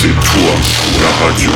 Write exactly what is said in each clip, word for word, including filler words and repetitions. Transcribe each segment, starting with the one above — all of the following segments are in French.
C'est toi, la radio.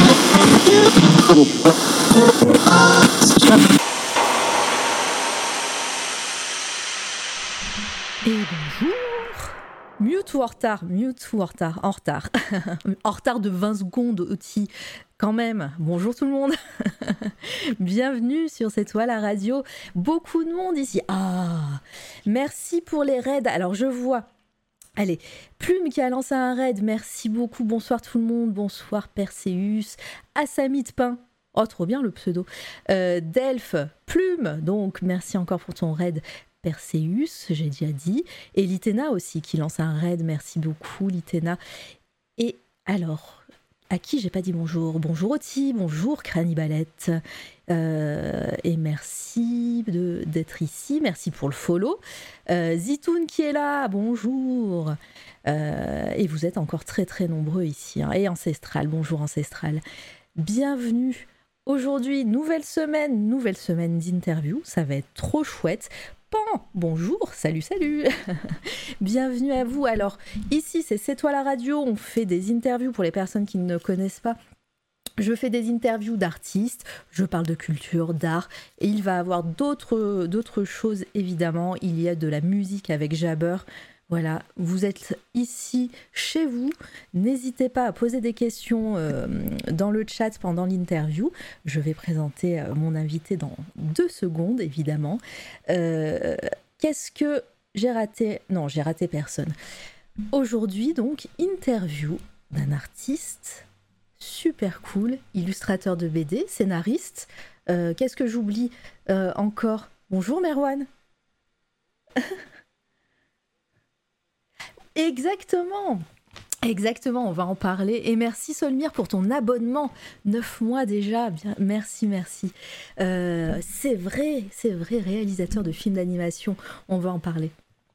Et bonjour. Mieux tout en retard, mieux tout en retard, en retard. En retard de vingt secondes aussi, quand même. Bonjour tout le monde. Bienvenue sur C'est toi la radio. Beaucoup de monde ici. Ah, merci pour les raids. Alors je vois... Allez, Plume qui a lancé un raid, merci beaucoup, bonsoir tout le monde, bonsoir Perseus, Assamit Pain, oh trop bien le pseudo, euh, Delph, Plume, donc merci encore pour ton raid Perseus, j'ai déjà dit, et Litena aussi qui lance un raid, merci beaucoup Litena, et alors, à qui j'ai pas dit bonjour, bonjour Oti, bonjour Cranibalette, euh, et merci de, d'être ici, merci pour le follow, euh, Zitoun qui est là, bonjour, euh, et vous êtes encore très très nombreux ici, hein, et Ancestral, bonjour Ancestral, bienvenue, aujourd'hui nouvelle semaine, nouvelle semaine d'interview, ça va être trop chouette. Pan, bonjour, salut, salut. Bienvenue à vous. Alors, ici, c'est C'est toi la radio. On fait des interviews pour les personnes qui ne connaissent pas. Je fais des interviews d'artistes, je parle de culture, d'art, et il va y avoir d'autres, d'autres choses, évidemment. Il y a de la musique avec Jabber. Voilà, vous êtes ici, chez vous. N'hésitez pas à poser des questions euh, dans le chat pendant l'interview. Je vais présenter euh, mon invité dans deux secondes, évidemment. Euh, qu'est-ce que j'ai raté ? Non, j'ai raté personne. Aujourd'hui, donc, interview d'un artiste super cool, illustrateur de B D, scénariste. Euh, qu'est-ce que j'oublie euh, encore ? Bonjour Merwan. Exactement, exactement, on va en parler. Et merci Solmire pour ton abonnement, neuf mois déjà, bien, merci, merci. Euh, c'est vrai, c'est vrai, réalisateur de films d'animation, on va en parler.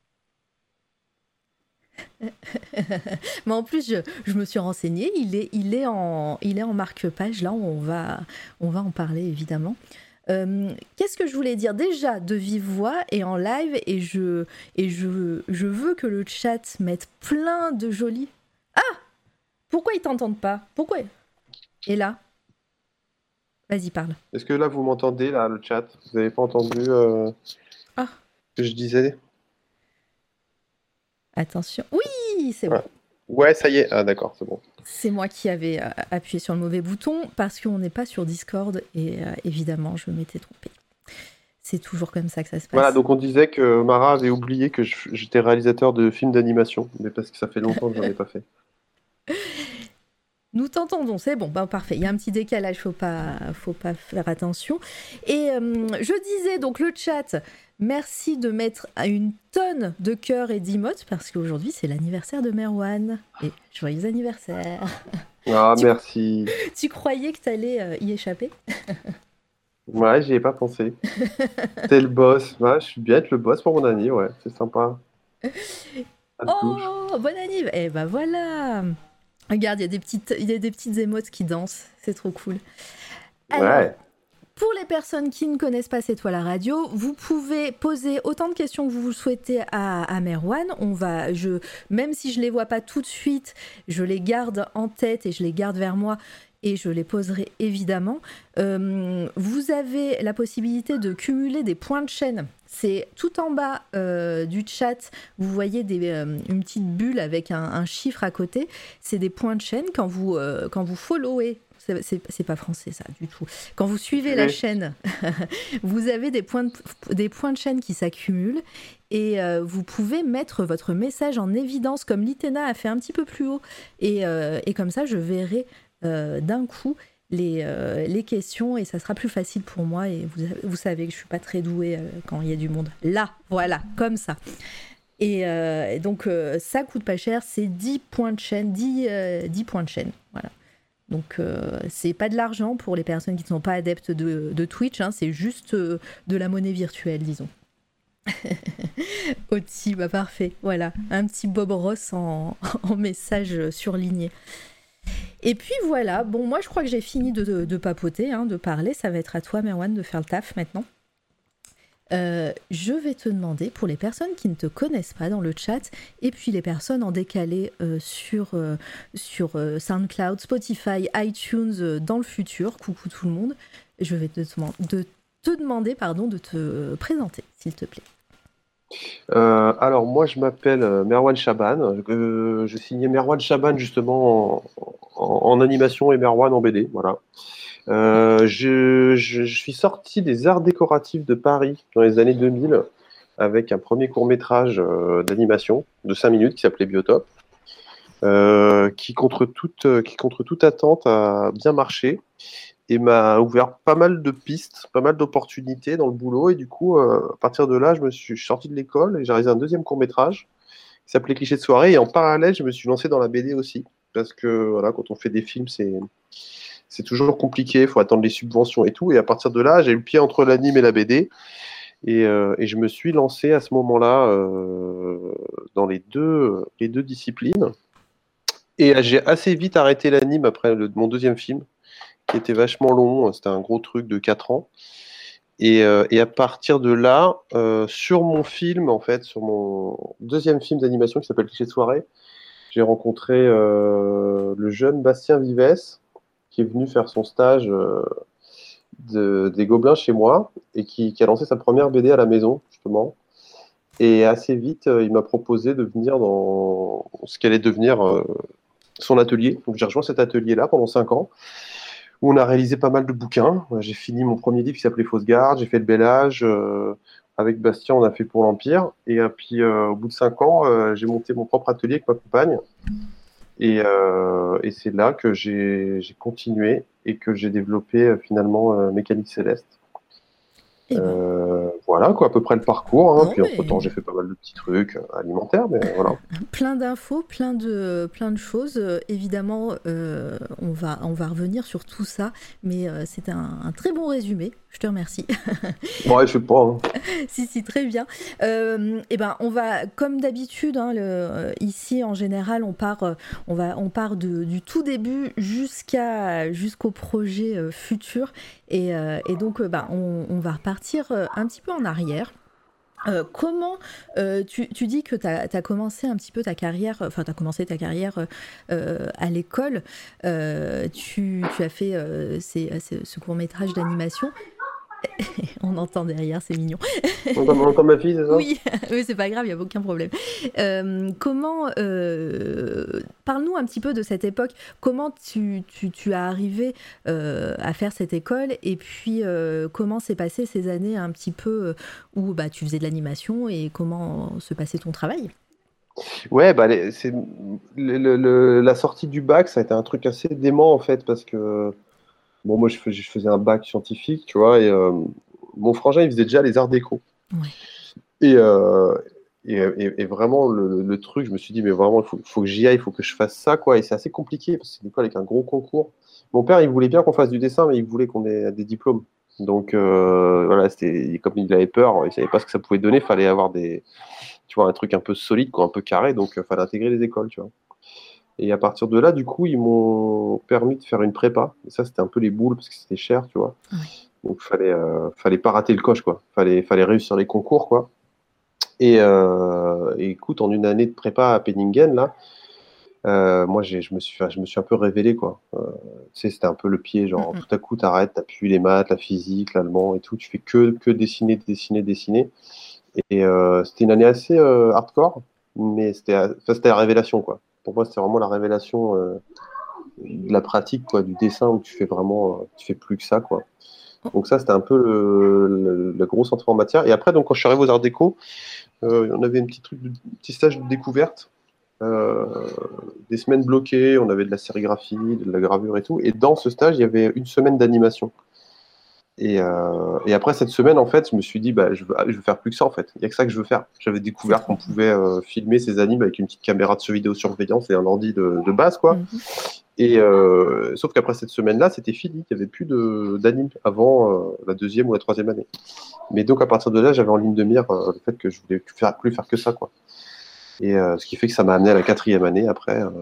Mais en plus, je, je me suis renseignée, il est, il est en, il est en marque-page, là, on va, on va en parler évidemment. Euh, qu'est-ce que je voulais dire déjà de vive voix et en live et je et je je veux que le chat mette plein de jolis. Ah, pourquoi ils t'entendent pas ? Pourquoi ? Et là, vas-y parle. Est-ce que là vous m'entendez là le chat ? Vous n'avez pas entendu euh, ah. ce que je disais ? Attention. Oui, c'est bon. Ouais. Ouais, ça y est. Ah d'accord, c'est bon. C'est moi qui avais euh, appuyé sur le mauvais bouton parce qu'on n'est pas sur Discord et euh, évidemment je m'étais trompée. C'est toujours comme ça que ça se passe. Voilà, donc on disait que Mara avait oublié que je- j'étais réalisateur de films d'animation, mais parce que ça fait longtemps que j'en ai pas fait. Nous t'entendons, c'est bon, ben parfait. Il y a un petit décalage, faut pas, faut pas faire attention. Et euh, je disais donc le chat, merci de mettre une tonne de cœurs et d'emotes parce qu'aujourd'hui c'est l'anniversaire de Merwan. Et joyeux anniversaire. Ah, tu, merci. Tu croyais que t'allais euh, y échapper ? Ouais, j'y ai pas pensé. T'es le boss. Ouais, je suis bien être le boss pour mon anniv, ouais, c'est sympa. Oh, bonne anniv. Eh ben voilà. Regarde, il y a des petites, il y a des petites émotes qui dansent. C'est trop cool. Alors, ouais. Pour les personnes qui ne connaissent pas C'est toi la radio, vous pouvez poser autant de questions que vous vous souhaitez à, à Merwan. On va, je, même si je les vois pas tout de suite, je les garde en tête et je les garde vers moi et je les poserai évidemment. Euh, vous avez la possibilité de cumuler des points de chaîne. C'est tout en bas euh, du chat, vous voyez des, euh, une petite bulle avec un, un chiffre à côté. C'est des points de chaîne quand vous, euh, quand vous followez. C'est, c'est, c'est pas français ça du tout. Quand vous suivez oui. la chaîne, vous avez des points, de, des points de chaîne qui s'accumulent et euh, vous pouvez mettre votre message en évidence comme Litena a fait un petit peu plus haut. Et, euh, et comme ça, je verrai euh, d'un coup les, euh, les questions et ça sera plus facile pour moi. Et vous, vous savez que je suis pas très douée euh, quand il y a du monde. Là, voilà, comme ça. Et, euh, et donc, euh, ça coûte pas cher, c'est dix points de chaîne, dix, euh, dix points de chaîne, voilà. Donc, euh, c'est pas de l'argent pour les personnes qui ne sont pas adeptes de, de Twitch, hein, c'est juste euh, de la monnaie virtuelle, disons. Oti, bah parfait, voilà, un petit Bob Ross en, en message surligné. Et puis voilà, bon, moi je crois que j'ai fini de, de, de papoter, hein, de parler, ça va être à toi, Merwan, de faire le taf maintenant. Euh, je vais te demander, pour les personnes qui ne te connaissent pas dans le chat, et puis les personnes en décalé euh, sur, euh, sur euh, SoundCloud, Spotify, iTunes euh, dans le futur, coucou tout le monde, je vais te, de, te demander pardon, de te présenter, s'il te plaît. Euh, alors moi je m'appelle euh, Merwan Chaban. Euh, je signais Merwan Chaban justement en, en- en animation et Merwan en B D. Voilà. Euh, je, je- je suis sorti des arts décoratifs de Paris dans les années deux mille avec un premier court-métrage euh, d'animation de cinq minutes qui s'appelait Biotope, euh, qui contre toute, euh, qui contre toute attente a bien marché et m'a ouvert pas mal de pistes, pas mal d'opportunités dans le boulot. Et du coup, euh, à partir de là, je me suis, je suis sorti de l'école et j'ai réalisé un deuxième court-métrage qui s'appelait Cliché de soirée. Et en parallèle, je me suis lancé dans la B D aussi. Parce que voilà, quand on fait des films, c'est, c'est toujours compliqué, il faut attendre les subventions et tout. Et à partir de là, j'ai eu le pied entre l'anime et la B D. Et, euh, et je me suis lancé à ce moment-là euh, dans les deux, les deux disciplines. Et j'ai assez vite arrêté l'anime après le- mon deuxième film, qui était vachement long. C'était un gros truc de quatre ans. Et, euh, et à partir de là, euh, sur mon film, en fait, sur mon deuxième film d'animation qui s'appelle Cliché de soirée, j'ai rencontré euh, le jeune Bastien Vives, qui est venu faire son stage euh, de- des Gobelins chez moi et qui, qui a lancé sa première B D à la maison, justement. Et assez vite, euh, il m'a proposé de venir dans ce qu'allait devenir euh, son atelier. Donc j'ai rejoint cet atelier-là pendant cinq ans, où on a réalisé pas mal de bouquins. J'ai fini mon premier livre qui s'appelait Fausse Garde, j'ai fait le Bel Âge. Euh, avec Bastien, on a fait pour l'Empire. Et euh, puis, euh, au bout de cinq ans, euh, j'ai monté mon propre atelier avec ma compagne. Et, euh, et c'est là que j'ai j'ai continué et que j'ai développé euh, finalement euh, Mécanique Céleste. Eh ben, Euh, voilà, quoi, à peu près le parcours. Hein. non Puis, entre-temps, mais j'ai fait pas mal de petits trucs euh, alimentaires, mais voilà. plein d'infos, plein de, plein de choses. Euh, évidemment, euh, on, va, on va revenir sur tout ça, mais euh, c'est un, un très bon résumé. Je te remercie. Ouais, je sais pas. Hein. Si, si, très bien. Euh, eh ben, on va, comme d'habitude, hein, le- euh, ici en général, on part, euh, on va, on part de- du tout début jusqu'à, jusqu'au projet euh, futur. Et, euh, et donc, euh, bah, on, on va repartir euh, un petit peu en arrière. Euh, comment euh, tu, tu dis que tu as commencé un petit peu ta carrière, enfin tu as commencé ta carrière euh, à l'école, euh, tu, tu as fait euh, ces- ces- ce court métrage d'animation, on entend derrière, c'est mignon. On entend, on entend ma fille, c'est ça? Oui, oui c'est pas grave, il n'y a aucun problème. Euh, comment, euh, parle-nous un petit peu de cette époque, comment tu, tu, tu as arrivé euh, à faire cette école et puis euh, comment s'est passé ces années un petit peu euh, où bah, tu faisais de l'animation et comment se passait ton travail? Ouais, bah, les- c'est le- le- le- la sortie du bac, ça a été un truc assez dément en fait, parce que bon, moi je faisais, je faisais un bac scientifique, tu vois, et euh, mon frangin il faisait déjà les arts déco. Ouais. Et, euh, et, et- et vraiment, le, le truc, je me suis dit, mais vraiment, il faut, faut que j'y aille, il faut que je fasse ça, quoi. Et c'est assez compliqué parce que c'est une école avec un gros concours. Mon père, il voulait bien qu'on fasse du dessin, mais il voulait qu'on ait des diplômes. Donc, euh, voilà, c'était, comme il avait peur, il savait pas ce que ça pouvait donner, il fallait avoir des, tu vois, un truc un peu solide, quoi, un peu carré, donc il fallait intégrer les écoles, tu vois. Et à partir de là, du coup, ils m'ont permis de faire une prépa. Et ça, c'était un peu les boules parce que c'était cher, tu vois. Ouais. Donc, fallait, euh, fallait pas rater le coche, quoi. Fallait, fallait réussir les concours, quoi. Et, euh, et écoute, en une année de prépa à Penningen, là, euh, moi, j'ai, je me suis, enfin, je me suis un peu révélé, quoi. Euh, tu sais, c'était un peu le pied, Mm, genre, mm. tout à coup, t'arrêtes, t'as plus les maths, la physique, l'allemand et tout, tu fais que, que dessiner, dessiner, dessiner. Et euh, c'était une année assez euh, hardcore, mais c'était, enfin, c'était la révélation, quoi. Pour moi, c'était vraiment la révélation euh, de la pratique, quoi, du dessin où tu fais vraiment, euh, tu fais plus que ça, quoi. Oh, Donc ça, c'était un peu le, le, la grosse entrée en matière. Et après, donc, quand je suis arrivé aux Arts Déco, euh, on avait un petit truc, de, petit stage de découverte, euh, des semaines bloquées, on avait de la sérigraphie, de la gravure et tout. Et dans ce stage, il y avait une semaine d'animation. Et, euh, et après cette semaine, en fait, je me suis dit, bah, je veux, je veux faire plus que ça, en fait. Il n'y a que ça que je veux faire. J'avais c'est découvert trop qu'on bien. pouvait euh, filmer ces animes avec une petite caméra de vidéosurveillance et un ordi de, de base, quoi. Mhm. Et euh, sauf qu'après cette semaine-là, c'était fini. Il n'y avait plus de, d'anime avant euh, la deuxième ou la troisième année. Mais donc, à partir de là, j'avais en ligne de mire euh, le fait que je voulais plus faire, plus faire que ça, quoi. Et euh, ce qui fait que ça m'a amené à la quatrième année après, euh,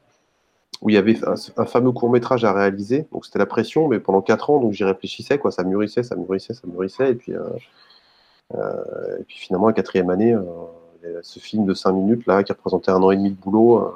où il y avait un, un fameux court-métrage à réaliser. Donc c'était la pression, mais pendant quatre ans, donc j'y réfléchissais, quoi. Ça mûrissait, ça mûrissait, ça mûrissait. Et puis, euh, Euh, et puis finalement, la quatrième année, euh, ce film de cinq minutes là, qui représentait un an et demi de boulot, euh,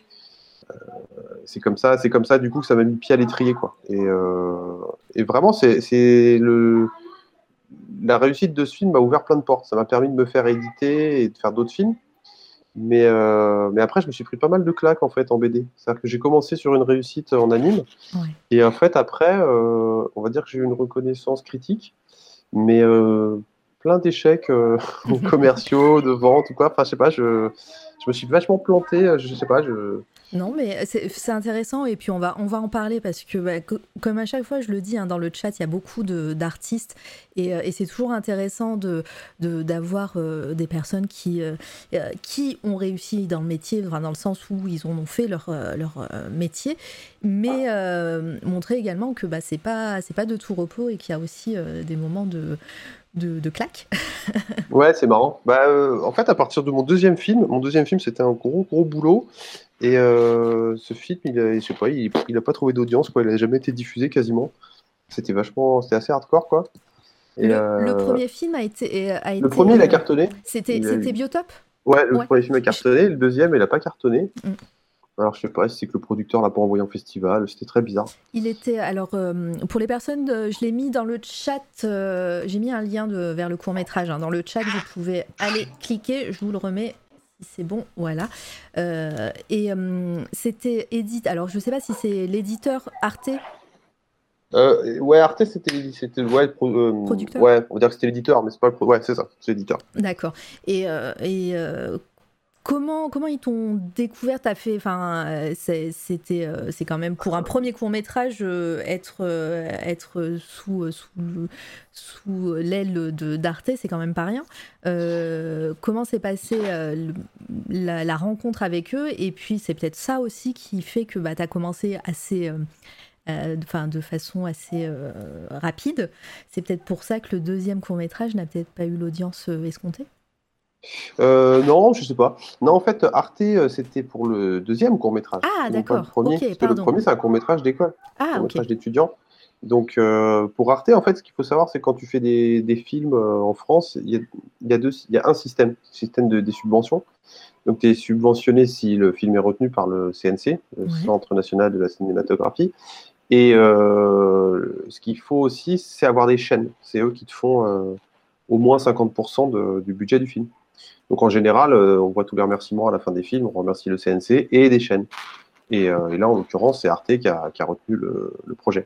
c'est comme ça, c'est comme ça du coup que ça m'a mis le pied à l'étrier, quoi. Et, euh, et vraiment, c'est, c'est le la réussite de ce film m'a ouvert plein de portes. Ça m'a permis de me faire éditer et de faire d'autres films. Mais, euh, mais après, je me suis pris pas mal de claques en fait en B D. C'est-à-dire que j'ai commencé sur une réussite en anime. Ouais. Et en fait, après, euh, on va dire que j'ai eu une reconnaissance critique, mais euh, plein d'échecs euh, commerciaux, de vente ou quoi. Enfin, je sais pas, je, je me suis vachement planté. Je sais pas, je. Non, mais c'est, c'est intéressant et puis on va, on va en parler parce que, bah, co- comme à chaque fois, je le dis hein, dans le chat, il y a beaucoup de, d'artistes et, euh, et c'est toujours intéressant de, de, d'avoir euh, des personnes qui, euh, euh, qui ont réussi dans le métier, enfin, dans le sens où ils en ont fait leur, euh, leur euh, métier, mais euh, montrer également que bah, c'est pas, c'est pas de tout repos et qu'il y a aussi euh, des moments de, de, de claques. Ouais, c'est marrant. Bah, euh, en fait, à partir de mon deuxième film, mon deuxième film, c'était un gros, gros boulot. Et euh, ce film, il a, je sais pas, il, il a pas trouvé d'audience, quoi. Il a jamais été diffusé quasiment. C'était vachement, c'était assez hardcore, quoi. Et Le, le euh, premier film a été, a le été premier, il a euh, cartonné. c'était, Il a c'était eu- Biotop. Ouais, le Ouais. premier film a cartonné. Le deuxième, il a pas cartonné. Mm. Alors, je sais pas si c'est que le producteur l'a pas envoyé en festival. C'était très bizarre. Il était, alors, euh, pour les personnes, euh, je l'ai mis dans le chat, euh, j'ai mis un lien de, vers le court-métrage. Hein. Dans le chat, vous pouvez aller cliquer, je vous le remets. Si c'est bon, voilà. Euh, et euh, c'était édité. Alors, je sais pas si c'est l'éditeur Arte, Euh, ouais, Arte, c'était, c'était, ouais, le pro- euh, producteur. ouais, on va dire que c'était l'éditeur, mais c'est pas le pro- ouais, c'est ça, c'est l'éditeur. D'accord. Et, euh, et euh, comment, comment ils t'ont découvert? T'as fait, enfin, euh, c'est, c'était, euh, c'est quand même pour un premier court métrage euh, être, euh, être sous, euh, sous, le- sous l'aile de d'Arte, c'est quand même pas rien. Euh, comment s'est passée euh, le- la, la rencontre avec eux? Et puis c'est peut-être ça aussi qui fait que bah, t'as commencé assez, euh, euh, enfin, de façon assez euh, rapide. C'est peut-être pour ça que le deuxième court métrage n'a peut-être pas eu l'audience euh, escomptée. Euh, non, je sais pas. Non, en fait, Arte, euh, c'était pour le deuxième court-métrage, Ah, non pas le d'accord. premier. Ok, Parce que le pardon. premier, c'est un court-métrage d'école, Ah, ok. court-métrage d'étudiant. Donc, euh, pour Arte, en fait, ce qu'il faut savoir, c'est quand tu fais des, des films euh, en France, il y a, il y a deux, il y a un système, système de, des subventions. Donc, tu es subventionné si le film est retenu par le C N C, le Ouais. Centre national de la cinématographie. Et euh, ce qu'il faut aussi, c'est avoir des chaînes. C'est eux qui te font euh, au moins cinquante pour cent de- du budget du film. Donc en général, euh, on voit tous les remerciements à la fin des films, on remercie le C N C et des chaînes. Et, euh, et là, en l'occurrence, c'est Arte qui a, qui a retenu le, le projet.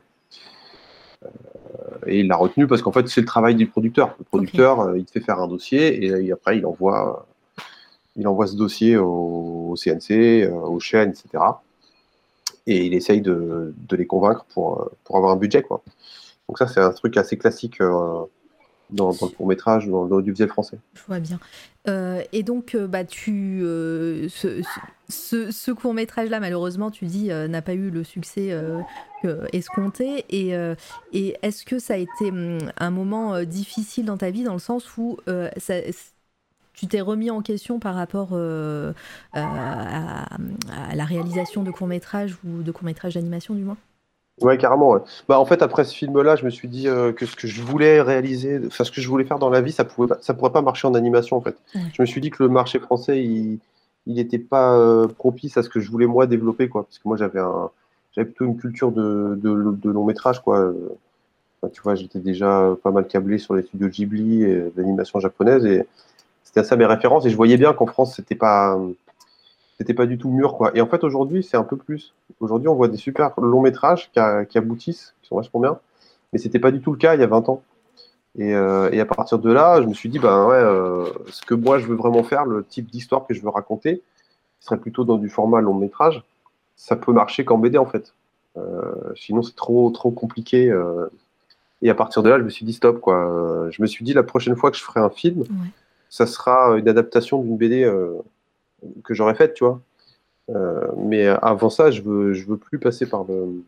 Et il l'a retenu parce qu'en fait, c'est le travail du producteur. Le producteur, euh, il te fait faire un dossier et, et après, il envoie, il envoie ce dossier au, au C N C, euh, aux chaînes, et cetera. Et il essaye de, de les convaincre pour, euh, pour avoir un budget, quoi. Donc ça, c'est un truc assez classique euh, dans, dans le court-métrage, dans, dans l'audiovisuel français. Je vois bien. Euh, et donc, euh, bah, tu, euh, ce, ce, ce court-métrage-là, malheureusement, tu dis, euh, n'a pas eu le succès euh, que- escompté. Et, euh, et est-ce que ça a été hum, un moment euh, difficile dans ta vie, dans le sens où euh, ça, tu t'es remis en question par rapport euh, euh, à, à la réalisation de courts-métrages ou de courts-métrages d'animation, du moins? Ouais, carrément. Ouais. Bah, en fait, après ce film-là, je me suis dit euh, que ce que je voulais réaliser, enfin, ce que je voulais faire dans la vie, ça pouvait, pas- ça pourrait pas marcher en animation, en fait. Ouais. Je me suis dit que le marché français, il, il était pas euh, propice à ce que je voulais moi développer, quoi. Parce que moi, j'avais un, j'avais plutôt une culture de, de, de long métrage, quoi. Euh, enfin, tu vois, j'étais déjà pas mal câblé sur les studios Ghibli et l'animation japonaise, et c'était ça mes références. Et je voyais bien qu'en France, c'était pas, c'était pas du tout mûr, quoi. Et en fait, aujourd'hui, c'est un peu plus. Aujourd'hui, on voit des super longs métrages qui, a- qui aboutissent, qui sont vachement bien. Mais c'était pas du tout le cas il y a vingt ans. Et, euh, et à partir de là, je me suis dit, ben ouais, euh, ce que moi je veux vraiment faire, le type d'histoire que je veux raconter, ce serait plutôt dans du format long métrage. Ça peut marcher qu'en B D en fait. Euh, sinon, c'est trop trop compliqué. euh. Et à partir de là, je me suis dit stop, quoi. Euh, Je me suis dit la prochaine fois que je ferai un film, Ouais. ça sera une adaptation d'une B D euh, que j'aurais faite, tu vois. Euh, mais avant ça, je veux, je veux plus passer par le,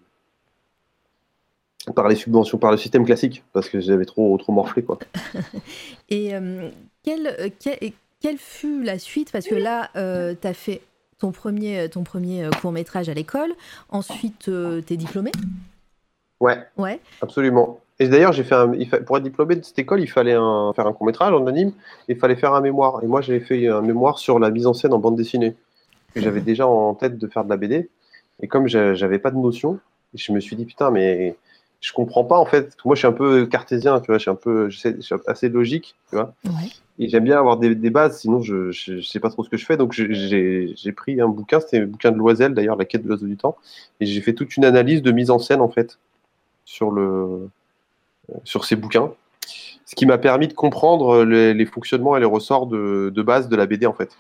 par les subventions, par le système classique, parce que j'avais trop, trop morflé, quoi. Et euh, quelle, euh, quelle, quelle fut la suite? Parce que là, euh, tu as fait ton premier, ton premier court-métrage à l'école, ensuite euh, tu es diplômé. Ouais, Ouais. absolument. Et d'ailleurs, j'ai fait un, il fa- pour être diplômé de cette école, il fallait un- faire un court-métrage en anime, et il fallait faire un mémoire. Et moi, j'avais fait un mémoire sur la mise en scène en bande dessinée. Que j'avais déjà en tête de faire de la B D. Et comme j'a- j'avais pas de notion, je me suis dit, putain, mais je comprends pas en fait. Parce que moi, je suis un peu cartésien, tu vois, je suis un peu, je sais- je suis assez logique, tu vois. Ouais. Et j'aime bien avoir des, des bases, sinon je, je, je sais pas trop ce que je fais. Donc j'ai j'ai- j'ai pris un bouquin, c'était un bouquin de Loisel d'ailleurs, La quête de l'oiseau du temps. Et j'ai fait toute une analyse de mise en scène en fait sur, le, sur ces bouquins. Ce qui m'a permis de comprendre les, les fonctionnements et les ressorts de, de base de la B D en fait,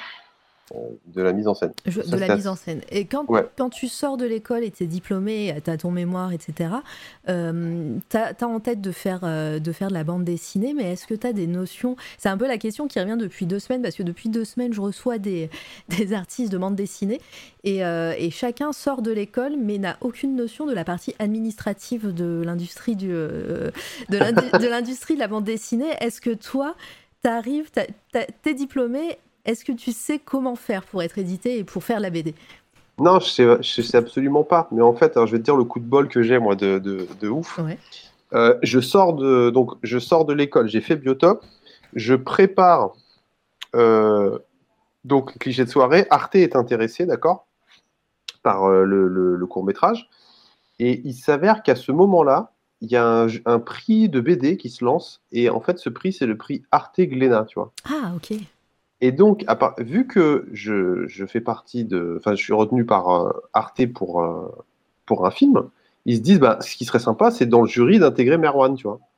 de la mise en scène. Je- Ça, de la c'était mise assez- en scène. Et quand, Ouais. quand tu sors de l'école et tu es diplômé, tu as ton mémoire, et cetera, euh, tu as en tête de faire, euh, de faire de la bande dessinée, mais est-ce que tu as des notions? C'est un peu la question qui revient depuis deux semaines, parce que depuis deux semaines, je reçois des, des artistes de bande dessinée, et, euh, et chacun sort de l'école, mais n'a aucune notion de la partie administrative de l'industrie du, euh, de l'indu- de l'industrie de la bande dessinée. Est-ce que toi, tu arrives, tu es diplômé, est-ce que tu sais comment faire pour être édité et pour faire la B D? Non, je sais, je sais absolument pas. Mais en fait, alors, je vais te dire le coup de bol que j'ai moi de, de, de ouf. Ouais. Euh, je sors de donc je sors de l'école, j'ai fait Biotop, je prépare euh, donc cliché de soirée. Arte est intéressé, d'accord, par euh, le, le, le court métrage, et il s'avère qu'à ce moment-là, il y a un, un prix de B D qui se lance, et en fait, ce prix c'est le prix Arte Glénat, tu vois. Ah, ok. Et donc, à part- vu que je, je fais partie de, enfin, je suis retenu par euh, Arte pour euh, pour un film, ils se disent, bah, ce qui serait sympa, c'est dans le jury d'intégrer Merwan, tu vois.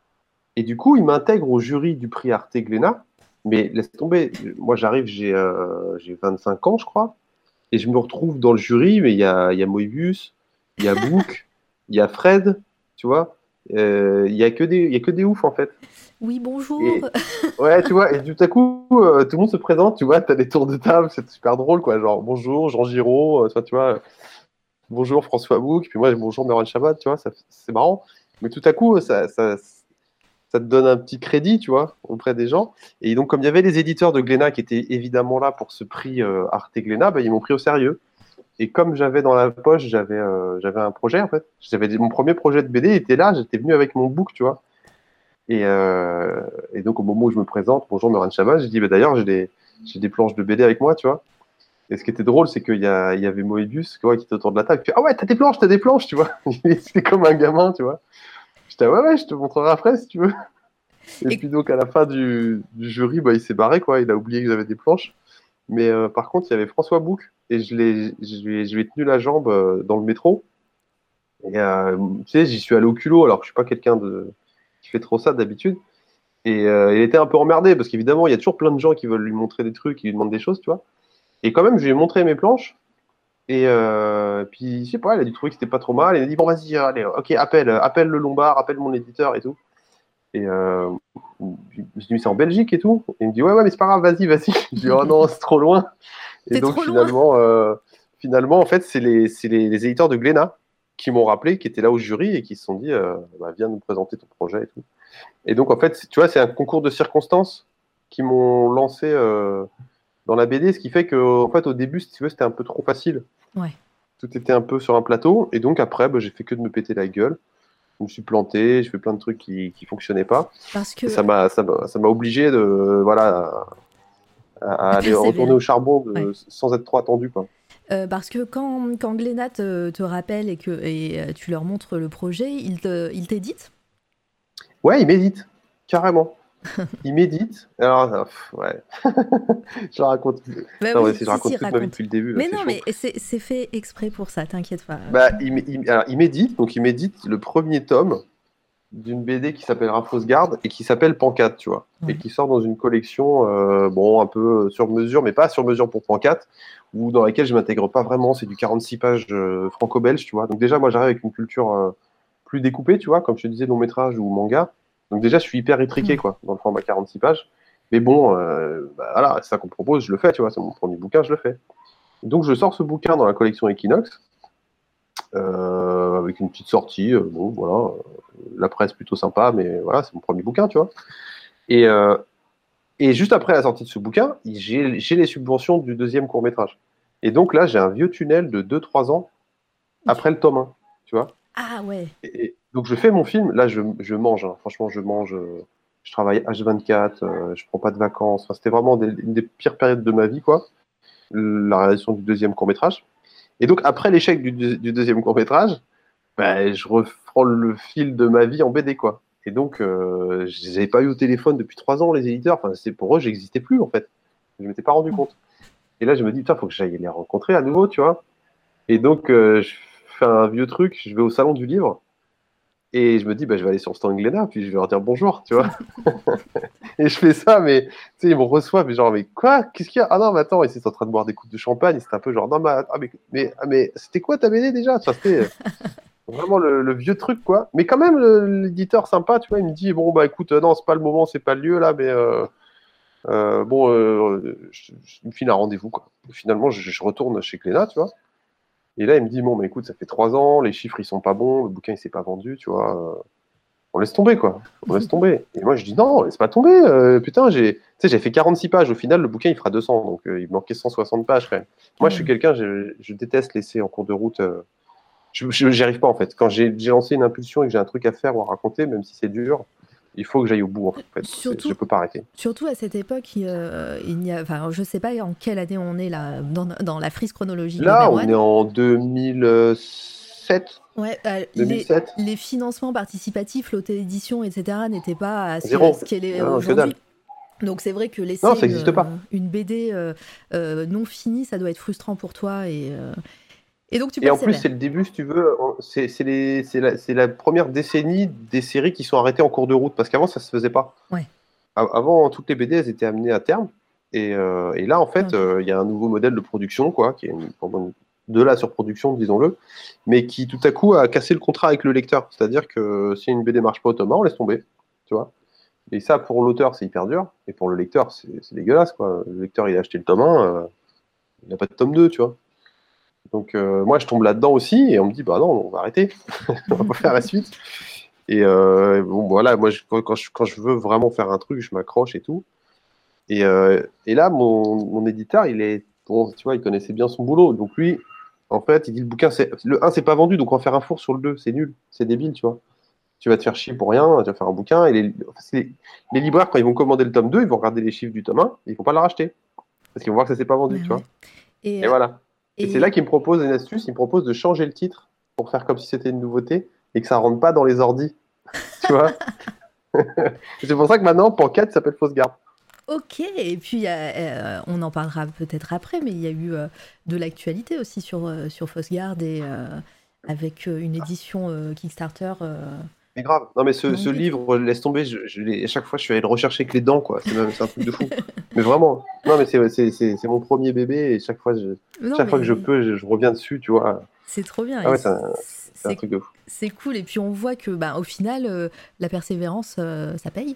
Et du coup, il m'intègre au jury du prix Arte Glénat. Mais laisse tomber, moi j'arrive, j'ai euh, j'ai vingt-cinq ans, je crois, et je me retrouve dans le jury, mais il y a, il y a Moebius, il y a Book, il y a Fred, tu vois, euh, il y a que des, il y a que des oufs en fait. Oui, bonjour. Et ouais, tu vois, et tout à coup, euh, tout le monde se présente, tu vois, t'as des tours de table, c'est super drôle, quoi, genre bonjour Jean Giraud, euh, tu vois, tu vois, bonjour François Book, puis moi bonjour Meron Chabat, tu vois, ça- c'est marrant. Mais tout à coup, ça, ça, ça te donne un petit crédit, tu vois, auprès des gens. Et donc, comme il y avait les éditeurs de Glénat qui étaient évidemment là pour ce prix euh, Arte Glénat, bah, ils m'ont pris au sérieux. Et comme j'avais dans la poche, j'avais euh, j'avais un projet, en fait. J'avais mon premier projet de B D était là, j'étais venu avec mon book, tu vois. Et, euh, et donc, au moment où je me présente, bonjour Meran Chabat, j'ai dit, bah, d'ailleurs, j'ai des, j'ai des planches de B D avec moi, tu vois. Et ce qui était drôle, c'est qu'il y, a, il y avait Moebius quoi, qui était autour de la table. Il fait, ah ouais, t'as des planches, t'as des planches, tu vois. C'était comme un gamin, tu vois. J'étais, ouais, ouais, je te montrerai après si tu veux. Et Et puis donc à la fin du, du jury, bah, il s'est barré, quoi. Il a oublié que j'avais des planches. Mais euh, par contre, il y avait François Bouc et je l'ai, je lui ai, je lui ai tenu la jambe euh, dans le métro. Et euh, tu sais, j'y suis allé au culot, alors que je suis pas quelqu'un de qui fait trop ça d'habitude. Et euh, il était un peu emmerdé parce qu'évidemment, il y a toujours plein de gens qui veulent lui montrer des trucs, qui lui demandent des choses, tu vois. Et quand même, je lui ai montré mes planches. Et euh, puis, je sais pas, il a dû trouver que c'était pas trop mal. Il a dit, bon, vas-y, allez, ok, appelle, appelle le Lombard, appelle mon éditeur et tout. Et euh, je me suis dit, c'est en Belgique et tout. Et il me dit, ouais, ouais, mais c'est pas grave, vas-y, vas-y. Je dis, oh non, c'est trop loin. Et t'es donc, trop loin. finalement, euh, finalement en fait, c'est les, c'est les, les éditeurs de Glénat qui m'ont rappelé, qui étaient là au jury et qui se sont dit, euh, bah, viens nous présenter ton projet et tout. Et donc, en fait, c'est- tu vois, c'est un concours de circonstances qui m'ont lancé euh, dans la B D, ce qui fait que, en fait, au début, si tu veux, c'était un peu trop facile. Ouais. Tout était un peu sur un plateau. Et donc, après, bah, j'ai fait que de me péter la gueule. Je me suis planté, j'ai fait plein de trucs qui qui fonctionnaient pas. Parce Et que ça m'a ça m'a ça m'a obligé de voilà à, à à aller retourner persévérer. au charbon Ouais. de, sans être trop attendu quoi. Euh, parce que quand, quand Glénat te, te rappelle et que et, euh, tu leur montres le projet, il te, il t'édite. Ouais, il médite carrément. Il médite. Alors euh, pff, ouais, je raconte. Bah Non, mais oui, si je si, raconte si, toute ma vie raconte. depuis le début, là, Mais c'est non, chaud. mais c'est c'est fait exprès pour ça, t'inquiète pas. Bah, il, mé- il- alors, il médite, donc il médite le premier tome d'une B D qui s'appellera Fausse Garde et qui s'appelle Pancate, tu vois, et Ouais. qui sort dans une collection, euh, bon, un peu sur mesure, mais pas sur mesure pour Pancate, ou dans laquelle je m'intègre pas vraiment. C'est du quarante-six pages euh, franco-belge, tu vois. Donc déjà, moi, j'arrive avec une culture euh, plus découpée, tu vois, comme je te disais, long métrage ou manga. Donc déjà, je suis hyper étriqué, Ouais. quoi, dans le format quarante-six pages. Mais bon, euh, bah, voilà, c'est ça qu'on me propose, je le fais, tu vois, c'est mon premier bouquin, je le fais. Donc je sors ce bouquin dans la collection Equinox, euh, avec une petite sortie, euh, bon, voilà, euh, la presse plutôt sympa, mais voilà, c'est mon premier bouquin, tu vois. Et, euh, et juste après la sortie de ce bouquin, j'ai j'ai les subventions du deuxième court-métrage. Et donc là, j'ai un vieux tunnel de deux trois ans après le tome un, tu vois. Ah ouais. Et, donc je fais mon film. Là, je, je mange. Hein. Franchement, je mange. euh, Je travaille H vingt-quatre. euh, je prends pas de vacances. Enfin, c'était vraiment des- une des pires périodes de ma vie, quoi. La réalisation du deuxième court métrage. Et donc, après l'échec du, deux- du deuxième court métrage, ben, je reprends le fil de ma vie en B D, quoi. Et donc, euh, je les avais pas eu au téléphone depuis trois ans, les éditeurs. Enfin, c'est pour eux, j'existais plus, en fait. Je m'étais pas rendu compte. Et là, je me dis, putain, faut que j'aille les rencontrer à nouveau, tu vois. Et donc, euh, je fais un vieux truc, je vais au salon du livre. Et je me dis, bah, je vais aller sur le stand Glénat, puis je vais leur dire bonjour, tu vois. Et je fais ça, mais tu sais, ils me reçoivent, mais genre, mais quoi? Qu'est-ce qu'il y a? Ah non, mais attends, ils étaient en train de boire des coupes de champagne, et c'était un peu genre, non, mais, ah, mais, mais, ah, mais c'était quoi ta B D déjà? Enfin, c'était vraiment le, le vieux truc, quoi. Mais quand même, le- l'éditeur sympa, tu vois, il me dit, bon, bah écoute, euh, non, c'est pas le moment, c'est pas le lieu, là, mais euh, euh, bon, euh, je, je, il me file un rendez-vous, quoi. Et finalement, je, je retourne chez Glénat, tu vois. Et là, il me dit, bon, mais écoute, ça fait trois ans, les chiffres, ils sont pas bons, le bouquin, il s'est pas vendu, tu vois. euh, On laisse tomber, quoi. On laisse tomber. Et moi, je dis, non, laisse pas tomber. euh, putain, j'ai, tu sais, j'ai fait quarante-six pages. Au final, le bouquin, il fera deux cents. Donc, euh, il me manquait cent soixante pages, quand même. Quand Moi, je suis même. quelqu'un, je, je déteste laisser en cours de route. euh, je je- j'y arrive pas, en fait. Quand j'ai j'ai lancé une impulsion et que j'ai un truc à faire ou à raconter, même si c'est dur, il faut que j'aille au bout, en fait. C'est- Je Surtout, peux pas arrêter. surtout à cette époque, il, euh, il n'y a, enfin, je sais pas en quelle année on est là dans, dans la frise chronologique de Là, on est Merwan. en deux mille sept. Ouais, euh, les, deux mille sept. les financements participatifs, l'auto-édition, et cetera, n'étaient pas à ce que- ce Zéro. qu'elle est Non, que aujourd'hui. dalle. Donc c'est vrai que laisser Non, ça une, n'existe pas. euh, une B D euh, euh, non finie, ça doit être frustrant pour toi. Et, euh, et donc tu Et en plus, persévères. c'est le début, si tu veux, en- c'est c'est les- c'est la, c'est la première décennie des séries qui sont arrêtées en cours de route, parce qu'avant, ça se faisait pas. Ouais, A- Avant, toutes les B D, elles étaient amenées à terme. Et, euh, et là, en fait, ok. euh, il y a un nouveau modèle de production, quoi, qui est une- vraiment de la surproduction, disons-le, mais qui tout à coup a cassé le contrat avec le lecteur. C'est-à-dire que si une B D marche pas au tome un, on laisse tomber, tu vois. Et ça, pour l'auteur, c'est hyper dur, et pour le lecteur, c'est c'est dégueulasse, quoi. Le lecteur, il a acheté le tome un, euh, il n'a pas de tome deux, tu vois. Donc, euh, moi, je tombe là-dedans aussi, et on me dit, bah non, on va arrêter, on va pas faire la suite. Et euh, bon, voilà, moi, je- quand, quand je, quand je veux vraiment faire un truc, je m'accroche et tout. Et, euh, et là, mon, mon éditeur, il est, bon, tu vois, il connaissait bien son boulot. Donc lui, en fait, il dit le bouquin, c'est, le un, c'est pas vendu, donc on va faire un four sur le deux. C'est nul, c'est débile, tu vois. Tu vas te faire chier pour rien, tu vas faire un bouquin. Et les, enfin, c'est les, les libraires, quand ils vont commander le tome deux, ils vont regarder les chiffres du tome un, et ils vont pas le racheter. Parce qu'ils vont voir que ça s'est pas vendu, Ouais, tu ouais. vois. Et, Et euh, voilà. Et c'est là et qu'il me propose une astuce, il me propose de changer le titre pour faire comme si c'était une nouveauté et que ça rentre pas dans les ordis, tu vois. Et c'est pour ça que maintenant, Pancat s'appelle Fausse Garde. ok, et puis euh, euh, on en parlera peut-être après, mais il y a eu euh, de l'actualité aussi sur, euh, sur Fausse-Garde et euh, avec euh, une édition euh, Kickstarter euh, Mais grave. Non, mais ce, en ce anglais, du coup. livre, laisse tomber, je, je l'ai- à chaque fois, je suis allé le rechercher avec les dents, quoi. C'est même- c'est un truc de fou. Mais vraiment. Non, mais c'est c'est- c'est- c'est mon premier bébé et chaque fois, je, Non, chaque fois que je mais peux, je, je reviens dessus, tu vois. c'est trop bien. Ah Et ouais, c'est un, c'est un c'est truc de fou. c'est cool. Et puis on voit que, bah, au final, euh, la persévérance, euh, ça paye.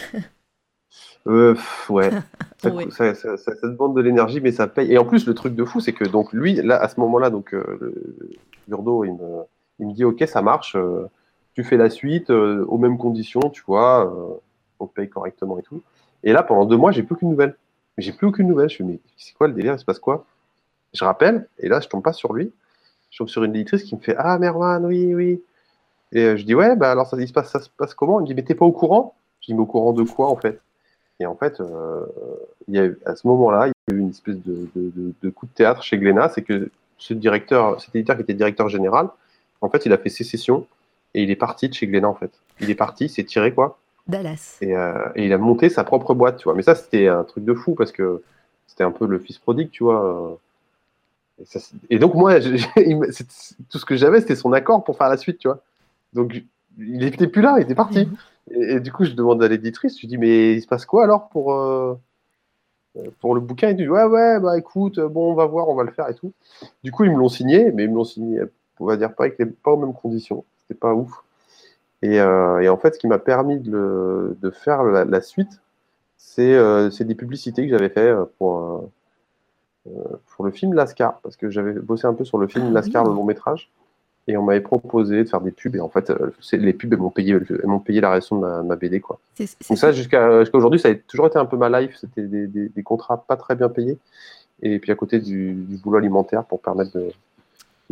Euh, pff, ouais. Ça, Ouais. cou- ça, ça, ça- ça demande de l'énergie, mais ça paye. Et en plus, le truc de fou, c'est que donc lui, là, à ce moment-là, donc euh, le Burdo, il me, il me dit, OK, ça marche, euh, tu fais la suite euh, aux mêmes conditions, tu vois, euh, on te paye correctement et tout. Et là, pendant deux mois, j'ai plus aucune nouvelle. J'ai plus aucune nouvelle. Je me dis, mais c'est quoi le délire? Il se passe quoi? Je rappelle, et là, je tombe pas sur lui. Je tombe sur une éditrice qui me fait, ah, Merwan, oui, oui. Et euh, je dis, ouais, bah alors ça, il se passe, ça se passe comment? Il me dit, mais t'es pas au courant? Je dis, mais au courant de quoi, en fait? Et en fait, euh, il y a eu- à ce moment-là, il y a eu une espèce de, de- de- de coup de théâtre chez Glénat, c'est que ce directeur, cet éditeur qui était directeur général, en fait, il a fait sécession et il est parti de chez Glénat, en fait. Il est parti, il s'est tiré, quoi, Dallas. et, euh, et il a monté sa propre boîte, tu vois. Mais ça, c'était un truc de fou parce que c'était un peu le fils prodigue, tu vois. Et, ça, c'est- et donc, moi, j'ai- il m'a- c'est- c'est- tout ce que j'avais, c'était son accord pour faire la suite, tu vois. Donc, il n'était plus là, il était parti. Mhm. Et, et du coup, je demande à l'éditrice, je lui dis, mais il se passe quoi alors pour, euh, pour le bouquin? Il dit, ouais, ouais, bah écoute, bon, on va voir, on va le faire et tout. Du coup, ils me l'ont signé, mais ils me l'ont signé, on va dire, pas, avec les, pas aux mêmes conditions. C'était pas ouf. Et, euh, et en fait, ce qui m'a permis de, le- de faire la, la suite, c'est euh, c'est des publicités que j'avais fait euh, pour, euh, pour le film Lascar, parce que j'avais bossé un peu sur le film Ah Lascar, le oui. long métrage. Et on m'avait proposé de faire des pubs, et en fait, euh, c'est- les pubs, elles m'ont payé, elles m'ont payé la réalisation de ma, ma B D, quoi. C'est c'est Donc ce ça, que jusqu'à jusqu'à aujourd'hui, ça a toujours été un peu ma life, c'était des, des, des contrats pas très bien payés, et puis à côté du, du boulot alimentaire pour permettre de,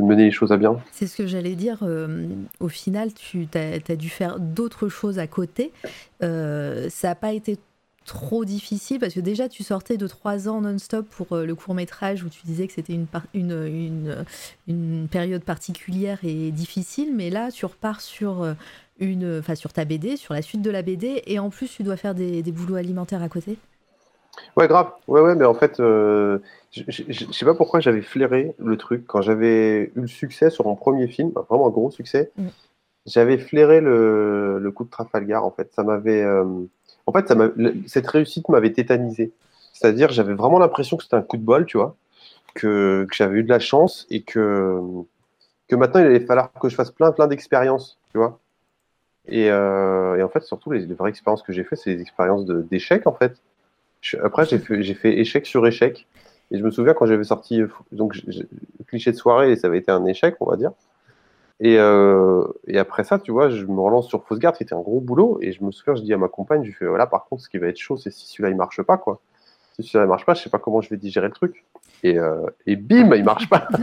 de mener les choses à bien. C'est ce que j'allais dire. Euh, au final, tu as dû faire d'autres choses à côté. Euh, ça n'a pas été trop difficile parce que déjà, tu sortais de trois ans non-stop pour euh, le court-métrage où tu disais que c'était une, par- une, une, une période particulière et difficile. Mais là, tu repars sur, euh, une, enfin, sur ta B D, sur la suite de la B D. Et en plus, tu dois faire des, des boulots alimentaires à côté. Ouais, grave. Ouais, ouais, mais en fait, euh, je je- je- je sais pas pourquoi j'avais flairé le truc quand j'avais eu le succès sur mon premier film, enfin, vraiment un gros succès. Mm. J'avais flairé le, le coup de Trafalgar. En fait, ça m'avait, euh, en fait, ça m'a- le- cette réussite m'avait tétanisé. C'est-à-dire, j'avais vraiment l'impression que c'était un coup de bol, tu vois, que, que j'avais eu de la chance et que que maintenant il allait falloir que je fasse plein, plein d'expériences, tu vois. Et, euh, et en fait, surtout les, les vraies expériences que j'ai fait, c'est des expériences de- d'échecs, en fait. Je- après, j'ai fait, j'ai fait échec sur échec. Et je me souviens quand j'avais sorti, euh, donc, j'ai- j'ai- cliché de soirée, et ça avait été un échec, on va dire. Et, euh, et après ça, tu vois, je me relance sur Fausse Garde, qui était un gros boulot. Et je me souviens, je dis à ma compagne, je lui fais, voilà, par contre, ce qui va être chaud, c'est si celui-là, il marche pas, quoi. Si celui-là, il marche pas, je sais pas comment je vais digérer le truc. Et, euh, et bim, il marche pas.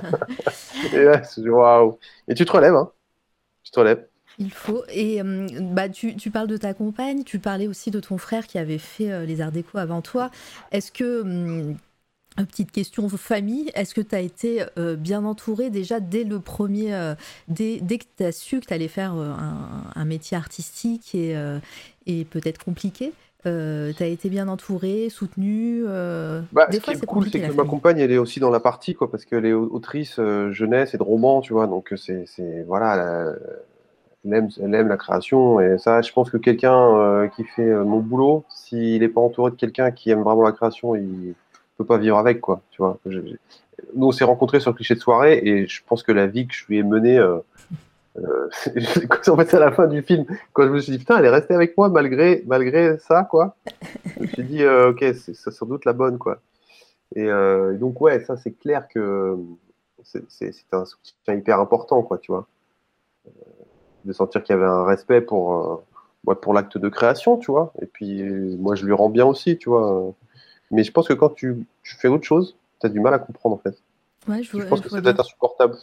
Et là, je dis, waouh. Et tu te relèves, hein. Tu te relèves. Il faut. Et euh, bah, tu, tu parles de ta compagne, tu parlais aussi de ton frère qui avait fait euh, les arts déco avant toi. Est-ce que, hum, une petite question famille, est-ce que tu as été euh, bien entouré déjà dès le premier, euh, dès, dès que tu as su que tu allais faire euh, un, un métier artistique et, euh, et peut-être compliqué, euh, tu as été bien entouré, soutenu euh, Bah, Des ce qui fois, est c'est cool, compliqué c'est la que ma famille. compagne, elle est aussi dans la partie, quoi, parce qu'elle est au- autrice euh, jeunesse et de romans, tu vois, donc euh, c'est, c'est, voilà, elle, elle aime, elle aime la création, et ça, je pense que quelqu'un euh, qui fait euh, mon boulot, s'il n'est pas entouré de quelqu'un qui aime vraiment la création, il peut pas vivre avec, quoi, tu vois. Je- je- nous, on s'est rencontrés sur le cliché de soirée, et je pense que la vie que je lui ai menée, euh, euh, en fait, c'est à la fin du film, quand je me suis dit, putain, elle est restée avec moi malgré, malgré ça, quoi, je me suis dit, euh, ok, c'est c'est sans doute la bonne, quoi. Et euh, donc, ouais, ça, c'est clair que c'est c'est- c'est un soutien hyper important, quoi, tu vois. De sentir qu'il y avait un respect pour, euh, ouais, pour l'acte de création, tu vois. Et puis, euh, moi, je lui rends bien aussi, tu vois. Mais je pense que quand tu, tu fais autre chose, tu as du mal à comprendre, en fait. Ouais, je Je vois, pense je que vois ça doit bien. être insupportable.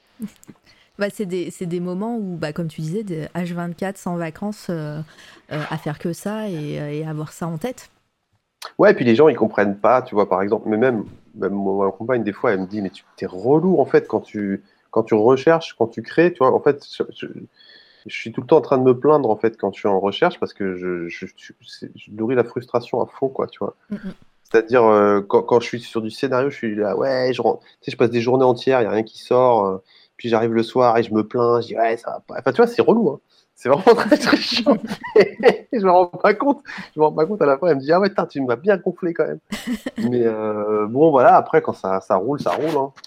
Bah, c'est des, c'est des moments où, bah, comme tu disais, des H vingt-quatre sans vacances euh, euh, à faire que ça et, euh, et avoir ça en tête. Ouais, et puis les gens, ils comprennent pas, tu vois, par exemple. Mais même, même moi, ma compagne, des fois, elle me dit, mais tu t'es relou, en fait, quand tu, quand tu recherches, quand tu crées, tu vois. En fait, je, je- je suis tout le temps en train de me plaindre en fait quand je suis en recherche parce que je, je, je, c'est- je nourris la frustration à fond quoi, tu vois. Mm, mm. C'est-à-dire euh, quand, quand je suis sur du scénario, je suis là ouais, je, rentre- tu sais, je passe des journées entières, il y a rien qui sort, euh, puis j'arrive le soir et je me plains, je dis ouais ça va pas. Enfin tu vois, c'est relou, hein. C'est vraiment très très chiant. Et je me rends pas compte, je me rends pas compte à la fin, elle me dit ah ouais putain, tu m'as bien gonflé quand même. Mais euh, bon voilà, après quand ça, ça roule, ça roule, hein.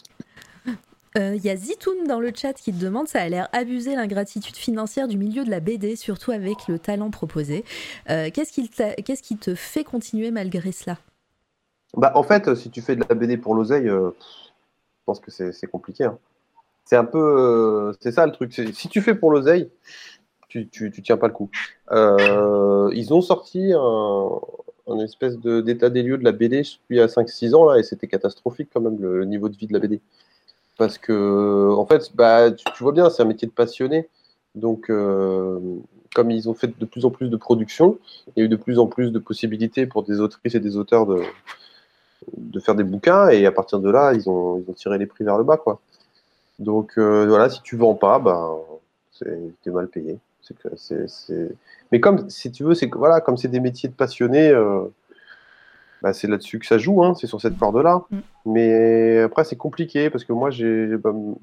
Il euh, y a Zitoun dans le chat qui te demande, ça a l'air abusé l'ingratitude financière du milieu de la B D, surtout avec le talent proposé. Euh, qu'est-ce, qui qu'est-ce qui te fait continuer malgré cela? Bah en fait, si tu fais de la B D pour l'oseille, euh, je pense que c'est c'est compliqué, hein. C'est un peu, euh, c'est ça le truc. C'est- Si tu fais pour l'oseille, tu, tu, tu tiens pas le coup. Euh, ils ont sorti un, un espèce de, d'état des lieux de la B D il y a cinq six ans là, et c'était catastrophique quand même le, le niveau de vie de la B D. Parce que, en fait, bah, tu, tu vois bien, c'est un métier de passionné. Donc, euh, comme ils ont fait de plus en plus de productions, il y a eu de plus en plus de possibilités pour des autrices et des auteurs de, de faire des bouquins, et à partir de là, ils ont, ils ont tiré les prix vers le bas, quoi. Donc euh, voilà, si tu vends pas, ben c'est t'es mal payé. C'est que c'est c'est. Mais comme si tu veux, c'est que voilà, comme c'est des métiers de passionnés, euh, bah, c'est là-dessus que ça joue, hein, c'est sur cette corde-là. Mm. Mais après c'est compliqué parce que moi j'ai bah, m-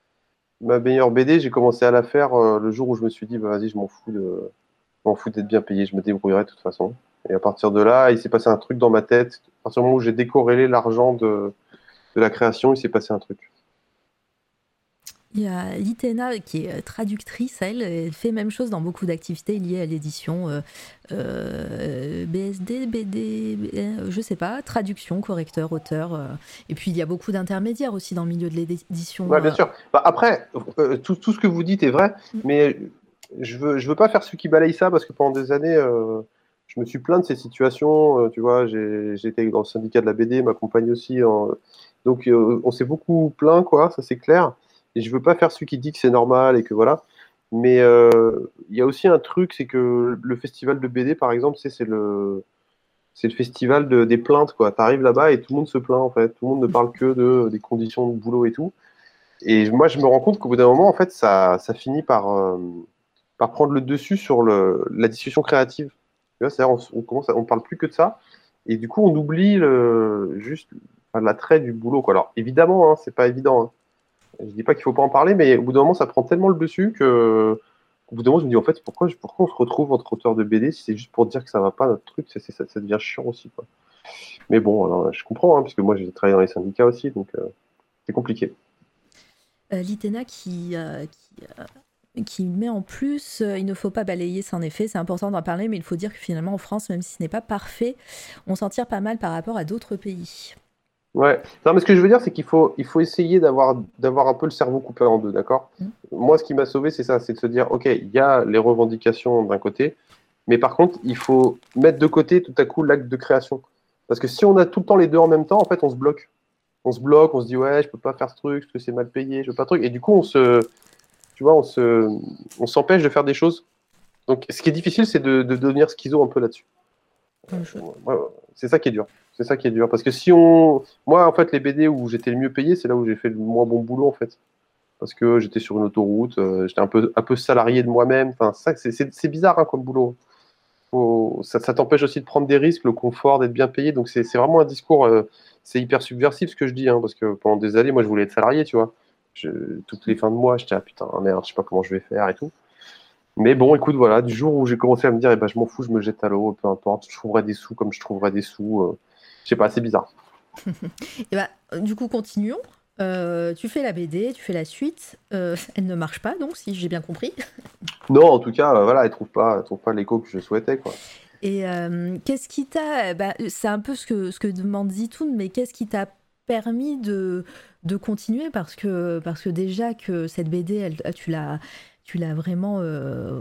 ma meilleure B D, j'ai commencé à la faire euh, le jour où je me suis dit bah, vas-y, je m'en fous de, je m'en fous d'être bien payé, je me débrouillerai de toute façon. Et à partir de là, il s'est passé un truc dans ma tête. À partir du moment où j'ai décorrélé l'argent de, de la création, il s'est passé un truc. Il y a Litena qui est traductrice, elle, elle fait même chose dans beaucoup d'activités liées à l'édition, euh, euh, B S D, B D, euh, je sais pas, traduction, correcteur, auteur. euh. Et puis il y a beaucoup d'intermédiaires aussi dans le milieu de l'édition. Ouais, bien euh. sûr. Bah, après, euh, tout, tout ce que vous dites est vrai, mais je veux, je veux pas faire celui qui balaye ça parce que pendant des années, euh, je me suis plaint de ces situations. Euh, tu vois, j'ai, j'ai été dans le syndicat de la B D, ma compagne aussi. en- Donc, euh, on s'est beaucoup plaint, quoi, ça c'est clair. Et je veux pas faire celui qui dit que c'est normal et que voilà. Mais euh, il y a aussi un truc, c'est que le festival de B D, par exemple, c'est c'est le, c'est le festival de- des plaintes, quoi. T'arrives là-bas et tout le monde se plaint, en fait. Tout le monde ne parle que de, des conditions de boulot et tout. Et moi, je me rends compte qu'au bout d'un moment, en fait, ça, ça finit par, euh, par prendre le dessus sur le, la discussion créative. Tu vois, c'est-à-dire, on, on commence à- on parle plus que de ça. Et du coup, on oublie le, juste enfin, l'attrait du boulot, quoi. Alors, évidemment, hein, c'est pas évident, hein. Je dis pas qu'il faut pas en parler, mais au bout d'un moment, ça prend tellement le dessus que, au bout d'un moment, je me dis, en fait, pourquoi, pourquoi on se retrouve entre auteurs de B D si c'est juste pour dire que ça va pas, notre truc, c'est, c'est- ça, ça devient chiant aussi, quoi. Mais bon, alors, je comprends, hein, parce que moi, j'ai travaillé dans les syndicats aussi, donc euh, c'est compliqué. Euh, L'Itena qui, euh, qui, euh, qui met en plus, euh, il ne faut pas balayer sans effet, c'est important d'en parler, mais il faut dire que finalement en France, même si ce n'est pas parfait, on s'en tire pas mal par rapport à d'autres pays. Ouais. Non, mais ce que je veux dire, c'est qu'il faut, il faut essayer d'avoir, d'avoir un peu le cerveau coupé en deux, d'accord? Mm. Moi, ce qui m'a sauvé, c'est ça, c'est de se dire, OK, il y a les revendications d'un côté, mais par contre, il faut mettre de côté tout à coup l'acte de création. Parce que si on a tout le temps les deux en même temps, en fait, on se bloque. On se bloque, on se dit, ouais, je peux pas faire ce truc, parce que c'est mal payé, je veux pas ce truc. Et du coup, on se, tu vois, on se, on s'empêche de faire des choses. Donc, ce qui est difficile, c'est de, de devenir schizo un peu là-dessus. Euh, je- Ouais, ouais. C'est ça qui est dur. C'est ça qui est dur. Parce que si on. Moi, en fait, les B D où j'étais le mieux payé, c'est là où j'ai fait le moins bon boulot, en fait. Parce que j'étais sur une autoroute, euh, j'étais un peu, un peu salarié de moi-même. Enfin, ça, c'est, c'est, c'est bizarre, hein, comme boulot. Faut- Ça, ça t'empêche aussi de prendre des risques, le confort, d'être bien payé. Donc, c'est, c'est vraiment un discours. euh, c'est hyper subversif ce que je dis, hein, parce que pendant des années, moi, je voulais être salarié, tu vois. Je- toutes les fins de mois, j'étais, ah putain, merde, je sais pas comment je vais faire et tout. Mais bon, écoute, voilà, du jour où j'ai commencé à me dire, eh ben, je m'en fous, je me jette à l'eau, peu importe, je trouverai des sous comme je trouverai des sous. euh, je sais pas, c'est bizarre. Et bah, du coup, continuons. Euh, tu fais la B D, tu fais la suite. Euh, elle ne marche pas, donc, si j'ai bien compris. Non, en tout cas, euh, voilà, elle trouve pas, elle trouve pas l'écho que je souhaitais, quoi. Et euh, qu'est-ce qui t'a... bah, c'est un peu ce que, ce que demande Zitoun, mais qu'est-ce qui t'a permis de, de continuer parce que, parce que déjà que cette B D, elle, tu l'as tu l'as vraiment... Euh,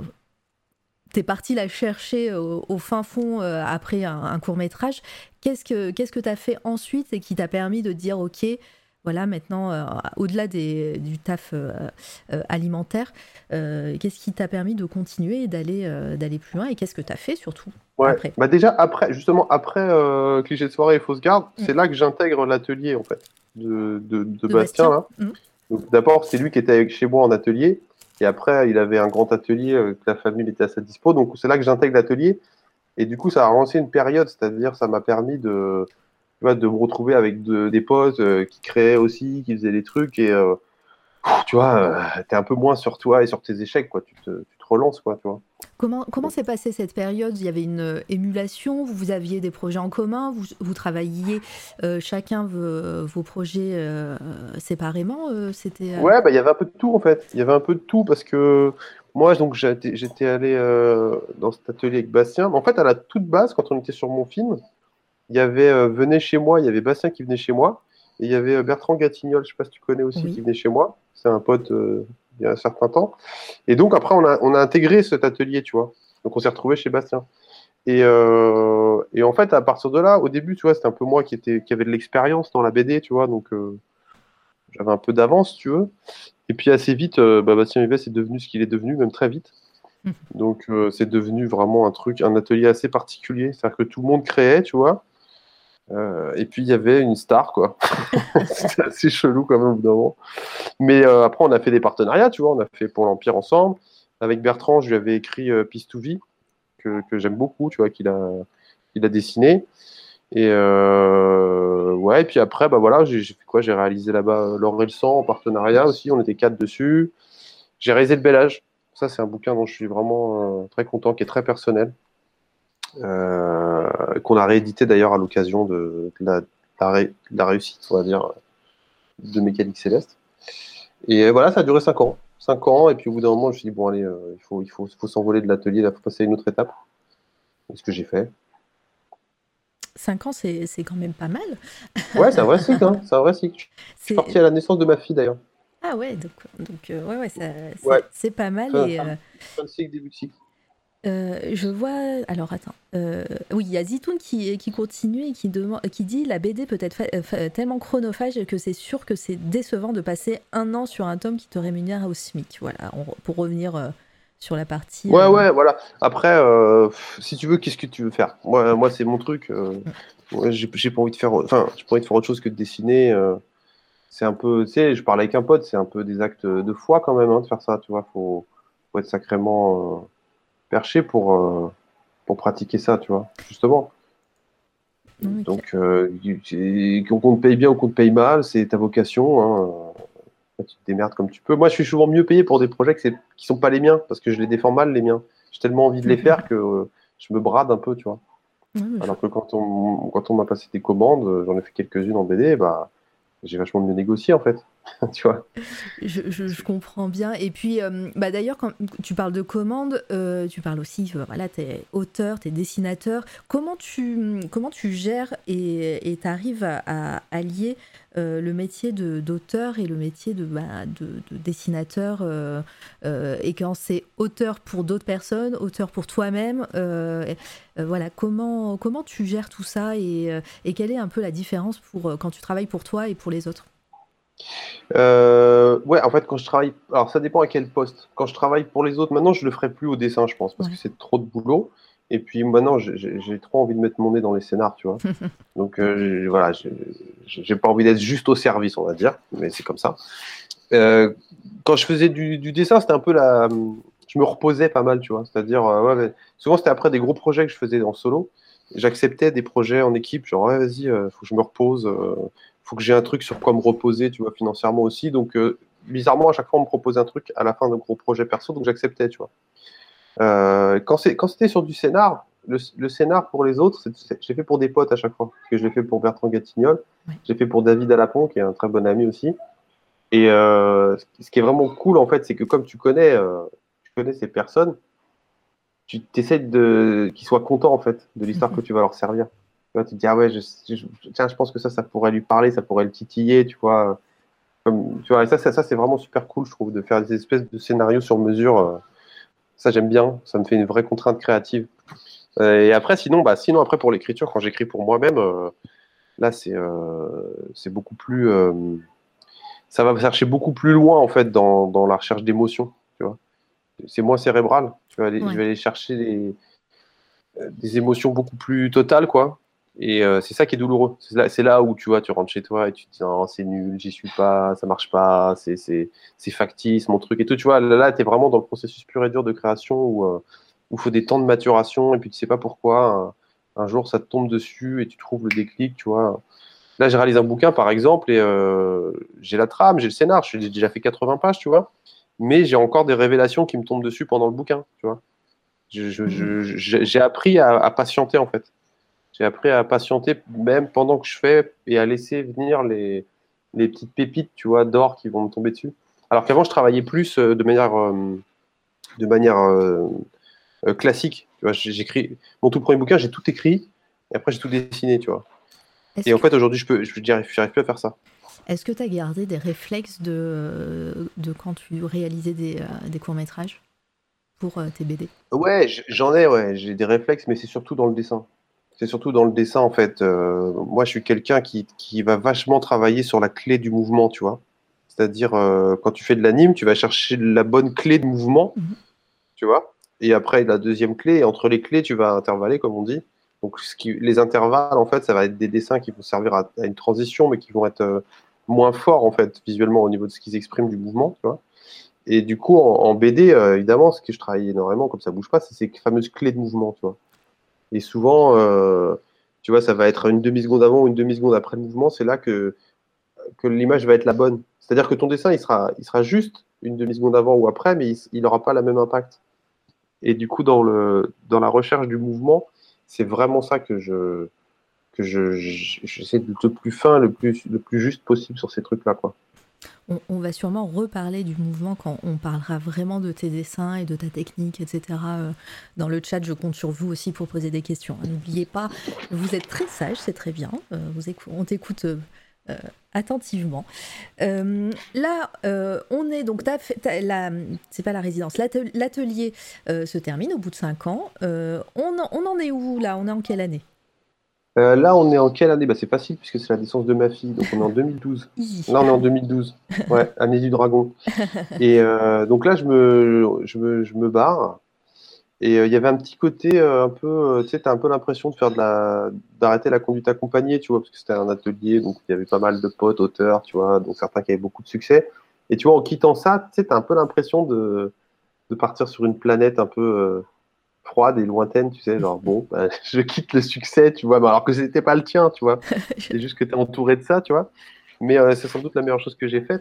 t'es parti la chercher au, au fin fond euh, après un, un court-métrage. Qu'est-ce que qu'est-ce que t'as fait ensuite et qui t'a permis de dire, ok, voilà, maintenant, euh, au-delà des, du taf euh, euh, alimentaire, euh, qu'est-ce qui t'a permis de continuer et d'aller euh, d'aller plus loin et qu'est-ce que t'as fait surtout Ouais, après? bah déjà, après, justement, après euh, Cliché de soirée et Fausse Garde, Mm. c'est là que j'intègre l'atelier, en fait, de, de, de De Bastien, Bastien. là. Mm. Donc, d'abord, c'est lui qui était avec, chez moi en atelier, et après, il avait un grand atelier, euh, que la famille était à sa dispo, donc c'est là que j'intègre l'atelier, et du coup, ça a relancé une période, c'est-à-dire, ça m'a permis de, tu vois, de me retrouver avec de- des potes euh, qui créaient aussi, qui faisaient des trucs, et euh, tu vois, euh, t'es un peu moins sur toi et sur tes échecs, quoi. Tu te, tu te relances, quoi, tu vois. Comment, comment s'est passée cette période? Il y avait une euh, émulation, vous, vous aviez des projets en commun, vous, vous travailliez euh, chacun vos, vos projets euh, séparément euh, c'était, euh, Ouais, bah, il y avait un peu de tout, en fait. Il y avait un peu de tout parce que moi, donc, j'étais j'étais allé euh, dans cet atelier avec Bastien. Mais en fait, à la toute base, quand on était sur mon film, il y avait euh, venait chez moi, il y avait Bastien qui venait chez moi, et il y avait euh, Bertrand Gatignol, je sais pas si tu connais aussi, qui Oui. venait chez moi. C'est un pote euh, il y a un certain temps. Et donc, après, on a, on a intégré cet atelier, tu vois. Donc, on s'est retrouvé chez Bastien. Et, euh, et en fait, à partir de là, au début, tu vois, c'était un peu moi qui, était, qui avait de l'expérience dans la B D, tu vois, donc euh, j'avais un peu d'avance, si tu veux. Et puis assez vite, euh, bah, Bastien Vives est devenu ce qu'il est devenu, même très vite. Donc euh, c'est devenu vraiment un truc, un atelier assez particulier. C'est-à-dire que tout le monde créait, tu vois. Euh, et puis il y avait une star, quoi. C'était assez chelou quand même au bout d'un moment. Mais euh, après, on a fait des partenariats, tu vois. On a fait pour l'Empire ensemble. Avec Bertrand, je lui avais écrit euh, Peace to Vie, que, que j'aime beaucoup, tu vois, qu'il a, qu'il a dessiné. Et euh, ouais, et puis après, bah voilà, j'ai j'ai fait quoi? J'ai réalisé là-bas euh, L'Or et le Sang en partenariat aussi. On était quatre dessus. J'ai réalisé Le Bel Âge. Ça, c'est un bouquin dont je suis vraiment euh, très content, qui est très personnel, euh, qu'on a réédité d'ailleurs à l'occasion de, de la, de la ré- de la réussite, on va dire, de Mécanique Céleste. Et voilà, ça a duré cinq ans. Cinq ans, et puis au bout d'un moment, je me suis dit, bon, allez, euh, il faut, il faut, il faut s'envoler de l'atelier, là, il faut passer à une autre étape. C'est ce que j'ai fait. Cinq ans, c'est, c'est quand même pas mal. Ouais, c'est un vrai cycle, hein, c'est un vrai cycle. Je suis C'est... parti à la naissance de ma fille, d'ailleurs. Ah ouais, donc, donc euh, ouais, ouais, ça- Ouais, c'est, c'est pas mal. fin, Et, fin, euh, fin de cycle, début de cycle. Euh, je vois. Alors attends. Euh, oui, il y a Zitoun qui, qui continue et qui, demande, qui dit la B D peut être fa- fa- tellement chronophage que c'est sûr que c'est décevant de passer un an sur un tome qui te rémunère au SMIC. Voilà, on- pour revenir euh, sur la partie. Ouais, euh, ouais, voilà. Après, euh, pff, si tu veux, qu'est-ce que tu veux faire? Moi, moi, c'est mon truc. euh, ouais, j'ai j'ai pas envie de faire, enfin, j'ai pas envie de faire autre chose que de dessiner. euh, c'est un peu, tu sais, je parle avec un pote, c'est un peu des actes de foi quand même, hein, de faire ça. Tu vois, faut, faut être sacrément euh, perché pour, euh, pour pratiquer ça, tu vois, justement. non, ok. Donc, euh, tu- tu- qu'on te paye bien ou qu'on te paye mal, c'est ta vocation, hein. Tu te démerdes comme tu peux. Moi, je suis souvent mieux payé pour des projets que c'est- qui sont pas les miens, parce que je les défends mal, les miens. J'ai tellement envie de les faire que euh, je me brade un peu, tu vois. Ouais, mais je, Alors que quand on, quand on m'a passé des commandes, euh, j'en ai fait quelques-unes en B D, bah, j'ai vachement mieux négocié, en fait. Tu vois. Je, je- je C'est- comprends bien. Et puis, euh, bah d'ailleurs, quand tu parles de commandes, euh, tu parles aussi, euh, voilà, t'es auteur, t'es dessinateur. Comment tu, comment tu gères et tu arrives à, à allier euh, le métier de, d'auteur et le métier de, bah, de, de dessinateur euh, euh, et quand c'est auteur pour d'autres personnes, auteur pour toi-même, euh, euh, voilà, comment, comment tu gères tout ça et, euh, et quelle est un peu la différence pour, euh, quand tu travailles pour toi et pour les autres? Euh, ouais, en fait, quand je travaille, alors ça dépend à quel poste. Quand je travaille pour les autres, maintenant, je le ferai plus au dessin, je pense, parce que Ouais. c'est trop de boulot. Et puis maintenant, j'ai j'ai- j'ai trop envie de mettre mon nez dans les scénars, tu vois. Donc euh, j'ai- voilà, j'ai j'ai pas envie d'être juste au service, on va dire, mais c'est comme ça. Euh, Quand je faisais du, du dessin, c'était un peu la, je me reposais pas mal, tu vois. C'est-à-dire, euh, ouais, ouais. Souvent c'était après des gros projets que je faisais en solo. J'acceptais des projets en équipe, genre ouais, vas-y, euh, faut que je me repose, euh, faut que j'ai un truc sur quoi me reposer, tu vois, financièrement aussi. Donc euh, bizarrement, à chaque fois, on me proposait un truc à la fin d'un gros projet perso, donc j'acceptais, tu vois. Euh, quand c'est, quand c'était sur du scénar, le, le scénar pour les autres, c'est, c'est- j'ai fait pour des potes à chaque fois. Parce que je l'ai fait pour Bertrand Gatignol, Ouais. j'ai fait pour David Alapon, qui est un très bon ami aussi. Et euh, ce qui est vraiment cool, en fait, c'est que comme tu connais, euh, tu connais ces personnes, tu essaies de qu'ils soient contents, en fait, de l'histoire que tu vas leur servir. Tu vois, tu te dis, ah ouais, je, je- tiens, je pense que ça, ça pourrait lui parler, ça pourrait le titiller, tu vois. Comme, tu vois, et ça, ça, ça c'est vraiment super cool, je trouve, de faire des espèces de scénarios sur mesure. euh, Ça, j'aime bien. Ça me fait une vraie contrainte créative. Euh, et après, sinon, bah, sinon après pour l'écriture, quand j'écris pour moi-même, euh, là, c'est euh, c'est beaucoup plus, euh, ça va chercher beaucoup plus loin en fait dans, dans la recherche d'émotions. Tu vois, c'est moins cérébral. Tu vas aller, je Ouais. vais aller chercher des, des émotions beaucoup plus totales, quoi. Et euh, c'est ça qui est douloureux. C'est là, c'est là où tu vois, tu rentres chez toi et tu te dis non, c'est nul, j'y suis pas, ça marche pas, c'est c'est c'est factice, mon truc et tout. Tu vois, là, là tu es vraiment dans le processus pur et dur de création où euh, où il faut des temps de maturation et puis tu sais pas pourquoi. Un, un jour, ça te tombe dessus et tu trouves le déclic, tu vois. Là, j'ai réalisé un bouquin, par exemple, et euh, j'ai la trame, j'ai le scénar, j'ai déjà fait quatre-vingts pages, tu vois. Mais j'ai encore des révélations qui me tombent dessus pendant le bouquin, tu vois. Je- je- Mhm. je- je- j'ai appris à, à patienter, en fait. J'ai appris à patienter même pendant que je fais et à laisser venir les, les petites pépites, tu vois, d'or qui vont me tomber dessus. Alors qu'avant, je travaillais plus euh, de manière, euh, de manière euh, euh, classique. Tu vois, j'ai- j'écris mon tout premier bouquin, j'ai tout écrit et après j'ai tout dessiné, tu vois. Est-ce Et en que fait, aujourd'hui, je peux, je j'y arrive, j'arrive plus à faire ça. est-ce que tu as gardé des réflexes de, de quand tu réalisais des, euh, des courts-métrages pour euh, tes B D? Ouais, j- j'en ai, ouais, j'ai des réflexes, mais c'est surtout dans le dessin. C'est surtout dans le dessin, en fait. Euh, moi, je suis quelqu'un qui, qui va vachement travailler sur la clé du mouvement, tu vois. C'est-à-dire, euh, quand tu fais de l'anime, tu vas chercher la bonne clé de mouvement, Mhm. tu vois. Et après, la deuxième clé, et entre les clés, tu vas intervaller, comme on dit. Donc, ce qui, les intervalles, en fait, ça va être des dessins qui vont servir à, à une transition, mais qui vont être euh, moins forts, en fait, visuellement, au niveau de ce qu'ils expriment du mouvement, tu vois. Et du coup, en, en B D, euh, évidemment, ce que je travaille énormément, comme ça bouge pas, c'est ces fameuses clés de mouvement, tu vois. Et souvent, euh, tu vois, ça va être une demi-seconde avant ou une demi-seconde après le mouvement, c'est là que, que l'image va être la bonne. C'est-à-dire que ton dessin, il sera, il sera juste une demi-seconde avant ou après, mais il n'aura pas le même impact. Et du coup, dans, le, dans la recherche du mouvement, c'est vraiment ça que je que je, je- j'essaie d'être le plus fin, le plus, le plus juste possible sur ces trucs-là, quoi. On, on va sûrement reparler du mouvement quand on parlera vraiment de tes dessins et de ta technique, et cetera. euh, Dans le chat, je compte sur vous aussi pour poser des questions, hein. N'oubliez pas, vous êtes très sage, c'est très bien. Euh, vous écou- on t'écoute euh, euh, attentivement. Euh, là, euh, on est donc, t'as fait, t'as, la, c'est pas la résidence, l'atelier, l'atelier euh, se termine au bout de cinq ans. Euh, on, en, on en est où là? On est en quelle année? Euh, là, on est en quelle année? Bah, c'est facile puisque c'est la naissance de ma fille, donc on est en deux mille douze. Easy. Là, on est en deux mille douze. Ouais, année du dragon. Et euh, donc là, je me, je me, je me barre. Et euh, il y avait un petit côté euh, un peu, euh, tu sais, t'as un peu l'impression de faire de la, d'arrêter la conduite accompagnée, tu vois, parce que c'était un atelier, donc il y avait pas mal de potes, auteurs, tu vois, donc certains qui avaient beaucoup de succès. Et tu vois, en quittant ça, tu sais, t'as un peu l'impression de, de partir sur une planète un peu euh, froide et lointaine, tu sais, genre, bon, bah, je quitte le succès, tu vois, bah, alors que c'était pas le tien, tu vois. C'est juste que t'es entouré de ça, tu vois. Mais euh, c'est sans doute la meilleure chose que j'ai faite.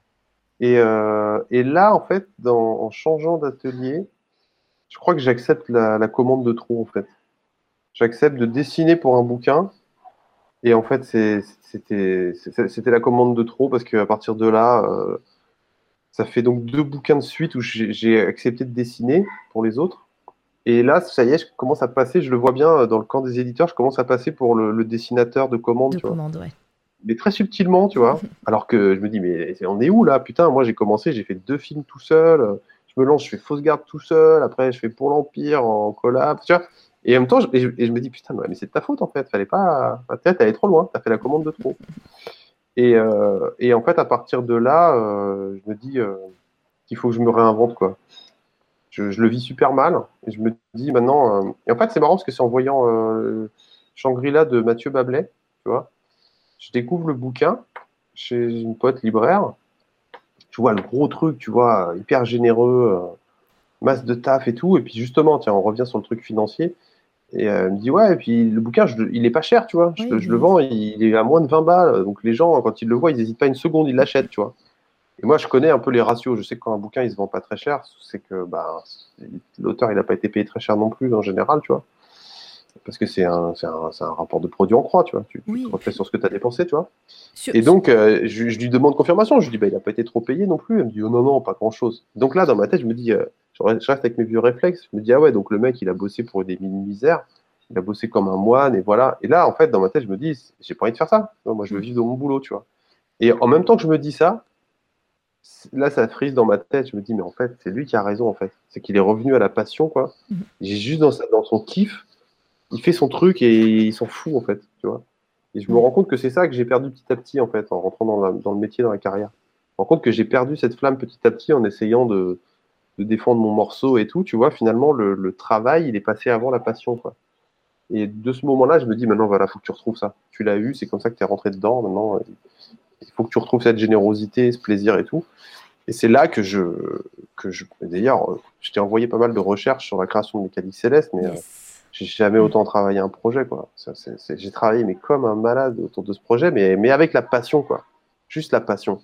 Et, euh, et là, en fait, dans, en changeant d'atelier, je crois que j'accepte la, la commande de trop, en fait. J'accepte de dessiner pour un bouquin. Et en fait, c'est- c'était c'est- c'était la commande de trop parce qu'à partir de là, euh, ça fait donc deux bouquins de suite où j'ai j'ai accepté de dessiner pour les autres. Et là, ça y est, je commence à passer, je le vois bien euh, dans le camp des éditeurs, je commence à passer pour le, le dessinateur de commande, De tu vois. commande, ouais. Mais très subtilement, tu vois. Alors que je me dis, mais on est où là? Putain, moi j'ai commencé, j'ai fait deux films tout seul. euh, Je me lance, je fais Fausse Garde tout seul. Après, je fais Pour l'Empire en collab, tu vois. Et en même temps, je, et je, et je me dis, putain, mais c'est de ta faute en fait. Fallait pas. Enfin, t'es allé trop loin, t'as fait la commande de trop. Et, euh, et en fait, à partir de là, euh, je me dis euh, qu'il faut que je me réinvente, quoi. Je, je le vis super mal. Et je me dis maintenant. euh, Et en fait, c'est marrant parce que c'est en voyant euh, Shangri-La de Mathieu Bablet, tu vois. Je découvre le bouquin chez une pote libraire. Tu vois, le gros truc, tu vois, hyper généreux, euh, masse de taf et tout. Et puis justement, tiens, on revient sur le truc financier. Et euh, elle me dit, ouais, et puis le bouquin, je le- il est pas cher, tu vois. Je, Oui, le- je le il est- vends, il est à moins de vingt balles. Donc les gens, quand ils le voient, ils n'hésitent pas une seconde, ils l'achètent, tu vois. Et moi, je connais un peu les ratios. Je sais que quand un bouquin, il se vend pas très cher, c'est que bah, c'est- l'auteur, il n'a pas été payé très cher non plus, en général, tu vois. Parce que c'est un, c'est un, c'est un rapport de produit en croix, tu vois. Tu, tu te oui. refais sur ce que tu as dépensé, tu vois. Sur- Et donc, euh, je, je lui demande confirmation. Je lui dis, bah, il n'a pas été trop payé non plus. Elle me dit, oh non, non, pas grand-chose. Donc là, dans ma tête, je me dis, euh, je reste je reste avec mes vieux réflexes. Je me dis, ah ouais, donc le mec, il a bossé pour des mini-misères. Il a bossé comme un moine, et voilà. Et là, en fait, dans ma tête, je me dis, j'ai pas envie de faire ça. Tu vois, moi, je veux vivre dans mon boulot, tu vois. Et en même temps que je me dis ça, c- là, ça frise dans ma tête. Je me dis, mais en fait, c'est lui qui a raison, en fait. C'est qu'il est revenu à la passion, quoi. Mhm. J'ai juste dans, sa- dans son kiff, il fait son truc et il s'en fout, en fait, tu vois. Et je me Ouais. rends compte que c'est ça que j'ai perdu petit à petit, en fait, en rentrant dans, la- dans le métier, dans la carrière. Je me rends compte que j'ai perdu cette flamme petit à petit en essayant de, de défendre mon morceau et tout. Tu vois, finalement, le, le travail, il est passé avant la passion, quoi. Et de ce moment-là, je me dis, maintenant, voilà, faut que tu retrouves ça. Tu l'as eu, c'est comme ça que tu es rentré dedans. Maintenant, il faut que tu retrouves cette générosité, ce plaisir et tout. Et c'est là que je, que je, d'ailleurs, euh, je t'ai envoyé pas mal de recherches sur la création de Mécanique Céleste, mais euh, Yes. j'ai jamais autant travaillé un projet, quoi. Ça, c'est- c'est- j'ai travaillé, mais comme un malade autour de ce projet, mais, mais avec la passion, quoi. Juste la passion.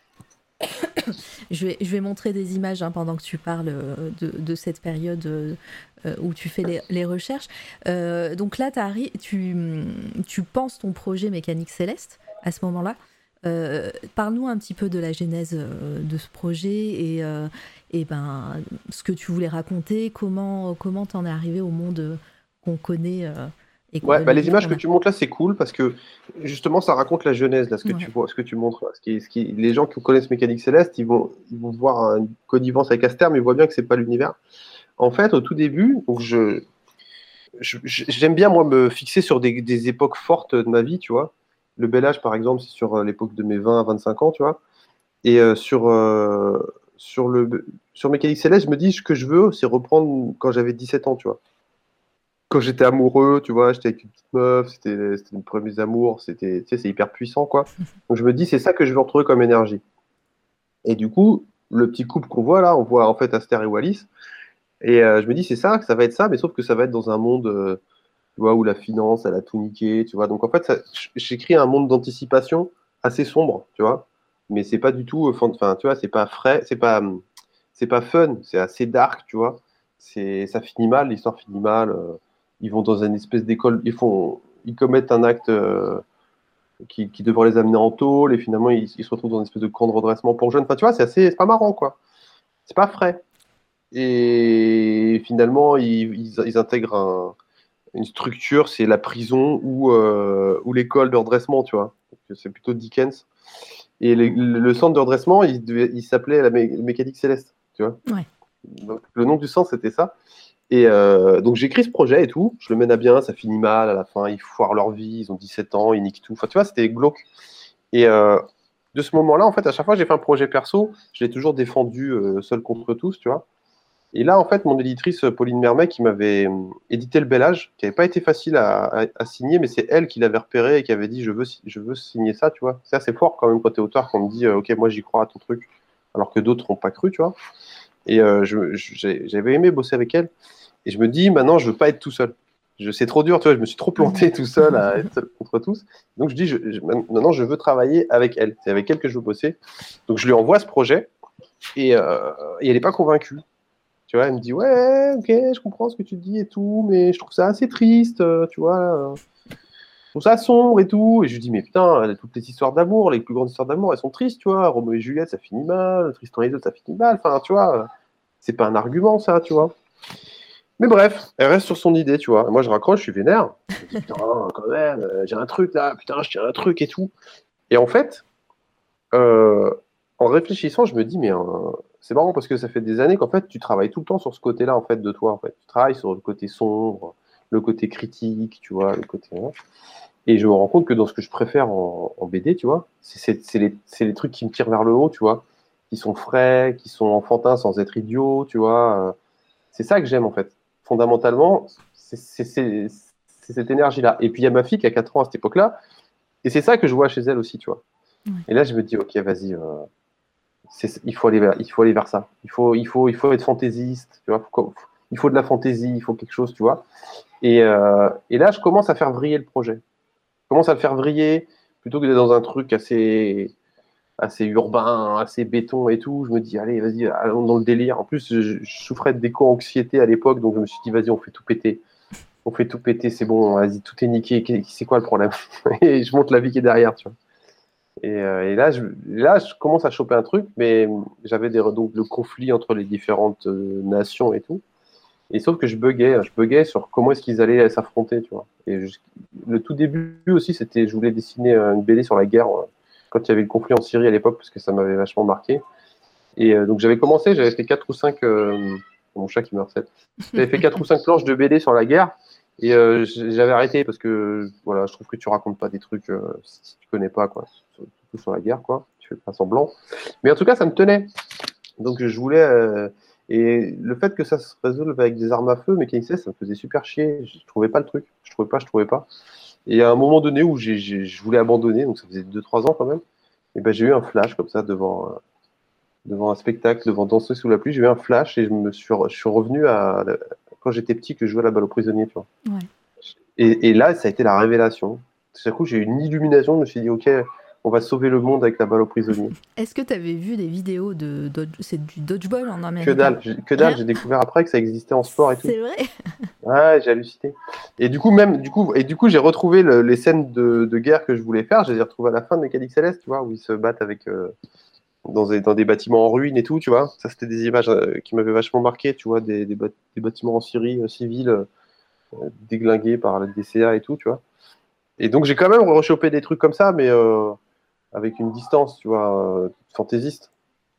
Je vais, je vais montrer des images hein, pendant que tu parles euh, de, de cette période euh, euh, où tu fais les, les recherches. Euh, donc là, t'arri- tu, tu penses ton projet Mécanique Céleste à ce moment-là. Euh, parle-nous un petit peu de la genèse euh, de ce projet et, euh, et ben, ce que tu voulais raconter, comment comment t'en es arrivé au monde euh, qu'on connaît euh, et qu'on- Ouais, euh, bah les les livres images qu'on que a. tu montres là, c'est cool parce que justement, ça raconte la genèse, là, ce que Ouais. tu vois, ce que tu montres. Là. Ce qui, est- ce qui, les gens qui connaissent Mécanique Céleste, ils vont, ils vont voir une connivence avec Aster, mais ils voient bien que c'est pas l'univers. En fait, au tout début, donc je, je- je- j'aime bien moi me fixer sur des, des époques fortes de ma vie, tu vois. Le bel âge, par exemple, c'est sur euh, l'époque de mes vingt à vingt-cinq ans, tu vois. Et euh, sur, euh, sur le, sur Mécanique Céleste, je me dis ce que je veux, c'est reprendre quand j'avais dix-sept ans, tu vois. Quand j'étais amoureux, tu vois, j'étais avec une petite meuf, c'était c'était mes premiers amours, c'était, tu sais, c'est hyper puissant, quoi. Donc je me dis, c'est ça que je veux retrouver comme énergie. Et du coup, le petit couple qu'on voit là, on voit en fait Aster et Wallis. Et euh, je me dis, c'est ça, que ça va être ça, mais sauf que ça va être dans un monde, euh, tu vois, où la finance, elle a tout niqué, tu vois. Donc en fait, ça- j'écris un monde d'anticipation assez sombre, tu vois. Mais c'est pas du tout, euh, fan- enfin, tu vois, c'est pas frais, c'est pas, hum, c'est pas fun, c'est assez dark, tu vois. C'est, ça finit mal, l'histoire finit mal. euh, ils vont dans une espèce d'école, ils font, ils commettent un acte euh, qui, qui devrait les amener en tôle, et finalement ils, ils se retrouvent dans une espèce de camp de redressement pour jeunes. Enfin, tu vois, c'est assez, c'est pas marrant, quoi. C'est pas frais. Et finalement, ils, ils, ils intègrent un- une structure, c'est la prison ou, euh, ou l'école de redressement, tu vois. Donc, que c'est plutôt Dickens. Et le, le centre de redressement, il, devait, il s'appelait la mé- mécanique céleste, tu vois. Ouais. Donc, le nom du centre, c'était ça. Et euh, donc, j'écris ce projet et tout. Je le mène à bien, ça finit mal à la fin. Ils foirent leur vie, ils ont dix-sept ans, ils niquent tout. Enfin, tu vois, c'était glauque. Et euh, de ce moment-là, en fait, à chaque fois que j'ai fait un projet perso, je l'ai toujours défendu euh, seul contre tous, tu vois. Et là, en fait, mon éditrice, Pauline Mermet, qui m'avait euh, édité Le Bel Âge, qui n'avait pas été facile à, à, à signer, mais c'est elle qui l'avait repéré et qui avait dit je veux, je veux signer ça, tu vois. C'est assez fort quand même quand t'es auteur, qu'on me dit euh, ok, moi j'y crois à ton truc, alors que d'autres n'ont pas cru, tu vois. Et euh, je, je, j'avais aimé bosser avec elle. Et je me dis maintenant, je veux pas être tout seul. Je, c'est trop dur, tu vois, je me suis trop planté tout seul à être seul contre tous. Donc je dis je, je, maintenant, je veux travailler avec elle. C'est avec elle que je veux bosser. Donc je lui envoie ce projet et, euh, et elle n'est pas convaincue. Tu vois, elle me dit ouais, ok, je comprends ce que tu dis et tout, mais je trouve ça assez triste, euh, tu vois. euh, Je trouve ça sombre et tout. Et je lui dis mais putain, toutes les histoires d'amour, les plus grandes histoires d'amour, elles sont tristes, tu vois. Roméo et Juliette, ça finit mal. Tristan et Isolde, ça finit mal. Enfin, tu vois, euh, c'est pas un argument ça, tu vois. Mais bref, elle reste sur son idée, tu vois. Et moi, je raccroche, je suis vénère. Je me dis putain, quand même, euh, j'ai un truc là, putain, je tiens un truc et tout. Et en fait, euh, en réfléchissant, je me dis, mais euh, c'est marrant parce que ça fait des années qu'en fait, tu travailles tout le temps sur ce côté-là, en fait, de toi, en fait. Tu travailles sur le côté sombre, le côté critique, tu vois, le côté. Hein. Et je me rends compte que dans ce que je préfère en, en B D, tu vois, c'est, c'est, c'est, les, c'est les trucs qui me tirent vers le haut, tu vois, qui sont frais, qui sont enfantins sans être idiots, tu vois. euh, C'est ça que j'aime, en fait. Fondamentalement, c'est, c'est, c'est, c'est cette énergie-là. Et puis, il y a ma fille qui a quatre ans à cette époque-là, et c'est ça que je vois chez elle aussi, tu vois. Ouais. Et là, je me dis, ok, vas-y. Euh, c'est, il faut aller vers, il faut aller vers ça. Il faut, il faut, il faut être fantaisiste, tu vois. Faut- il faut de la fantaisie, il faut quelque chose, tu vois. Et, euh, et là, je commence à faire vriller le projet. Je commence à le faire vriller plutôt que d'être dans un truc assez, assez urbain, assez béton et tout. Je me dis, allez, vas-y, allons dans le délire. En plus, je, je souffrais d'éco-anxiété à l'époque, donc je me suis dit, vas-y, on fait tout péter. On fait tout péter, c'est bon, vas-y, tout est niqué. C'est quoi le problème? Et je monte la vie qui est derrière, tu vois. Et, euh, et là, je, là, je commence à choper un truc, mais j'avais des, donc le conflit entre les différentes euh, nations et tout. Et sauf que je buguais, je buguais sur comment est-ce qu'ils allaient s'affronter, tu vois. Et je- le tout début aussi, c'était, je voulais dessiner euh, une B D sur la guerre euh, quand il y avait le conflit en Syrie à l'époque, parce que ça m'avait vachement marqué. Et euh, donc j'avais commencé, j'avais fait quatre ou cinq, euh, mon chat qui me harcèle. J'avais fait quatre ou cinq planches de B D sur la guerre. Et euh, j'avais arrêté parce que voilà, je trouve que tu racontes pas des trucs euh, si tu connais pas, quoi. Surtout sur la guerre, quoi. Tu fais pas semblant. Mais en tout cas, ça me tenait. Donc je voulais. Euh, et le fait que ça se résolve avec des armes à feu, mécanicien, ça me faisait super chier. Je trouvais pas le truc. Je trouvais pas, je trouvais pas. Et à un moment donné où j'ai, j'ai, je voulais abandonner, donc ça faisait deux trois ans quand même, et ben j'ai eu un flash comme ça devant, euh, devant un spectacle, devant Danser sous la pluie. J'ai eu un flash et je me suis, re- je suis revenu à quand j'étais petit que je jouais à la balle aux prisonniers, tu vois. Ouais. Et, et là, ça a été la révélation. Tout à coup, j'ai eu une illumination. Je me suis dit, ok, on va sauver le monde avec la balle aux prisonniers. Est-ce que tu avais vu des vidéos de dodge... c'est du dodgeball en Amérique? Que dalle, j'ai- que dalle. J'ai découvert après que ça existait en sport et tout. C'est vrai. Ouais, j'ai halluciné. Et du coup, même, du coup, et du coup, j'ai retrouvé le- les scènes de, de guerre que je voulais faire. Je les ai retrouvées à la fin de Mécanique Céleste, tu vois, où ils se battent avec euh, dans, des, dans des bâtiments en ruine et tout, tu vois. Ça, c'était des images euh, qui m'avaient vachement marqué, tu vois, des, des, bat- des bâtiments en Syrie euh, civils euh, déglingués par la D C A et tout, tu vois. Et donc, j'ai quand même rechopé des trucs comme ça, mais euh, avec une distance, tu vois, euh, fantaisiste.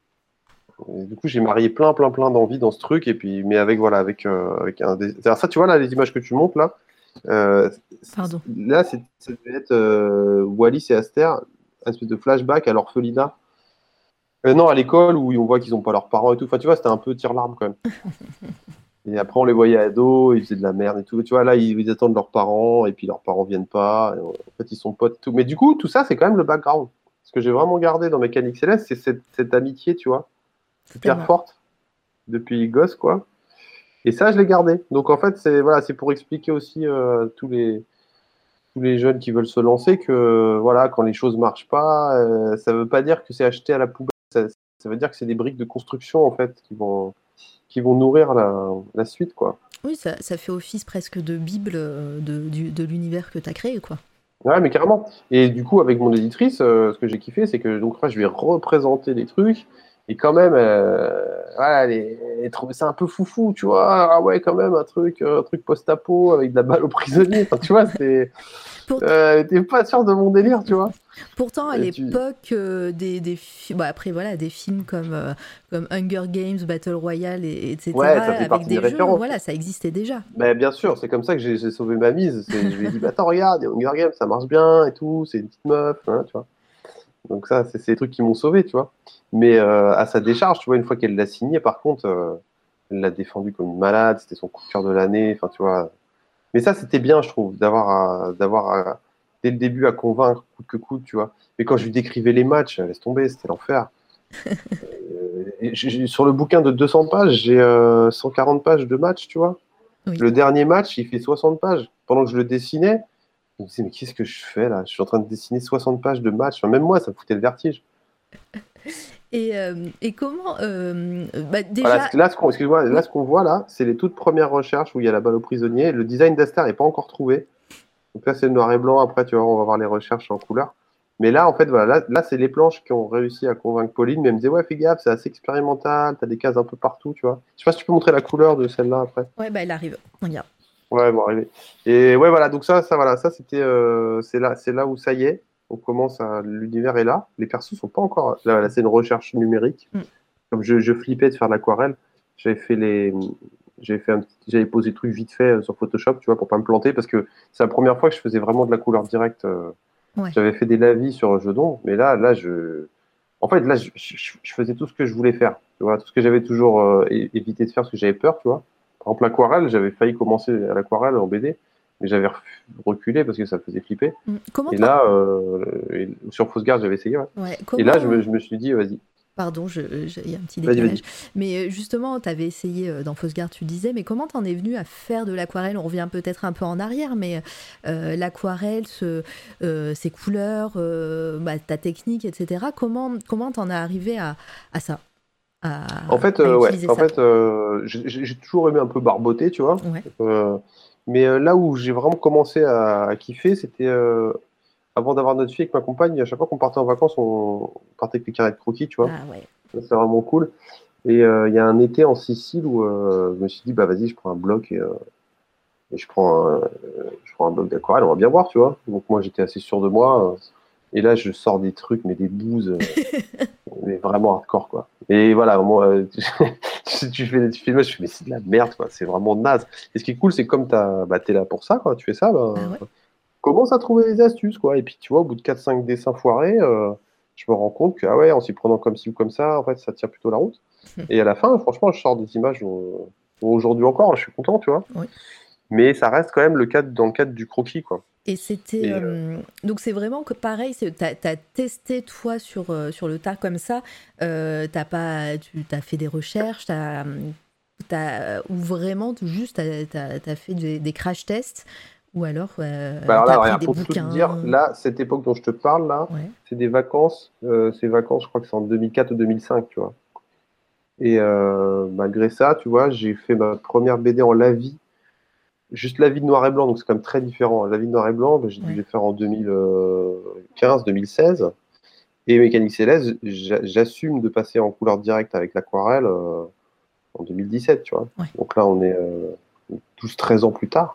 Et du coup, j'ai marié plein, plein, plein d'envies dans ce truc, et puis, mais avec, voilà, avec, euh, avec un. Des... Alors ça, tu vois, là, les images que tu montes, là, euh, Pardon. là, c'est, ça devait être euh, Wallis et Aster, un espèce de flashback à l'orphelinat. Euh, non, à l'école, où on voit qu'ils n'ont pas leurs parents et tout. Enfin, tu vois, c'était un peu tire-larme, quand même. Et après, on les voyait ados, ils faisaient de la merde et tout. Tu vois, là, ils, ils attendent leurs parents, et puis leurs parents viennent pas. Et en fait, ils sont potes et tout. Mais du coup, tout ça, c'est quand même le background. Ce que j'ai vraiment gardé dans Mécanique Céleste, c'est cette, cette amitié, tu vois, hyper vrai. forte, depuis gosse, quoi. Et ça, je l'ai gardé. Donc, en fait, c'est voilà, c'est pour expliquer aussi euh, tous les tous les jeunes qui veulent se lancer que voilà, quand les choses marchent pas, euh, ça veut pas dire que c'est acheté à la poubelle. Ça, ça veut dire que c'est des briques de construction, en fait, qui vont qui vont nourrir la, la suite, quoi. Oui, ça, ça fait office presque de bible euh, de, du- de l'univers que tu as créé, quoi. Ouais, mais carrément. Et du coup, avec mon éditrice, euh, ce que j'ai kiffé, c'est que donc, après, je vais représenter les trucs. Et quand même, euh, voilà, elle, elle trouvait ça un peu foufou, tu vois. Ah ouais, quand même, un truc, un truc post-apo avec de la balle aux prisonniers. Enfin, tu vois, c'était. Pour- Euh, elle était pas sûre de mon délire, tu vois. Pourtant, à Et tu- l'époque, euh, des, des fi- bon, après voilà, des films comme, euh, comme Hunger Games, Battle Royale, et, etc., Ouais, ça fait avec partie des des jeux, références. voilà, ça existait déjà. Ben, bien sûr, c'est comme ça que j'ai j'ai sauvé ma mise. C'est- Je lui ai dit, bah, attends, regarde, il y a Hunger Games, ça marche bien et tout, c'est une petite meuf, hein, tu vois. Donc ça, c'est c'est des trucs qui m'ont sauvé, tu vois. Mais euh, à sa décharge, tu vois, une fois qu'elle l'a signé, par contre, euh, elle l'a défendu comme une malade, c'était son coup de cœur de l'année, enfin, tu vois. Mais ça, c'était bien, je trouve, d'avoir, à- d'avoir à- dès le début à convaincre coûte que coûte, tu vois. Mais quand je lui décrivais les matchs, laisse tomber, c'était l'enfer. Euh, et j'ai- sur le bouquin de deux cents pages, j'ai euh, cent quarante pages de matchs, tu vois. Oui. Le dernier match, il fait soixante pages. Pendant que je le dessinais, je me disais, mais qu'est-ce que je fais là? Je suis en train de dessiner soixante pages de matchs. Enfin, même moi, ça me foutait le vertige. Et, euh, et comment, euh, bah, Voilà, déjà, ce- là, ce qu'on, excuse-moi, oui, là, ce qu'on voit là, c'est les toutes premières recherches où il y a la balle au prisonnier. Le design d'Aster n'est pas encore trouvé. Donc là, c'est le noir et blanc. Après, tu vois, on va voir les recherches en couleur. Mais là, en fait, voilà, là, là, c'est les planches qui ont réussi à convaincre Pauline. Mais elle me disait, ouais, fais gaffe, c'est assez expérimental. T'as des cases un peu partout, tu vois. Je sais pas si tu peux montrer la couleur de celle-là après. ouais, bah, elle arrive. Regarde. Ouais, bon, arrivé. Et ouais, voilà, donc ça, ça, voilà, ça, c'était, euh, c'est là, c'est là où ça y est. On commence à, l'univers est là. Les persos sont pas encore là. Là, c'est une recherche numérique. Mm. Comme je, je flippais de faire de l'aquarelle, j'avais fait les, j'avais fait un petit- j'avais posé le truc vite fait euh, sur Photoshop, tu vois, pour pas me planter, parce que c'est la première fois que je faisais vraiment de la couleur directe. euh. Ouais. J'avais fait des lavis sur jeu d'ombre, mais là, là, je, en fait, là, je, je- je faisais tout ce que je voulais faire, tu vois, tout ce que j'avais toujours euh, é- évité de faire, parce que j'avais peur, tu vois. Par exemple, l'aquarelle, j'avais failli commencer à l'aquarelle en B D, mais j'avais ref- reculé parce que ça me faisait flipper. Mm. Comment Et t'en- là, euh, et- sur Fausse Garde, j'avais essayé, ouais. ouais, Et là, je comment... me, je me suis dit, vas-y, Pardon, je- je- il y a un petit vas-y, décalage. vas-y. Mais euh, justement, tu avais essayé euh, dans Fausse Garde, tu disais, mais comment t'en es venu à faire de l'aquarelle? On revient peut-être un peu en arrière, mais euh, l'aquarelle, ce, euh, ses couleurs, euh, bah, ta technique, et cetera. Comment comment t'en es arrivé à, à ça, à, En fait, à euh, ouais, utiliser en ça? fait, euh, j'ai j'ai- j'ai toujours aimé un peu barboter, tu vois. Ouais, Euh, mais euh, là où j'ai vraiment commencé à, à kiffer, c'était euh, avant d'avoir notre fille avec ma compagne. À chaque fois qu'on partait en vacances, on, on partait avec les carrés de croquis, tu vois. ah ouais. Ça, c'est vraiment cool. Et euh, il y a un été en Sicile où euh, je me suis dit, bah vas-y, je prends un bloc et, euh, et je prends un, je prends un bloc d'aquarelle, on va bien voir, tu vois. Donc moi, j'étais assez sûr de moi. Et là, je sors des trucs, mais des bouses, euh, mais vraiment hardcore, quoi. Et voilà, moi, euh, tu, tu fais tu fais, moi, je fais, mais c'est de la merde, quoi. C'est vraiment naze. Et ce qui est cool, c'est que comme t'as, bah, t'es là pour ça, quoi. Tu fais ça, Bah ben, ouais. commence à trouver des astuces, quoi. Et puis, tu vois, au bout de quatre cinq dessins foirés, euh, je me rends compte que, ah ouais, en s'y prenant comme ci ou comme ça, en fait, ça tient plutôt la route. Et à la fin, franchement, je sors des images où- où aujourd'hui encore, je suis content, tu vois. Oui. Mais ça reste quand même le cadre, dans le cadre du croquis, quoi. Et c'était Et, euh, euh, donc c'est vraiment que pareil, c'est, t'as, t'as testé toi sur, euh, sur le tas comme ça, euh, t'as pas, tu t'as fait des recherches, t'as, t'as, ou vraiment tu- juste t'as, t'as, t'as fait des, des crash tests, ou alors euh, bah alors t'as là, pris regarde, des pour tout te bouquins. dire, là, cette époque dont je te parle, là, Ouais. c'est des vacances, euh, ces vacances, je crois que c'est en deux mille quatre ou deux mille cinq, tu vois. Et euh, malgré ça, tu vois, j'ai fait ma première B D en lavis, juste lavis de noir et blanc, donc c'est quand même très différent. Lavis de noir et blanc, bah, j'ai dû Ouais. les faire en deux mille quinze, deux mille seize. Et Mécanique Céleste, j'a- j'assume de passer en couleur directe avec l'aquarelle euh, en deux mille dix-sept, tu vois. Ouais. Donc là, on est euh, douze treize ans plus tard.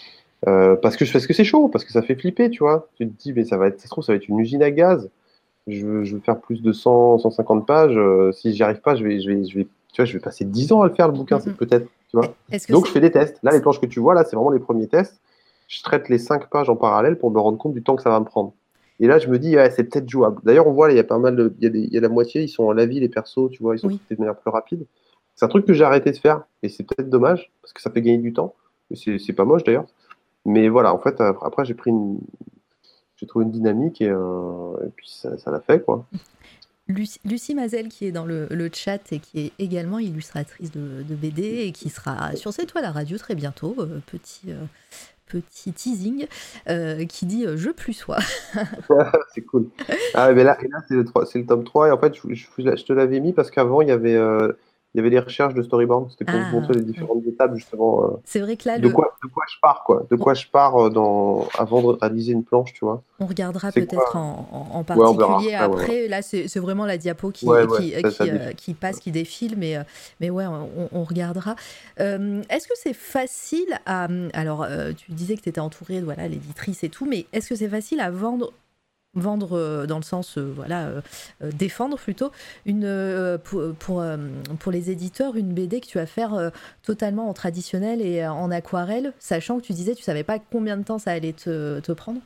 Euh, parce que, parce que c'est chaud, parce que ça fait flipper, tu vois. Tu te dis, mais ça va être, ça se trouve, ça va être une usine à gaz. Je veux, je veux faire plus de cent, cent cinquante pages. Euh, si j'y arrive pas, je vais, je vais, je vais, tu vois, je vais passer dix ans à le faire, le bouquin, c'est Mm-mm. peut-être, tu vois. Est-ce que Donc, c'est... je fais des tests. Là, les planches que tu vois, là, c'est vraiment les premiers tests. Je traite les cinq pages en parallèle pour me rendre compte du temps que ça va me prendre. Et là, je me dis, ouais, c'est peut-être jouable. D'ailleurs, on voit, là, il y a pas mal de, il y a des, il y a la moitié, ils sont en lavis, les persos, tu vois, ils sont Oui. traités de manière plus rapide. C'est un truc que j'ai arrêté de faire, et c'est peut-être dommage, parce que ça fait gagner du temps. Mais c'est, c'est pas moche, d'ailleurs. Mais voilà, en fait, après, j'ai pris une, j'ai trouvé une dynamique, et, euh, et puis ça, ça l'a fait, quoi. Lucie, Lucie Mazel qui est dans le, le chat et qui est également illustratrice de, de B D et qui sera sur cette toile à la radio très bientôt, euh, petit, euh, petit teasing, euh, qui dit euh, je plus sois. C'est cool. Ah, mais là, et là c'est le, trois- c'est le tome trois. Et en fait, je, je- je te l'avais mis parce qu'avant, il y avait euh, il y avait les recherches de storyboard, c'était pour vous Ah, montrer les ouais. différentes étapes, justement, euh, C'est vrai que là, de le... quoi, de quoi je pars, quoi. De on, quoi je pars euh, dans, avant de réaliser une planche, tu vois. on regardera C'est peut-être quoi? en, en- en Ouais, on verra particulier après, ouais, ouais. après. Là, c'est c'est vraiment la diapo Ouais, qui, ouais, qui, euh, ça, ça qui, euh, défile. qui passe, qui défile, mais, euh, mais ouais, on, on regardera. Euh, est-ce que c'est facile à... Alors, euh, tu disais que tu étais entourée de voilà, l'éditrice et tout, mais est-ce que c'est facile à vendre vendre euh, dans le sens euh, voilà euh, euh, défendre plutôt une euh, pour pour, euh, pour les éditeurs une B D que tu vas faire euh, totalement en traditionnel et euh, en aquarelle, sachant que tu disais tu savais pas combien de temps ça allait te, te prendre.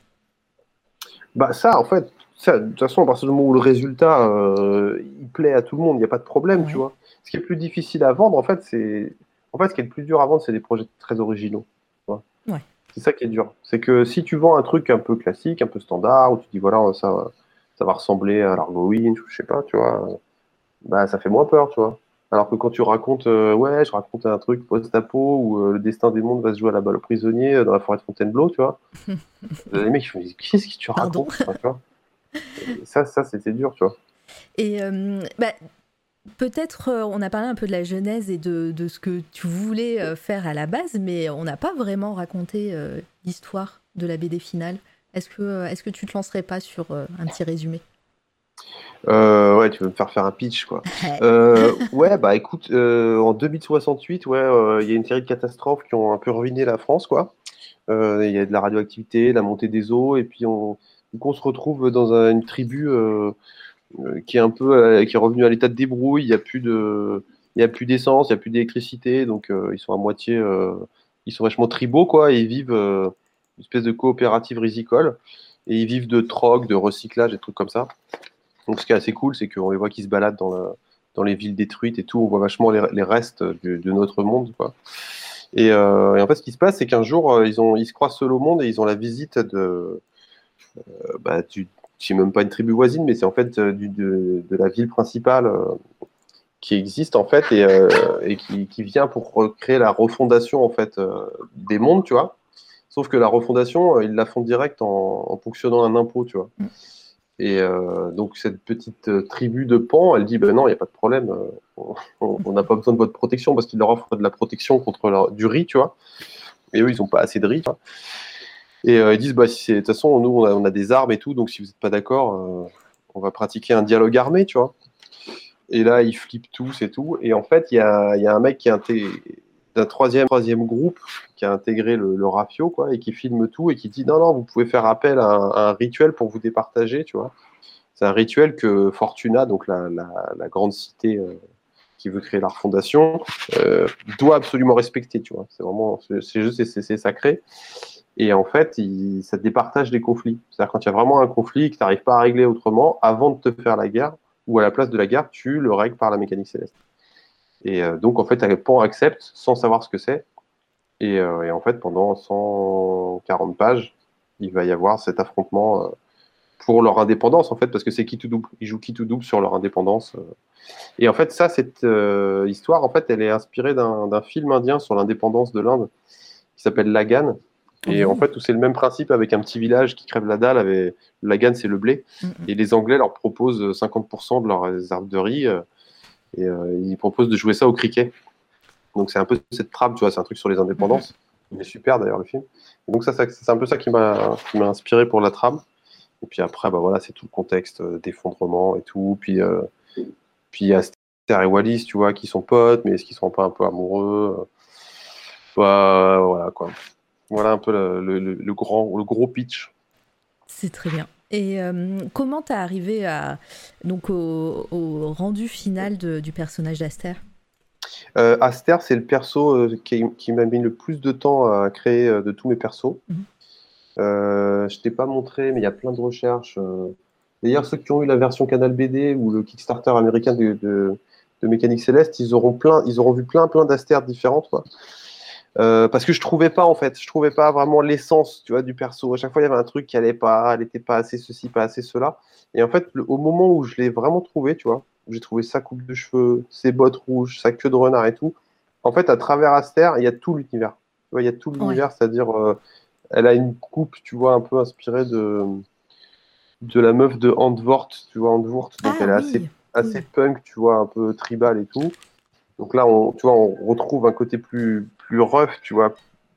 Bah ça, en fait, ça, de toute façon, à partir du moment où le résultat, euh, il plaît à tout le monde, il n'y a pas de problème, tu Ouais, vois. Ce qui est plus difficile à vendre, en fait, c'est... En fait, ce qui est le plus dur à vendre, c'est des projets très originaux, tu vois. ouais. C'est ça qui est dur. C'est que si tu vends un truc un peu classique, un peu standard, où tu dis, voilà, ça, ça va ressembler à l'Argo Winch, ou je sais pas, tu vois, bah ça fait moins peur, tu vois. Alors que quand tu racontes, euh, ouais, je raconte un truc post-apo où euh, le destin des mondes va se jouer à la balle au prisonnier euh, dans la forêt de Fontainebleau, tu vois, les mecs, ils me disent, qu'est-ce que tu Pardon. racontes, enfin, tu vois. Et ça, ça c'était dur, tu vois. Et euh, bah, peut-être euh, on a parlé un peu de la genèse et de, de ce que tu voulais euh, faire à la base, mais on n'a pas vraiment raconté euh, l'histoire de la B D finale. Est-ce que, euh, est-ce que tu te lancerais pas sur euh, un petit résumé? Euh, ouais, tu veux me faire faire un pitch, quoi. Euh, ouais, bah écoute, euh, en deux mille soixante-huit, ouais, euh, il y a une série de catastrophes qui ont un peu ruiné la France, quoi. Euh, Il y a de la radioactivité, la montée des eaux, et puis on, donc on se retrouve dans un- une tribu euh, euh, qui est un peu, euh, qui est revenue à l'état de débrouille. Il y a plus de, il y a plus d'essence, il y a plus d'électricité, donc euh, ils sont à moitié, euh, ils sont vachement tribaux, quoi. Et ils vivent euh, une espèce de coopérative risicole, et ils vivent de troc, de recyclage, des trucs comme ça. Donc, ce qui est assez cool, c'est qu'on les voit qui se baladent dans, la- dans les villes détruites et tout. On voit vachement les, les restes du- de notre monde, quoi. Et, euh, et en fait, ce qui se passe, c'est qu'un jour, euh, ils, ont, ils se croisent seuls au monde et ils ont la visite de, euh, bah, du, c'est même pas une tribu voisine, mais c'est en fait euh, du, de, de la ville principale euh, qui existe en fait et, euh, et qui, qui vient pour recréer la refondation en fait euh, des mondes, tu vois. Sauf que la refondation, euh, ils la font direct en, en ponctionnant un impôt, tu vois. Et euh, donc cette petite euh, tribu de Pan, elle dit, ben non, il n'y a pas de problème, euh, on on n'a pas besoin de votre protection parce qu'ils leur offrent de la protection contre leur- du riz, tu vois. Et eux, ils n'ont pas assez de riz, tu vois. Et euh, ils disent, bah, si c'est- de toute façon, nous, on a, on a des armes et tout, donc si vous n'êtes pas d'accord, euh, on va pratiquer un dialogue armé, tu vois. Et là, ils flippent tous et tout. Et en fait, il y a, il y a un mec qui est inté- d'un troisième, troisième groupe qui a intégré le, le Rafio, quoi, et qui filme tout et qui dit, non, non, vous pouvez faire appel à un, à un rituel pour vous départager, tu vois. C'est un rituel que Fortuna, donc la, la, la grande cité euh, qui veut créer la refondation, euh, doit absolument respecter, tu vois. C'est vraiment, c'est c'est juste, c'est c'est sacré. Et en fait, il, ça départage les conflits. C'est-à-dire quand il y a vraiment un conflit que tu n'arrives pas à régler autrement, avant de te faire la guerre, ou à la place de la guerre, tu le règles par la mécanique céleste. Et euh, donc, en fait, Pan accepte sans savoir ce que c'est. Et, euh, et en fait, pendant cent quarante pages, il va y avoir cet affrontement euh, pour leur indépendance, en fait, parce que c'est qui tout double. Ils jouent qui tout double sur leur indépendance. euh. Et en fait, ça, cette euh, histoire, en fait, elle est inspirée d'un d'un film indien sur l'indépendance de l'Inde qui s'appelle Lagan. Et en Oh. fait, où c'est le même principe avec un petit village qui crève la dalle. Avec... Lagan, c'est le blé. Mm, mm. Et les Anglais leur proposent cinquante pour cent de leurs réserves de riz. euh, et euh, ils proposent de jouer ça au cricket. Donc c'est un peu cette trame, tu vois, c'est un truc sur les Mm, mm. indépendances. Il est super d'ailleurs le film. Et donc ça, ça c'est un peu ça qui m'a qui m'a inspiré pour la trame. Et puis après, bah voilà, c'est tout le contexte euh, d'effondrement et tout. Puis euh, puis il y a Aster et Wallis, tu vois, qui sont potes, mais est-ce qu'ils sont pas un peu amoureux? euh, Bah, voilà quoi. Voilà un peu le, le, le- le grand, le gros pitch. C'est très bien. Et euh, comment t'es arrivé à, donc au, au rendu final de- du personnage d'Aster? Euh, Aster, c'est le perso euh, qui, qui m'a mis le plus de temps à créer euh, de tous mes persos. Mhm. Euh, je t'ai pas montré, mais il y a plein de recherches. euh. D'ailleurs, ceux qui ont eu la version Canal B D ou le Kickstarter américain de, de, de Mécanique Céleste, ils auront plein, ils auront vu plein, plein d'Aster différentes, quoi. Euh, parce que je trouvais pas en fait, je trouvais pas vraiment l'essence, tu vois, du perso. À chaque fois, il y avait un truc qui allait pas, elle était pas assez ceci, pas assez cela. Et en fait, le- au moment où je l'ai vraiment trouvé, tu vois, où j'ai trouvé sa coupe de cheveux, ses bottes rouges, sa queue de renard et tout. En fait, à travers Aster, il y a tout l'univers. Tu vois, il y a tout Ouais. l'univers, c'est-à-dire, euh, elle a une coupe, tu vois, un peu inspirée de de la meuf de Handvort, tu vois, Handvort. Donc, Ah elle est assez oui, assez oui. punk, tu vois, un peu tribal et tout. Donc là, on, tu vois, on retrouve un côté plus, plus rough, tu vois.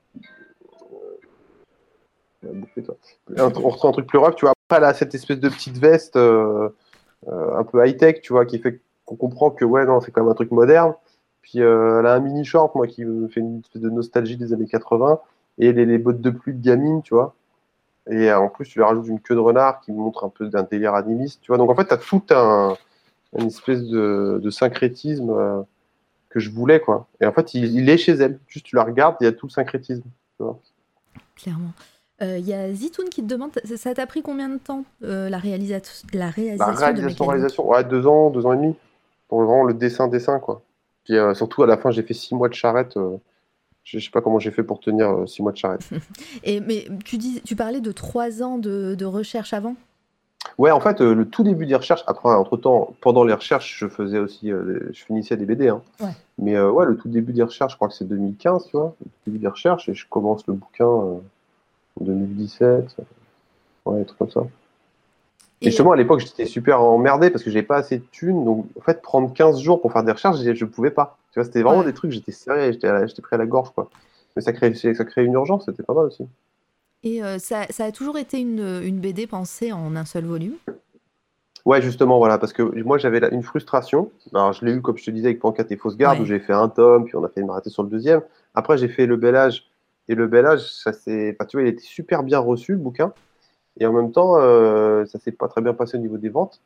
On retrouve un truc plus rough, tu vois. Après, elle a cette espèce de petite veste euh, euh, un peu high-tech, tu vois, qui fait qu'on comprend que, ouais, non, c'est quand même un truc moderne. Puis euh, elle a un mini short, moi, qui me fait une espèce de nostalgie des années quatre-vingts. Et les, les bottes de pluie de gamine, tu vois. Et euh, en plus, tu lui rajoutes une queue de renard qui montre un peu d'un délire animiste, tu vois. Donc en fait, tu as tout un, une espèce de, de syncrétisme euh, que je voulais, quoi. Et en fait, il, il est chez elle. Juste, tu la regardes, il y a tout le syncrétisme, tu vois. Clairement. Il euh, y a Zitoun qui te demande, ça t'a pris combien de temps euh, la, réalisa- la réalisation, La de réalisation, Mécanique? réalisation, ouais, deux ans, deux ans et demi. Pour vraiment le dessin, dessin, quoi. Puis euh, surtout, à la fin, j'ai fait six mois de charrette. Euh, je sais pas comment j'ai fait pour tenir euh, six mois de charrette. Et, mais tu, dis, tu parlais de trois ans de, de recherche avant? Ouais, en fait, euh, le tout début des recherches, après, entre-temps, pendant les recherches, je faisais aussi, euh, je finissais des B D, hein. Ouais. Mais euh, ouais, le tout début des recherches, je crois que c'est deux mille quinze, tu vois, le tout début des recherches, et je commence le bouquin euh, en deux mille dix-sept, ouais, un truc comme ça. Et Et justement, à l'époque, j'étais super emmerdé parce que j'avais pas assez de thunes, donc en fait, prendre quinze jours pour faire des recherches, je je pouvais pas. Tu vois, c'était vraiment ouais. des trucs, j'étais sérieux, j'étais à la- j'étais pris à la gorge, quoi. Mais ça crée, ça crée une urgence, c'était pas mal aussi. Et euh, ça, ça a toujours été une, une B D pensée en un seul volume? Ouais, justement, voilà, parce que moi j'avais la- une frustration. Alors je l'ai eu, comme je te disais, avec Pancate et Fausse Garde, où Ouais. j'ai fait un tome, puis on a fait une raté sur le deuxième. Après, j'ai fait Le Bel Âge. Et Le Bel Âge, ça s'est. Enfin, tu vois, il était super bien reçu, le bouquin. Et en même temps, euh, ça s'est pas très bien passé au niveau des ventes.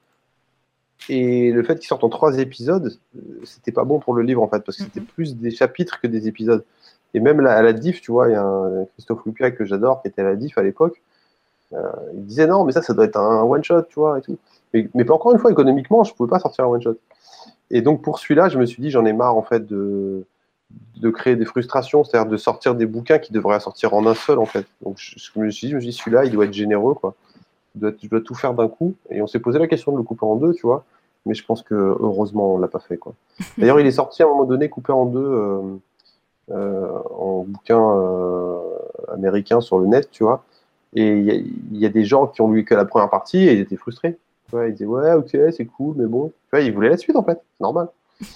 Et le fait qu'il sorte en trois épisodes, euh, c'était pas bon pour le livre, en fait, parce que c'était Mhm. plus des chapitres que des épisodes. Et même là, à la diff, tu vois, il y a un Christophe Loupiac que j'adore, qui était à la diff à l'époque. Il disait non, mais ça, ça doit être un one-shot, tu vois, et tout. Mais, mais encore une fois, économiquement, je pouvais pas sortir un one-shot. Et donc, pour celui-là, je me suis dit, j'en ai marre, en fait, de, de créer des frustrations, c'est-à-dire de sortir des bouquins qui devraient sortir en un seul, en fait. Donc, je, je me suis dit, je me suis dit, celui-là, il doit être généreux, quoi. Je dois, je dois tout faire d'un coup. Et on s'est posé la question de le couper en deux, tu vois. Mais je pense que, heureusement, on l'a pas fait, quoi. D'ailleurs, il est sorti à un moment donné, coupé en deux, euh, euh, en bouquin euh, américain sur le net, tu vois. Et il y, a- il y a des gens qui ont lu que la première partie et ils étaient frustrés. Tu vois, ils disaient ouais, ok, c'est cool, mais bon. Tu vois, ils voulaient la suite en fait, c'est normal.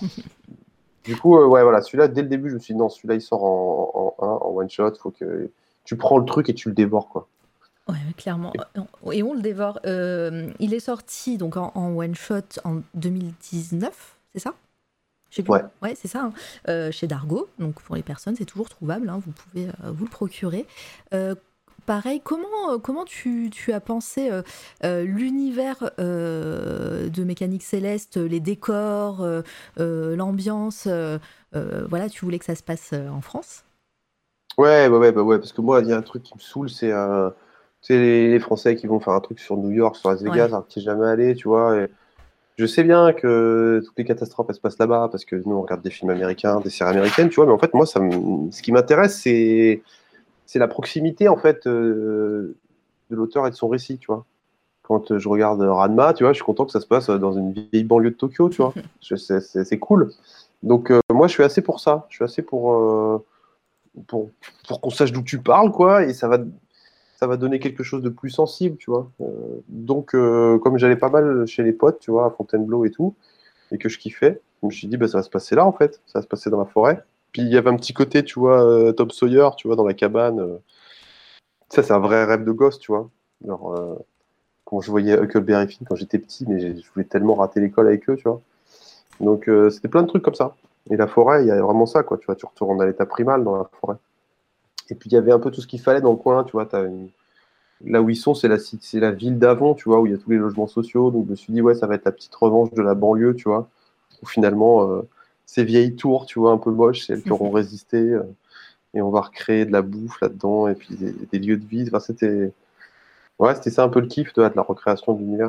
Du coup, euh, ouais, voilà, celui-là, dès le début, je me suis dit non, celui-là, il sort en, en, en, en one shot. Faut que tu prends le truc et tu le dévores, quoi. Ouais, clairement. Et on le dévore. Euh, il est sorti donc en, en one shot en deux mille dix-neuf, c'est ça? Je sais plus. Ouais. Ouais, c'est ça. Hein. Euh, chez Dargo. Donc pour les personnes, c'est toujours trouvable. Hein, vous pouvez euh, vous le procurer. Euh, pareil, comment, euh, comment tu, tu as pensé euh, euh, l'univers euh, de Mécanique Céleste, les décors, euh, euh, l'ambiance euh, euh, voilà, tu voulais que ça se passe euh, en France? Ouais, ouais, ouais, bah ouais, parce que moi, il y a un truc qui me saoule, c'est euh, tu sais, les, les Français qui vont faire un truc sur New York, sur Las Vegas, Ouais. alors que t'y es jamais allé, tu vois. Et je sais bien que toutes les catastrophes, elles se passent là-bas, parce que nous, on regarde des films américains, des séries américaines, tu vois, mais en fait, moi, ça me... ce qui m'intéresse, c'est c'est la proximité, en fait, euh, de l'auteur et de son récit, tu vois. Quand euh, je regarde Ranma, tu vois, je suis content que ça se passe dans une vieille banlieue de Tokyo, tu vois. Je- C'est c'est- c'est cool. Donc, euh, moi, je suis assez pour ça. Je suis assez pour, euh, pour, pour qu'on sache d'où tu parles, quoi, et ça va, ça va donner quelque chose de plus sensible, tu vois. Euh, donc, euh, comme j'allais pas mal chez les potes, tu vois, à Fontainebleau et tout, et que je kiffais, je me suis dit, bah, ça va se passer là, en fait. Ça va se passer dans la forêt. Puis, il y avait un petit côté, tu vois, euh, Tom Sawyer, tu vois, dans la cabane. euh. Ça, c'est un vrai rêve de gosse, tu vois. Genre, euh, quand je voyais Huckleberry Finn quand j'étais petit, mais j'ai- je voulais tellement rater l'école avec eux, tu vois. Donc, euh, c'était plein de trucs comme ça. Et la forêt, il y a vraiment ça, quoi. Tu vois, tu retournes à l'état primal dans la forêt. Et puis, il y avait un peu tout ce qu'il fallait dans le coin, tu vois. T'as une- Là où ils sont, c'est la, ci- c'est la ville d'Avon, tu vois, où il y a tous les logements sociaux. Donc, je me suis dit, ouais, ça va être la petite revanche de la banlieue, tu vois. Où finalement, euh, ces vieilles tours, tu vois, un peu moches, c'est elles qui auront résisté. euh, et on va recréer de la bouffe là-dedans, et puis des, des lieux de vie. Enfin, c'était ouais, c'était ça un peu le kiff, de la recréation de l'univers.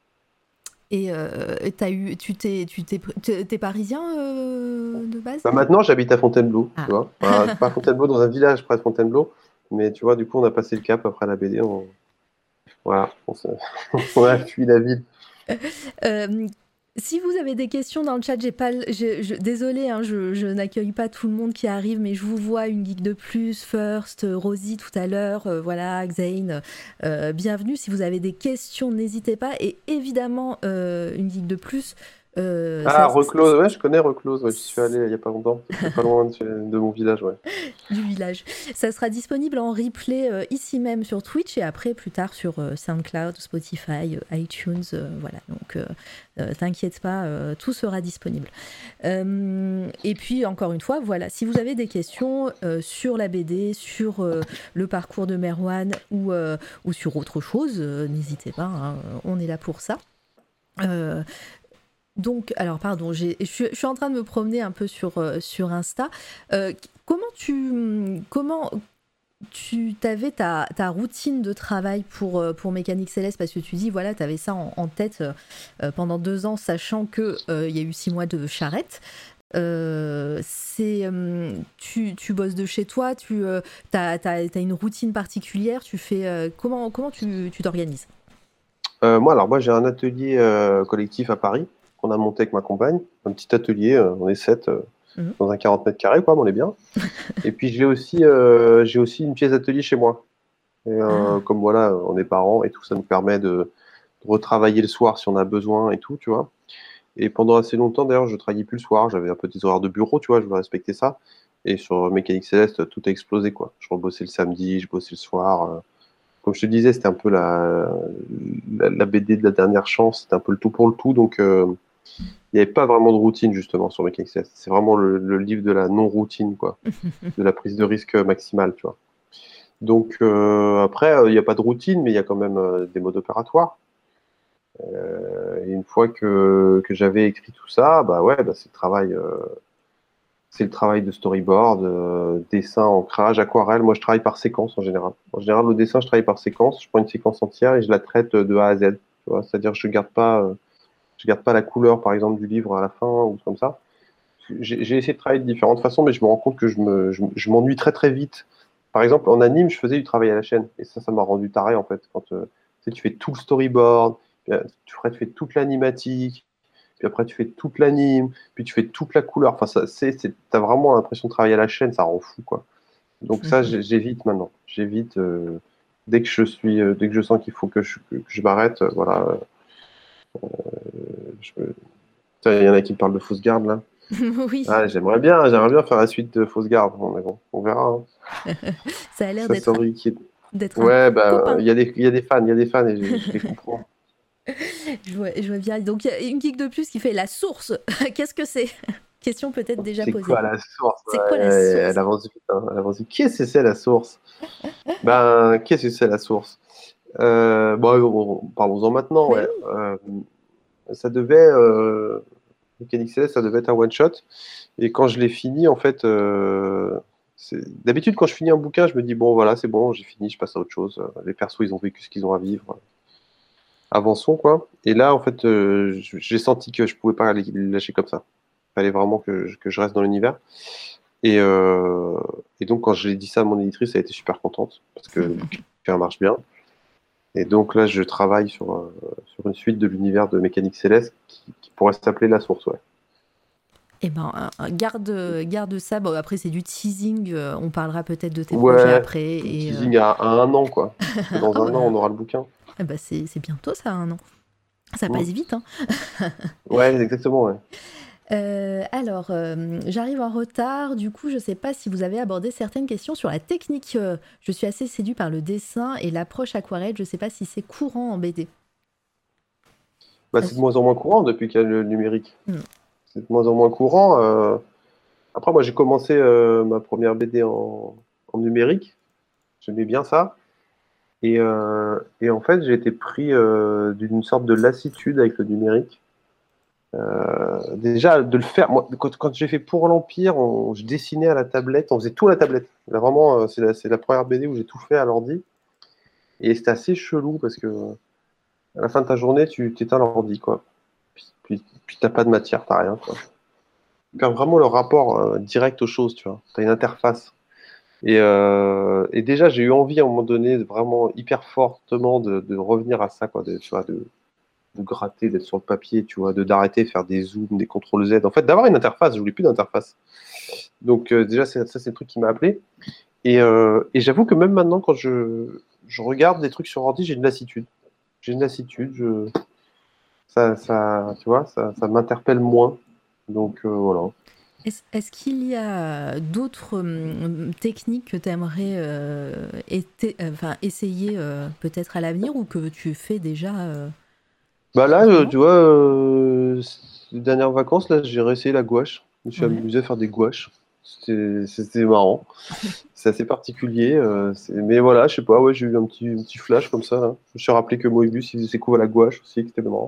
Et euh, t'as eu, tu t'es, tu t'es, t'es t'es parisien euh, de base? Bah, maintenant, j'habite à Fontainebleau, tu Ah. vois. Enfin, pas à Fontainebleau, dans un village près de Fontainebleau. Mais tu vois, du coup, on a passé le cap après la B D. On... Voilà, on, se- on a fui la ville. Euh, si vous avez des questions dans le chat, j'ai pas, le- je, je, désolé, hein, je, je n'accueille pas tout le monde qui arrive, mais je vous vois une geek de plus, First, euh, Rosie tout à l'heure, euh, voilà, Xane, euh, bienvenue. Si vous avez des questions, n'hésitez pas. Et évidemment, euh, une geek de plus, Euh, ça, Ah, Reclose, ouais, je connais Reclose, ouais, j'y suis allé il y a pas longtemps. C'est pas loin de, de mon village, ouais. du village. Ça sera disponible en replay euh, ici même sur Twitch et après plus tard sur euh, SoundCloud, Spotify, euh, iTunes. Euh, voilà, donc euh, euh, t'inquiète pas, euh, tout sera disponible. Euh, et puis encore une fois, voilà, si vous avez des questions euh, sur la B D, sur euh, le parcours de Merwan ou, euh, ou sur autre chose, euh, n'hésitez pas, hein, on est là pour ça. Euh, donc, alors pardon, j'ai- je suis je suis en train de me promener un peu sur, euh, sur Insta. Euh, comment tu, comment tu avais ta, ta routine de travail pour, euh, pour Mécanique Céleste? Parce que tu dis, voilà, tu avais ça en, en tête euh, pendant deux ans, sachant qu'il euh, y a eu six mois de charrette. Euh, c'est, euh, tu, tu bosses de chez toi, tu euh, as, une routine particulière, tu fais, euh, comment, comment tu tu t'organises? Euh, moi, alors, moi, j'ai un atelier euh, collectif à Paris qu'on a monté avec ma compagne. Un petit atelier, euh, on est sept euh, Mhm. dans un quarante mètres carrés, quoi, mais on est bien. Et puis, j'ai aussi, euh, j'ai aussi une pièce d'atelier chez moi. Et, euh, Ah. comme voilà, on est parents et tout, ça nous permet de, de retravailler le soir si on a besoin et tout, tu vois. Et pendant assez longtemps, d'ailleurs, je travaillais plus le soir. J'avais un peu des horaires de bureau, tu vois, je voulais respecter ça. Et sur Mécanique Céleste, tout a explosé, quoi. Je rebossais le samedi, je bossais le soir. euh. Comme je te disais, c'était un peu la, la, la B D de la dernière chance, c'était un peu le tout pour le tout. Donc, euh, il n'y avait pas vraiment de routine, justement, sur Mécanique Céleste. C'est vraiment le, le livre de la non-routine, quoi. De la prise de risque maximale, tu vois. Donc, euh, après, euh, il n'y a pas de routine, mais il y a quand même euh, des modes opératoires. Euh, et une fois que, que j'avais écrit tout ça, bah ouais, bah c'est le travail, euh, c'est le travail de storyboard, euh, dessin, ancrage, aquarelle. Moi, je travaille par séquence en général. En général, le dessin, je travaille par séquence. Je prends une séquence entière et je la traite de A à Z. Tu vois, c'est-à-dire, que je garde pas, euh, je garde pas la couleur, par exemple, du livre à la fin ou comme ça. J'ai j'ai essayé de travailler de différentes façons, mais je me rends compte que je me, je, je m'ennuie très très vite. Par exemple, en anime, je faisais du travail à la chaîne, et ça, ça m'a rendu taré en fait. Quand euh, tu sais, tu fais tout le storyboard, puis, euh, tu, après, tu fais toute l'animatique, puis après tu fais toute l'anime, puis tu fais toute la couleur. Enfin, ça, c'est, c'est, t'as vraiment l'impression de travailler à la chaîne, ça rend fou quoi. Donc ça, j'ai- j'évite maintenant. J'évite euh, dès que je suis, euh, dès que je sens qu'il faut que je, que, que je m'arrête. euh, voilà. Je, il y en a qui me parlent de fausse garde là. Oui, Ah, j'aimerais bien, j'aimerais bien faire la suite de Fausse Garde. Bon, mais bon, on verra, hein. ça a l'air Ça d'être sort qui... d'être un Ouais, bah, copain. il y a des, il y a des fans, il y a des fans et je, je les comprends. Je vois, je vois bien. Donc, il y a une geek de plus qui fait la source. Qu'est-ce que c'est? Question peut-être déjà C'est posée. quoi la source? C'est quoi Ouais, la elle source? avance vite, hein, elle avance vite. Qu'est-ce que c'est la source? Ben, qu'est-ce que c'est la source? Euh, bon, bon, parlons-en maintenant, Mais ouais. oui. Euh, ça devait, euh, Mécanique Céleste, ça devait être un one-shot. Et quand je l'ai fini, en fait, euh, c'est- d'habitude, quand je finis un bouquin, je me dis, bon, voilà, c'est bon, j'ai fini, je passe à autre chose. Les persos, ils ont vécu ce qu'ils ont à vivre. Avançons, quoi. Et là, en fait, euh, j'ai senti que je pouvais pas les les lâcher comme ça. Il fallait vraiment que, je- que je reste dans l'univers. Et, euh, et donc, quand j'ai dit ça à mon éditrice, elle a été super contente parce que le bouquin marche bien. Et donc là, je travaille sur, euh, sur une suite de l'univers de Mécanique Céleste qui, qui pourrait s'appeler La Source, ouais. Eh ben, euh, garde, garde ça. Bon, après, c'est du teasing. euh, on parlera peut-être de tes projets Ouais, après. Et, euh, teasing à, à un an, quoi. Parce que dans ah un an, bah, on aura le bouquin. eh ben, c'est c'est bientôt ça, un an. Ça passe Mm. vite, hein. Ouais, exactement, ouais. Euh, alors, euh, j'arrive en retard, du coup, je ne sais pas si vous avez abordé certaines questions sur la technique. Euh, je suis assez séduit par le dessin et l'approche aquarelle. Je ne sais pas si c'est courant en B D. Bah, Ça c'est de se- moins en moins courant depuis qu'il y a le numérique. Hmm. C'est de moins en moins courant. euh, Après, moi, j'ai commencé euh, ma première B D en, en numérique. J'aimais bien ça. Et, euh, et en fait, j'ai été pris euh, d'une sorte de lassitude avec le numérique. Euh, déjà, de le faire. Moi, quand, quand j'ai fait Pour l'Empire, on- je dessinais à la tablette. On faisait tout à la tablette. Là, vraiment, euh, c'est la, c'est la première B D où j'ai tout fait à l'ordi. Et c'était assez chelou parce que à la fin de ta journée, tu t'éteins l'ordi, quoi. Puis, puis, puis t'as pas de matière, t'as rien, quoi. Tu perds vraiment le rapport euh, direct aux choses, tu vois. T'as une interface. Et, euh, et déjà, j'ai eu envie à un moment donné, de vraiment hyper fortement, de, de revenir à ça, quoi, de, tu vois, de, de gratter, d'être sur le papier, tu vois, de d'arrêter de faire des zooms, des contrôles Z. En fait, d'avoir une interface, je voulais plus d'interface. Donc euh, déjà, c'est- ça, c'est le truc qui m'a appelé. Et, euh, et j'avoue que même maintenant, quand je, je regarde des trucs sur ordi, j'ai une lassitude. J'ai une lassitude. Je, ça, ça, tu vois, ça, ça m'interpelle moins. Donc euh, voilà. Est-ce, est-ce qu'il y a d'autres hum, techniques que tu aimerais euh, été- euh, enfin, essayer euh, peut-être à l'avenir ou que tu fais déjà euh, Bah en là, ce euh, moment? tu vois, euh, les dernières vacances, là, j'ai réessayé la gouache. Je me suis Ouais. amusé à faire des gouaches. C'était, c'était marrant. C'est assez particulier. euh, c'est- Mais voilà, je sais pas, ouais, j'ai eu un petit, un petit flash comme ça, là. Je me suis rappelé que Moebius, il faisait ses coups à la gouache aussi, que c'était marrant.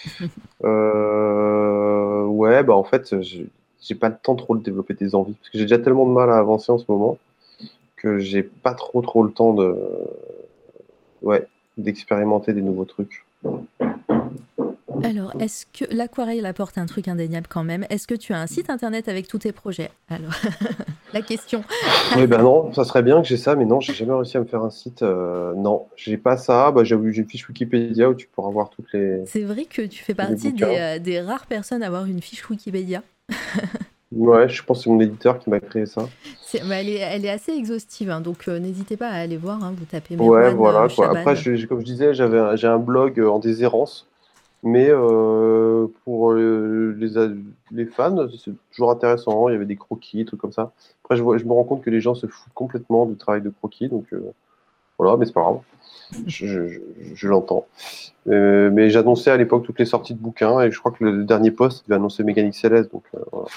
Euh, Ouais, bah en fait, j'ai j'ai pas le temps trop de développer des envies. Parce que j'ai déjà tellement de mal à avancer en ce moment que j'ai pas trop trop le temps de, ouais, d'expérimenter des nouveaux trucs. Alors, est-ce que l'aquarelle apporte un truc indéniable quand même? Est-ce que tu as un site internet avec tous tes projets? Alors, la question. Oui, ben non, ça serait bien que j'ai ça, mais non, j'ai jamais réussi à me faire un site. euh, non, j'ai pas ça. Bah, j'ai j'ai une fiche Wikipédia où tu pourras voir toutes les, C'est vrai que tu fais tous les partie des, bouquins. euh, des rares personnes à avoir une fiche Wikipédia. Ouais, je pense que c'est mon éditeur qui m'a créé ça. C'est, bah, elle, est, elle est assez exhaustive, hein, donc euh, n'hésitez pas à aller voir. Hein, vous tapez Ouais, Merwan euh, voilà quoi. Après, Chaban. je- comme je disais, j'avais un- j'ai un blog euh, en déshérence, mais euh, pour euh, les, a- les fans, c'est toujours intéressant. Il y avait des croquis, des trucs comme ça. Après, je, vois, je me rends compte que les gens se foutent complètement du travail de croquis, donc euh, voilà, mais c'est pas grave. Je, je, je- je l'entends. Euh, mais j'annonçais à l'époque toutes les sorties de bouquins et je crois que le dernier post il va annoncer Mécanique Céleste. Donc, euh, voilà.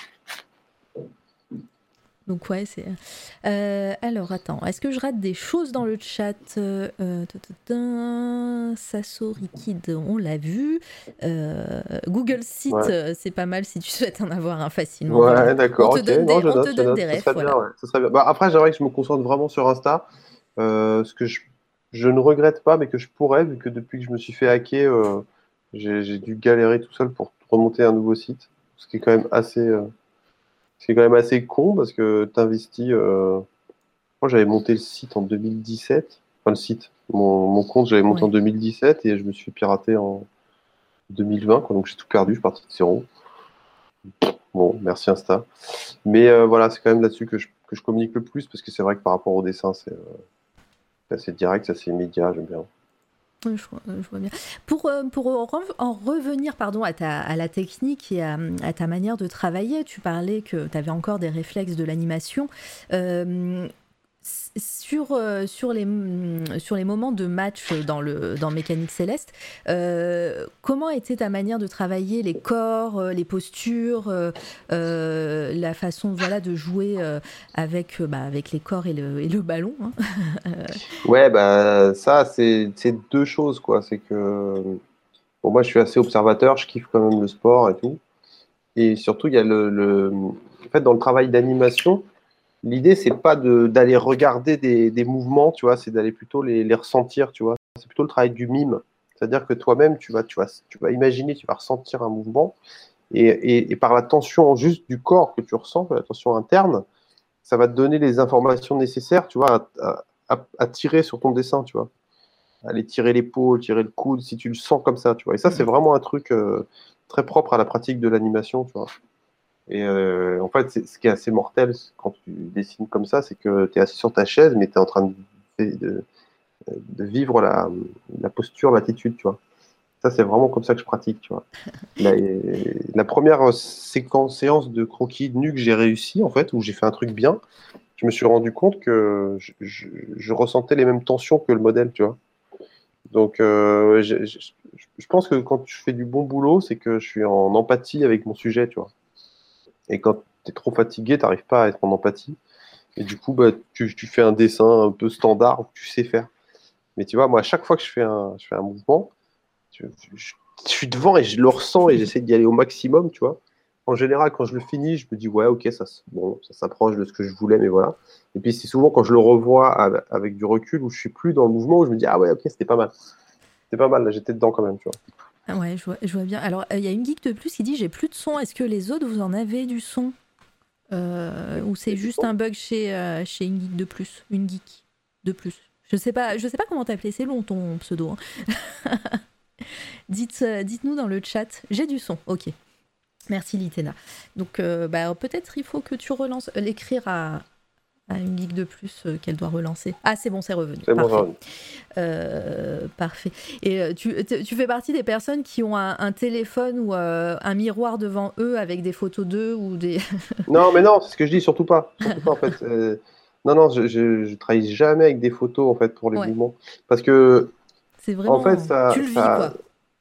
Donc ouais, c'est... Euh, alors attends, est-ce que je rate des choses dans le chat? euh, euh, ta, ta, ta, Sasori Kid, on l'a vu. Euh, Google Site, Ouais, euh, c'est pas mal si tu souhaites en avoir un facilement. Voilà. ouais, On d'accord, te ok. donne Non, des, je on te note, je donne des note. Ça refs, serait bien, voilà. ouais. Ça serait bien. Bah, après, j'aimerais que je me concentre vraiment sur Insta. Euh, ce que je, je ne regrette pas, mais que je pourrais, vu que depuis que je me suis fait hacker, euh, j'ai j'ai dû galérer tout seul pour remonter un nouveau site. Ce qui est quand même assez, euh, ce qui est quand même assez con parce que tu investis. euh, Moi, j'avais monté le site en deux mille dix-sept. Enfin, le site. Mon, mon compte, j'avais monté en Ouais. deux mille dix-sept et je me suis fait pirater en deux mille vingt, quoi, donc j'ai tout perdu, je suis parti de zéro. Bon, merci Insta. Mais euh, voilà, c'est quand même là-dessus que je, que je communique le plus, parce que c'est vrai que par rapport au dessin, c'est euh, c'est assez direct, c'est assez immédiat, j'aime bien. Ouais, Je, vois je vois bien. Pour, euh, pour en rev- en revenir pardon, à, ta, à la technique et à, à ta manière de travailler, tu parlais que tu avais encore des réflexes de l'animation. Euh, s- sur, euh, sur, les, mm, sur les moments de match dans, le, dans Mécanique Céleste, euh, comment était ta manière de travailler les corps, euh, les postures, euh, euh, la façon voilà, de jouer euh, avec, euh, bah, avec les corps et le, et le ballon, hein. Ouais, bah ça, c'est c'est deux choses, quoi. C'est que, bon, moi, je suis assez observateur, je kiffe quand même le sport et tout. Et surtout, il y a le, le... En fait, dans le travail d'animation, l'idée, c'est pas de d'aller regarder des, des mouvements, tu vois, c'est d'aller plutôt les, les ressentir, tu vois. C'est plutôt le travail du mime. C'est-à-dire que toi-même, tu vas, tu vas, tu vas imaginer, tu vas ressentir un mouvement, et, et, et par la tension juste du corps que tu ressens, la tension interne, ça va te donner les informations nécessaires, tu vois, à, à, à tirer sur ton dessin, tu vois. Aller tirer l'épaule, tirer le coude, si tu le sens comme ça, tu vois. Et ça, c'est vraiment un truc euh, très propre à la pratique de l'animation, tu vois. Et euh, en fait, c'est, ce qui est assez mortel quand tu dessines comme ça, c'est que tu es assis sur ta chaise, mais tu es en train de, de, de vivre la, la posture, l'attitude, tu vois. Ça, c'est vraiment comme ça que je pratique, tu vois. La, la première séquence, séance de croquis de nu que j'ai réussi, en fait, où j'ai fait un truc bien, je me suis rendu compte que je, je- je ressentais les mêmes tensions que le modèle, tu vois. Donc, euh, je, je- je pense que quand je fais du bon boulot, c'est que je suis en empathie avec mon sujet, tu vois. Et quand tu es trop fatigué, tu n'arrives pas à être en empathie. Et du coup, bah, tu, tu fais un dessin un peu standard que tu sais faire. Mais tu vois, moi, à chaque fois que je fais un, je fais un mouvement, je, je- je suis devant et je le ressens et j'essaie d'y aller au maximum, tu vois. En général, quand je le finis, je me dis, ouais, ok, ça, s- bon, ça s'approche de ce que je voulais, mais voilà. Et puis, c'est souvent quand je le revois av- avec du recul où je suis plus dans le mouvement, où je me dis, ah ouais, ok, c'était pas mal. C'était pas mal, là, j'étais dedans quand même, tu vois. Ah ouais, je vois, je vois bien. Alors, il y a une geek de plus qui dit j'ai plus de son. Est-ce que les autres, vous en avez du son? Euh, ou c'est juste un bug chez, euh, chez une geek de plus? Une geek de plus. Je sais pas, je sais pas comment t'appeler, c'est long ton pseudo, hein. Dites, euh, dites-nous dans le chat. J'ai du son, ok. Merci Litena. Donc, euh, bah, peut-être il faut que tu relances, euh, l'écrire à, Ah, une geek de plus euh, qu'elle doit relancer. Ah, c'est bon, c'est revenu. C'est bon, Parfait. Jean. Euh, parfait. Et euh, tu, tu tu fais partie des personnes qui ont un, un téléphone ou euh, un miroir devant eux avec des photos d'eux ou des. Non, mais non, c'est ce que je dis, surtout pas. Surtout pas, en fait. Euh, non, non, je, je, je travaille jamais avec des photos, en fait, pour les Ouais, mouvements. Parce que, c'est en fait, vraiment. Tu ça, le vis, ça, quoi.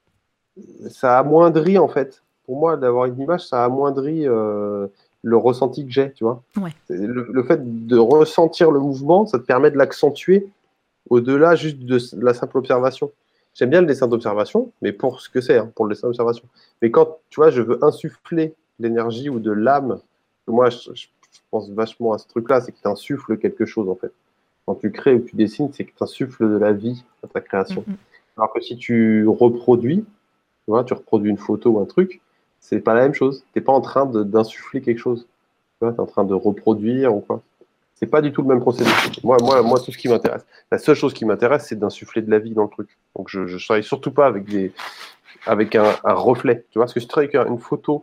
ça amoindrit, en fait. Pour moi, d'avoir une image, ça amoindrit euh, le ressenti que j'ai, tu vois. Ouais. C'est Le, le fait de ressentir le mouvement, ça te permet de l'accentuer au-delà juste de la simple observation. J'aime bien le dessin d'observation, mais pour ce que c'est, hein, pour le dessin d'observation. Mais quand, tu vois, je veux insuffler l'énergie ou de l'âme, moi, je, je pense vachement à ce truc-là, c'est que tu insuffles quelque chose, en fait. Quand tu crées ou tu dessines, c'est que tu insuffles de la vie à ta création. Mm, mm. Alors que si tu reproduis, tu vois, tu reproduis une photo ou un truc, c'est pas la même chose. Tu n'es pas en train de- d'insuffler quelque chose. Tu vois, tu es en train de reproduire ou quoi. C'est pas du tout le même procédé. Moi, moi, moi, tout ce qui m'intéresse, la seule chose qui m'intéresse, c'est d'insuffler de la vie dans le truc. Donc, je, je travaille surtout pas avec des, avec un, un reflet. Tu vois, parce que si tu travailles avec une photo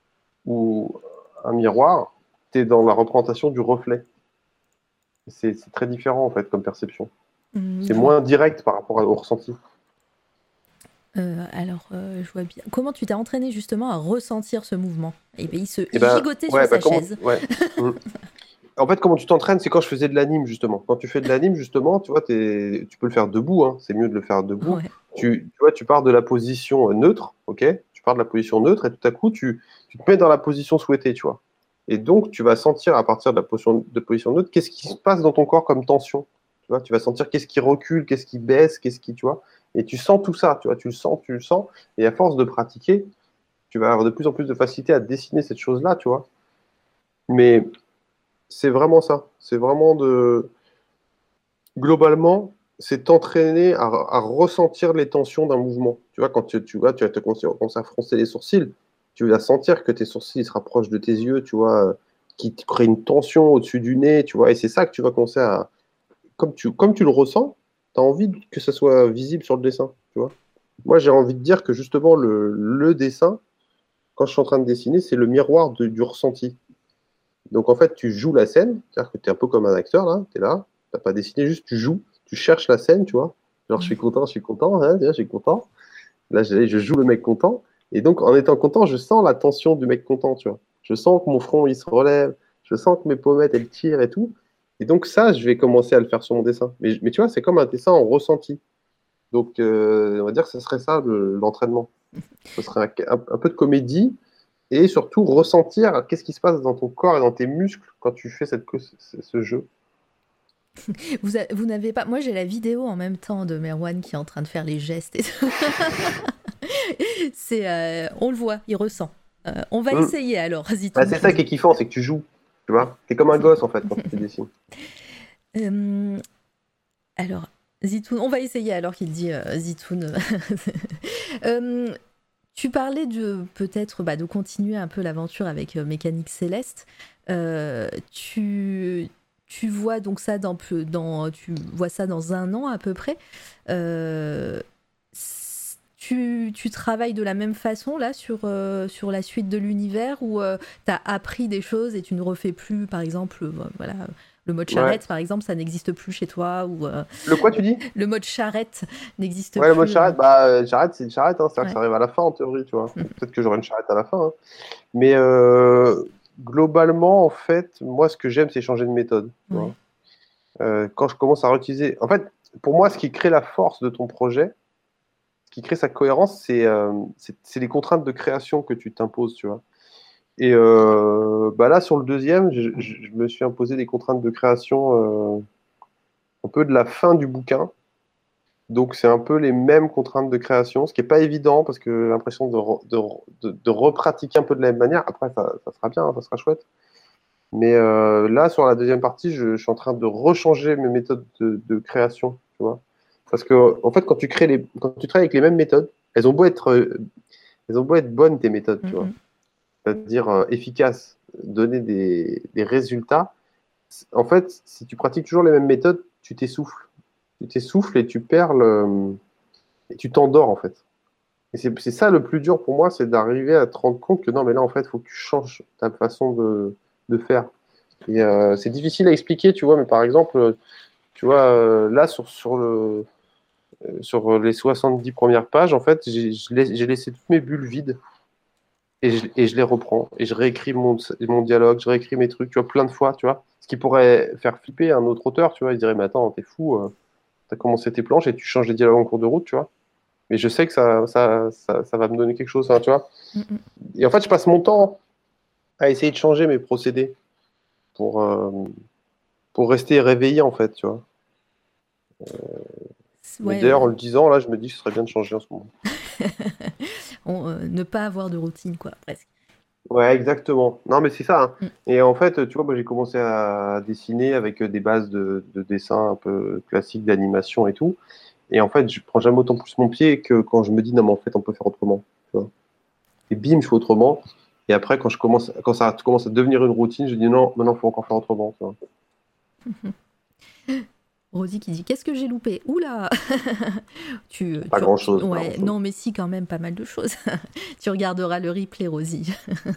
ou un miroir, tu es dans la représentation du reflet. C'est c'est très différent, en fait, comme perception. Mm, C'est je vois. moins direct par rapport au ressenti. Euh, alors, euh, je vois bien. Comment tu t'es entraîné justement à ressentir ce mouvement? Et ben, il se Et ben, gigotait sur ouais, bah sa comment, chaise. ouais. Mm. En fait, comment tu t'entraînes, c'est quand je faisais de l'anime, justement. Quand tu fais de l'anime, justement, tu vois, t'es- tu peux le faire debout, hein. C'est mieux de le faire debout. Ouais. Tu, tu vois, tu pars de la position euh, neutre, ok? Tu pars de la position neutre et tout à coup, tu, tu te mets dans la position souhaitée, tu vois. Et donc, tu vas sentir à partir de la position, de position neutre, qu'est-ce qui se passe dans ton corps comme tension. Tu vois, tu vas sentir qu'est-ce qui recule, qu'est-ce qui baisse, qu'est-ce qui, tu vois. Et tu sens tout ça, tu vois, tu le sens, tu le sens. Et à force de pratiquer, tu vas avoir de plus en plus de facilité à dessiner cette chose-là, tu vois. Mais c'est vraiment ça. C'est vraiment de. Globalement, c'est t'entraîner à, à ressentir les tensions d'un mouvement. Tu vois, quand tu, tu vois, tu vas te commencer à froncer les sourcils, tu vas sentir que tes sourcils se rapprochent de tes yeux, tu vois, euh, qui te crée une tension au-dessus du nez, tu vois, et c'est ça que tu vas commencer à. Comme tu, comme tu le ressens, tu as envie que ça soit visible sur le dessin, tu vois. Moi, j'ai envie de dire que justement, le, le dessin, quand je suis en train de dessiner, c'est le miroir de- du ressenti. Donc en fait, tu joues la scène, c'est-à-dire que tu es un peu comme un acteur, là, tu es là, tu n'as pas dessiné, juste tu joues, tu cherches la scène, tu vois. Genre, je suis content, je suis content, hein, je suis content. Là, je, je joue le mec content. Et donc, en étant content, je sens la tension du mec content, tu vois. Je sens que mon front, il se relève, je sens que mes pommettes, elles tirent et tout. Et donc, ça, je vais commencer à le faire sur mon dessin. Mais, mais tu vois, c'est comme un dessin en ressenti. Donc, euh, on va dire que ce serait ça, le- l'entraînement. Ce serait un, un- un peu de comédie, et surtout ressentir qu'est-ce qui se passe dans ton corps et dans tes muscles quand tu fais cette, ce, ce jeu. Vous, a- vous n'avez pas. Moi, j'ai la vidéo en même temps de Merwan qui est en train de faire les gestes. Et tout. C'est, euh, on le voit, il ressent. Euh, on va Mm. essayer alors, Bah, Zitoun, c'est tu ça qui dis. est kiffant, c'est que tu joues. Tu vois, t'es comme un gosse en fait quand tu dessines. Euh, alors, Zitoun, on va essayer alors qu'il dit euh, Zitoun. Euh, tu parlais de peut-être bah, de continuer un peu l'aventure avec euh, Mécanique Céleste. Euh, tu, tu vois donc ça dans, peu- dans tu vois ça dans un an à peu près. Euh, s- tu, tu travailles de la même façon là sur, euh, sur la suite de l'univers ou tu as appris des choses et tu ne refais plus par exemple euh, voilà le mode Ouais. charrette par exemple ça n'existe plus chez toi ou euh, Le quoi tu dis? le mode charrette n'existe Ouais, le mode plus. euh, charrette, bah euh, charrette, c'est une charrette, hein, c'est-à-dire que ouais. ça arrive à la fin en théorie, tu vois. Peut-être que j'aurai une charrette à la fin, hein. Mais euh, globalement, en fait, moi ce que j'aime, c'est changer de méthode. Tu Ouais. vois. Euh, quand je commence à réutiliser. En fait, pour moi, ce qui crée la force de ton projet, ce qui crée sa cohérence, c'est euh, c'est c'est les contraintes de création que tu t'imposes, tu vois. Et euh, bah là, sur le deuxième, je, je- je me suis imposé des contraintes de création euh, un peu de la fin du bouquin. Donc, c'est un peu les mêmes contraintes de création, ce qui n'est pas évident parce que j'ai l'impression de, re- de, re- de, de repratiquer un peu de la même manière. Après, ça, ça sera bien, hein, ça sera chouette. Mais euh, là, sur la deuxième partie, je, je suis en train de rechanger mes méthodes de, de création, tu vois. Parce que, en fait, quand tu crées les, quand tu travailles avec les mêmes méthodes, elles ont beau être, euh, elles ont beau être bonnes, tes méthodes, tu vois. Mm, C'est-à-dire euh, efficaces, donner des, des résultats. En fait, si tu pratiques toujours les mêmes méthodes, tu t'essouffles. Tu t'essouffles et tu perds le... et tu t'endors, en fait. Et c'est c'est ça le plus dur pour moi, c'est d'arriver à te rendre compte que non, mais là, en fait, il faut que tu changes ta façon de, de faire. Et euh, c'est difficile à expliquer, tu vois, mais par exemple, tu vois, euh, là, sur, sur, le, euh, sur les soixante-dix premières pages, en fait, j'ai je laisse- j'ai laissé toutes mes bulles vides et je, et je les reprends et je réécris mon, mon dialogue, je réécris mes trucs, tu vois, plein de fois, tu vois. Ce qui pourrait faire flipper un autre auteur, tu vois, il dirait, mais attends, t'es fou, euh, t'as commencé tes planches et tu changes les dialogues en cours de route, tu vois. Mais je sais que ça, ça, ça, ça va me donner quelque chose, hein, tu vois. Mm, mm. Et en fait, je passe mon temps à essayer de changer mes procédés pour, euh, pour rester réveillé, en fait, tu vois. C'est- Mais Ouais, d'ailleurs, en euh, le disant, là, je me dis que ce serait bien de changer en ce moment. on, euh, ne pas avoir de routine, quoi, presque. Ouais, exactement. Non, mais c'est ça, hein. Mm. Et en fait, tu vois, moi, j'ai commencé à dessiner avec des bases de, de dessin un peu classiques, d'animation et tout. Et en fait, je prends jamais autant plus mon pied que quand je me dis, non, mais en fait, on peut faire autrement. Tu vois. Et bim, je fais autrement. Et après, quand je commence, quand ça commence à devenir une routine, je dis, non, maintenant, il faut encore faire autrement. Tu vois. Rosie qui dit qu'est-ce que j'ai loupé? Oula. tu, Pas tu, tu- grand-chose, pas ouais, grand-chose. non, mais si, quand même, pas mal de choses. Tu regarderas le replay, Rosie.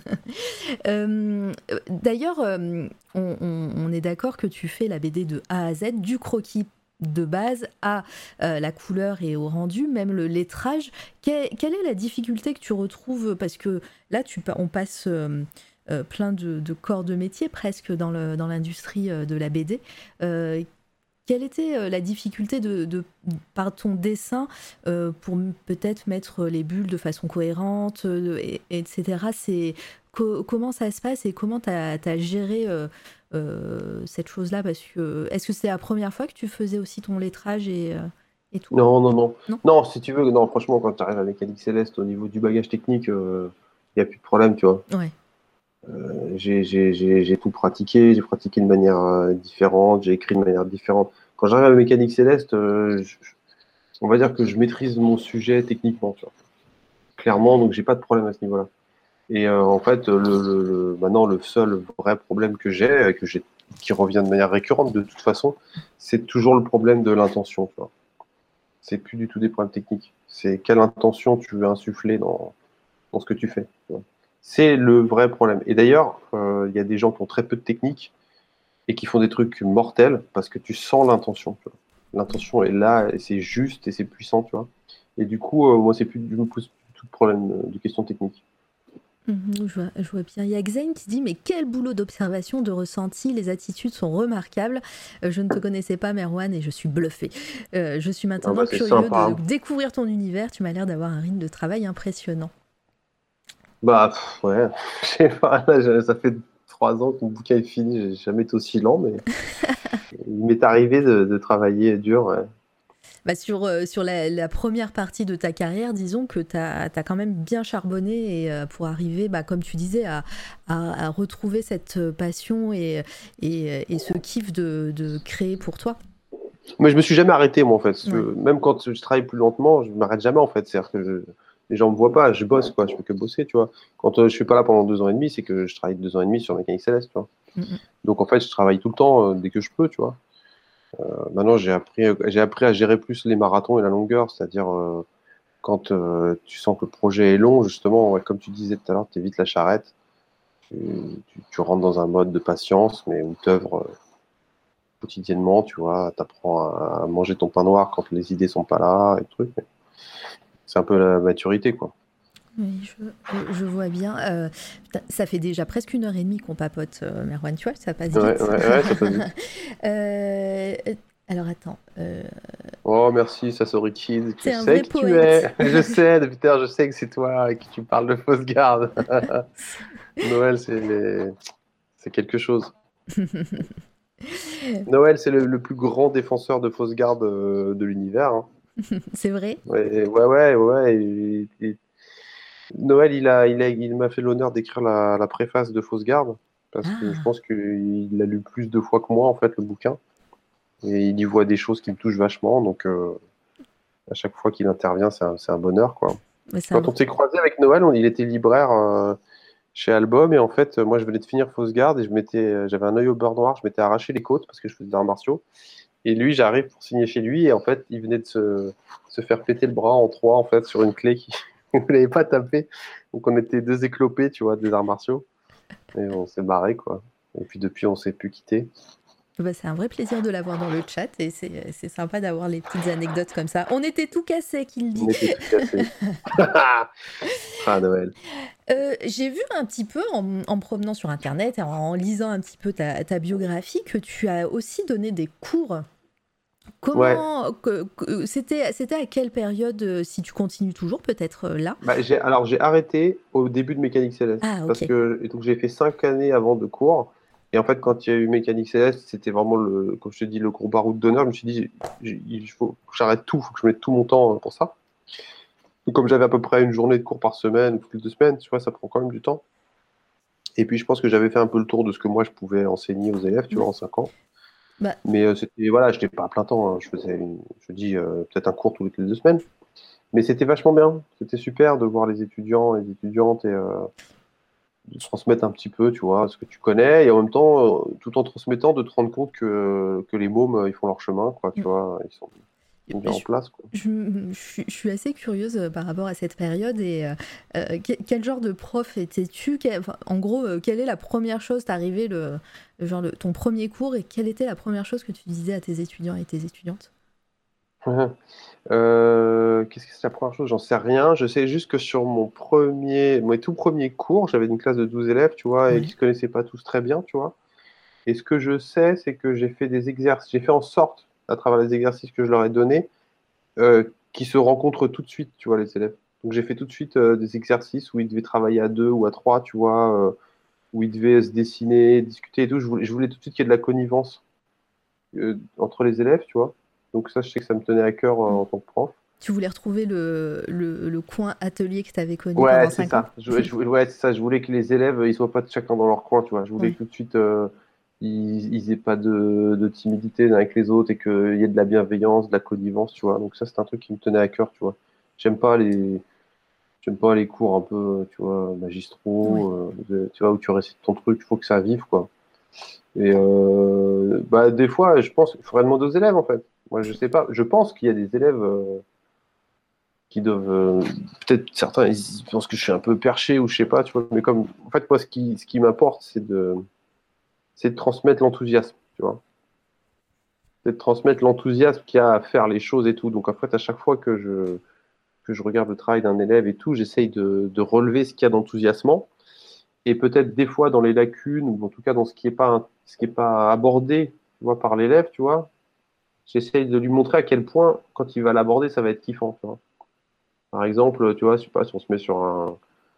Euh, D'ailleurs, euh, on, on- on est d'accord que tu fais la B D de A à Z, du croquis de base à euh, la couleur et au rendu, même le lettrage. Que- quelle est la difficulté que tu retrouves? Parce que là, tu, pa- on passe euh, euh, plein de, de corps de métier presque dans le- dans l'industrie euh, de la B D. Euh, Quelle était euh, la difficulté de, de- par ton dessin euh, pour m- peut-être mettre les bulles de façon cohérente, euh, et- etc. C'est co- comment ça se passe et comment tu as géré euh, euh, cette chose-là? Parce que est-ce que c'était la première fois que tu faisais aussi ton lettrage et, euh, et tout? Non, non, non. Non? Non, si tu veux, non, franchement, quand tu arrives à Mécanique Céleste, au niveau du bagage technique, il n'y a plus de problème, tu vois. Ouais. Euh, j'ai j'ai- j'ai- j'ai tout pratiqué, j'ai pratiqué de manière euh, différente, j'ai écrit de manière différente. Quand j'arrive à Mécanique Céleste, euh, je- on va dire que je maîtrise mon sujet techniquement, tu vois. Clairement, donc j'ai pas de problème à ce niveau-là. Et euh, en fait, le, le- le- maintenant, le seul vrai problème que j'ai, euh, que j'ai, qui revient de manière récurrente de toute façon, c'est toujours le problème de l'intention, tu vois. C'est plus du tout des problèmes techniques. C'est quelle intention tu veux insuffler dans, dans ce que tu fais, tu vois. C'est le vrai problème. Et d'ailleurs, euh, il y a des gens qui ont très peu de technique et qui font des trucs mortels parce que tu sens l'intention, tu vois. L'intention est là, et c'est juste et c'est puissant, tu vois. Et du coup, euh, moi, c'est plus, je me pose plus du tout de problème euh, de questions techniques. Mhm, je vois, je vois bien. Il y a Xain qui dit mais quel boulot d'observation, de ressenti, les attitudes sont remarquables. Euh, je ne te connaissais pas Merwan et je suis bluffé. Euh, je suis Ah maintenant bah, c'est curieux de sympa. découvrir ton univers. Tu m'as l'air d'avoir un rythme de travail impressionnant. Bah, pff, ouais, je sais pas, là, je- ça fait trois ans que mon bouquin est fini, j'ai jamais été aussi lent, mais il m'est arrivé de, de travailler dur, ouais. Bah sur euh, sur la, la première partie de ta carrière, disons que tu as quand même bien charbonné et, euh, pour arriver, bah, comme tu disais, à, à, à retrouver cette passion et, et, et ce kiff de, de créer pour toi. Mais je me suis jamais arrêté, moi, en fait. Je- Ouais. même quand je travaille plus lentement, je m'arrête jamais, en fait. C'est-à-dire que je- les gens me voient pas, je bosse, quoi. Je fais que bosser, tu vois. Quand euh, je suis pas là pendant deux ans et demi, c'est que je travaille deux ans et demi sur Mécanique Céleste, tu vois. Mm, mm. Donc, en fait, je travaille tout le temps, euh, dès que je peux, tu vois. Euh, maintenant, j'ai appris, j'ai appris à gérer plus les marathons et la longueur, c'est-à-dire euh, quand euh, tu sens que le projet est long, justement, ouais, comme tu disais tout à l'heure, tu évites la charrette, tu, tu- tu rentres dans un mode de patience, mais où tu œuvres quotidiennement, tu vois, tu apprends à manger ton pain noir quand les idées sont pas là, et trucs. C'est un peu la maturité, quoi. Oui, je, je- je vois bien. Euh, putain, ça fait déjà presque une heure et demie qu'on papote, euh, Merwan, tu vois, ça passe Ouais, vite. ouais, ouais, ça passe vite. Euh, alors attends, euh, Oh, merci, Sasori Kid, je c'est un sais vrai qui tu poète. es. Je sais, depuis tout à l'heure, je sais que c'est toi à qui tu parles de fausse garde. Noël, c'est les- c'est quelque chose. Noël, c'est le, le plus grand défenseur de fausse garde euh, de l'univers, hein. C'est vrai? Ouais, ouais, ouais, ouais. et- et- Noël, il a, il a, il m'a fait l'honneur d'écrire la, la préface de Fausse Garde, parce que je Ah, pense qu'il l'a lu plus de fois que moi, en fait, le bouquin. Et il y voit des choses qui me touchent vachement, donc euh, à chaque fois qu'il intervient, c'est un, c'est un bonheur, quoi. mais c'est un Quand on vrai. s'est croisé avec Noël, on- il était libraire euh, chez Album, et en fait, moi, je venais de finir Fausse Garde, et je m'étais, j'avais un œil au beurre noir, je m'étais arraché les côtes, parce que je faisais des arts martiaux. Et lui, j'arrive pour signer chez lui, et en fait, il venait de se, se faire péter le bras en trois, en fait, sur une clé qui ne l'avait pas tapé. Donc, on était deux éclopés, tu vois, des arts martiaux. Et on s'est barré, quoi. Et puis depuis, on s'est plus quitté. Bah, c'est un vrai plaisir de l'avoir dans le chat et c'est, c'est sympa d'avoir les petites anecdotes comme ça. On était tout cassés, qu'il dit. On était tout cassés. Ah, Noël. Euh, j'ai vu un petit peu en, en promenant sur internet et en, en lisant un petit peu ta, ta biographie que tu as aussi donné des cours. Comment Ouais. que, que- c'était, c'était à quelle période, euh, si tu continues toujours peut-être euh, là? Bah, j'ai, alors, j'ai arrêté au début de Mécanique Céleste. Ah, Parce ok. que et donc, j'ai fait cinq années avant de cours. Et en fait, quand il y a eu Mécanique Céleste, c'était vraiment, le, comme je te dis, le gros baroud d'honneur. Je me suis dit, j'ai- j'ai- il faut que j'arrête tout, il faut que je mette tout mon temps euh, pour ça. Et comme j'avais à peu près une journée de cours par semaine, ou toutes les deux semaines, tu vois, ça prend quand même du temps. Et puis, je pense que j'avais fait un peu le tour de ce que moi, je pouvais enseigner aux élèves, tu vois, Ouais. en cinq ans. Bah, Mais euh, c'était, voilà, je n'étais pas à plein temps, hein. Je faisais, une- je dis, euh, peut-être un cours toutes les deux semaines. Mais c'était vachement bien. C'était super de voir les étudiants et les étudiantes et euh, de transmettre un petit peu, tu vois, ce que tu connais. Et en même temps, euh, tout en transmettant, de te rendre compte que, que les mômes, euh, ils font leur chemin, quoi, tu vois. Ils sont, ils sont bien en je, place, quoi. je, je suis je suis assez curieuse euh, par rapport à cette période et euh, euh, quel, quel genre de prof étais-tu? Quel- enfin, en gros, euh, quelle est la première chose, t'es arrivé le, le genre le- ton premier cours et quelle était la première chose que tu disais à tes étudiants et tes étudiantes? Euh, qu'est-ce que c'est la première chose? J'en sais rien. Je sais juste que sur mon premier, mon tout premier cours, j'avais une classe de douze élèves, tu vois, et qui Ouais. se connaissaient pas tous très bien, tu vois. Et ce que je sais, c'est que j'ai fait des exercices, j'ai fait en sorte, à travers les exercices que je leur ai donnés, euh, qu'ils se rencontrent tout de suite, tu vois, les élèves. Donc j'ai fait tout de suite euh, des exercices où ils devaient travailler à deux ou à trois, tu vois, euh, où ils devaient se dessiner, discuter et tout. Je voulais, je voulais tout de suite qu'il y ait de la connivence euh, entre les élèves, tu vois. Donc ça, je sais que ça me tenait à cœur euh, Mm. en tant que prof. Tu voulais retrouver le, le, le coin atelier que tu avais connu Ouais, pendant c'est cinq ans? ça. Je, je- ouais, c'est ça. Je voulais que les élèves, ils soient pas chacun dans leur coin, tu vois. Je voulais Ouais. que tout de suite, euh, ils, ils aient pas de, de timidité l'un avec les autres et qu'il y ait de la bienveillance, de la connivence, tu vois. Donc ça, c'est un truc qui me tenait à cœur, tu vois. J'aime pas les, j'aime pas les cours un peu, tu vois, Ouais. magistraux, euh, de- tu vois, où tu récites ton truc. Il faut que ça vive, quoi. Et euh, bah, des fois, je pense qu'il faudrait demander aux élèves, en fait. Moi, je sais pas. Je pense qu'il y a des élèves. euh, qui doivent euh, peut-être certains ils pensent que je suis un peu perché ou je sais pas, tu vois, mais comme en fait moi ce qui ce qui m'importe c'est de c'est de transmettre l'enthousiasme, tu vois, c'est de transmettre l'enthousiasme qu'il y a à faire les choses et tout. Donc en fait à chaque fois que je que je regarde le travail d'un élève et tout, j'essaye de, de relever ce qu'il y a d'enthousiasmant et peut-être des fois dans les lacunes ou en tout cas dans ce qui est pas ce qui est pas abordé, tu vois, par l'élève, tu vois, j'essaye de lui montrer à quel point quand il va l'aborder ça va être kiffant, tu vois. Par exemple, tu vois, je sais pas si on se met sur un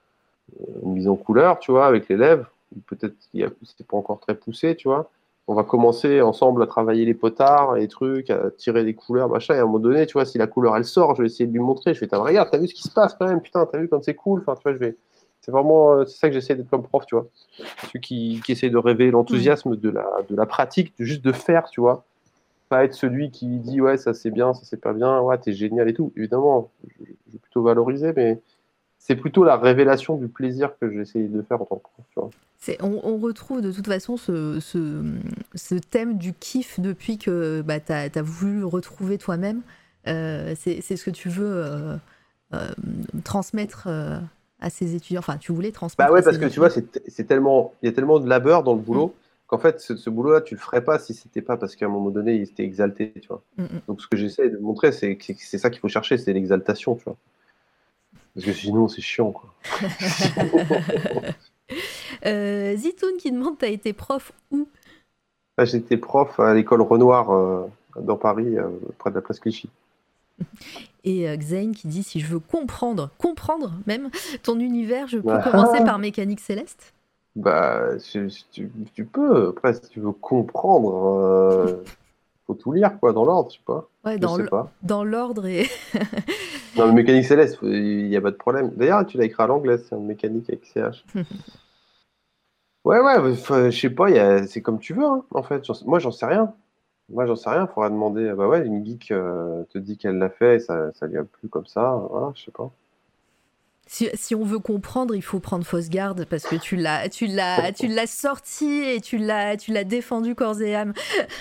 une mise en couleur, tu vois, avec l'élève. Peut-être qu'il c'est pas encore très poussé, tu vois. On va commencer ensemble à travailler les potards, les trucs, à tirer des couleurs, machin. Et à un moment donné, tu vois, si la couleur elle sort, je vais essayer de lui montrer. Je vais, t'as regarde, t'as vu ce qui se passe quand même, putain, t'as vu quand c'est cool. Enfin, tu vois, je vais. C'est vraiment, euh, c'est ça que j'essaie d'être comme prof, tu vois. Celui qui, qui essaie de rêver Ouais. l'enthousiasme de la, de la pratique, de juste de faire, tu vois. Pas être celui qui dit, ouais, ça c'est bien, ça c'est pas bien, ouais, t'es génial et tout. Évidemment, je, je vais plutôt valoriser, mais c'est plutôt la révélation du plaisir que j'essaye de faire en tant que prof, tu vois. C'est, on, on retrouve de toute façon ce, ce, ce thème du kiff depuis que bah, tu as voulu retrouver toi-même. Euh, c'est c'est ce que tu veux euh, euh, transmettre euh, à ces étudiants. Enfin, tu voulais Bah transmettre à ouais, parce ces que tu vois, étudiants. c'est c'est tellement, il y a tellement de labeur dans le Mm, boulot qu'en fait, ce, ce boulot-là, tu le ferais pas si c'était pas parce qu'à un moment donné, il était exalté, tu vois. mm, mm. Donc, ce que j'essaie de montrer, c'est que c'est c'est ça qu'il faut chercher, c'est l'exaltation, tu vois. Parce que sinon, c'est chiant, quoi. Euh, Zitoun qui demande, t'as été prof où? Là, j'étais prof à l'école Renoir euh, dans Paris, euh, près de la place Clichy. Et euh, Xain qui dit, si je veux comprendre, comprendre même ton univers, je peux commencer Ah, par Mécanique Céleste? bah, tu, tu- tu peux. Après, si tu veux comprendre, euh, faut tout lire, quoi, dans l'ordre, je sais pas. Ouais, Je dans sais l- pas. dans l'ordre et... Non, mais mécanique céleste, il n'y a pas de problème. D'ailleurs, tu l'as écrit à l'anglaise, c'est un mécanique avec C H. Ouais, ouais, bah, enfin, je sais pas, il y a- c'est comme tu veux, hein, en fait. J'en sais- Moi, j'en sais rien. Moi, j'en sais rien. Faudra demander. Bah ouais, une geek euh, te dit qu'elle l'a fait et ça, ça lui a plu comme ça. Voilà, je sais pas. Si, si on veut comprendre, il faut prendre fausse garde parce que tu l'as, tu l'as, tu l'as sorti et tu l'as, tu l'as défendu corps et âme.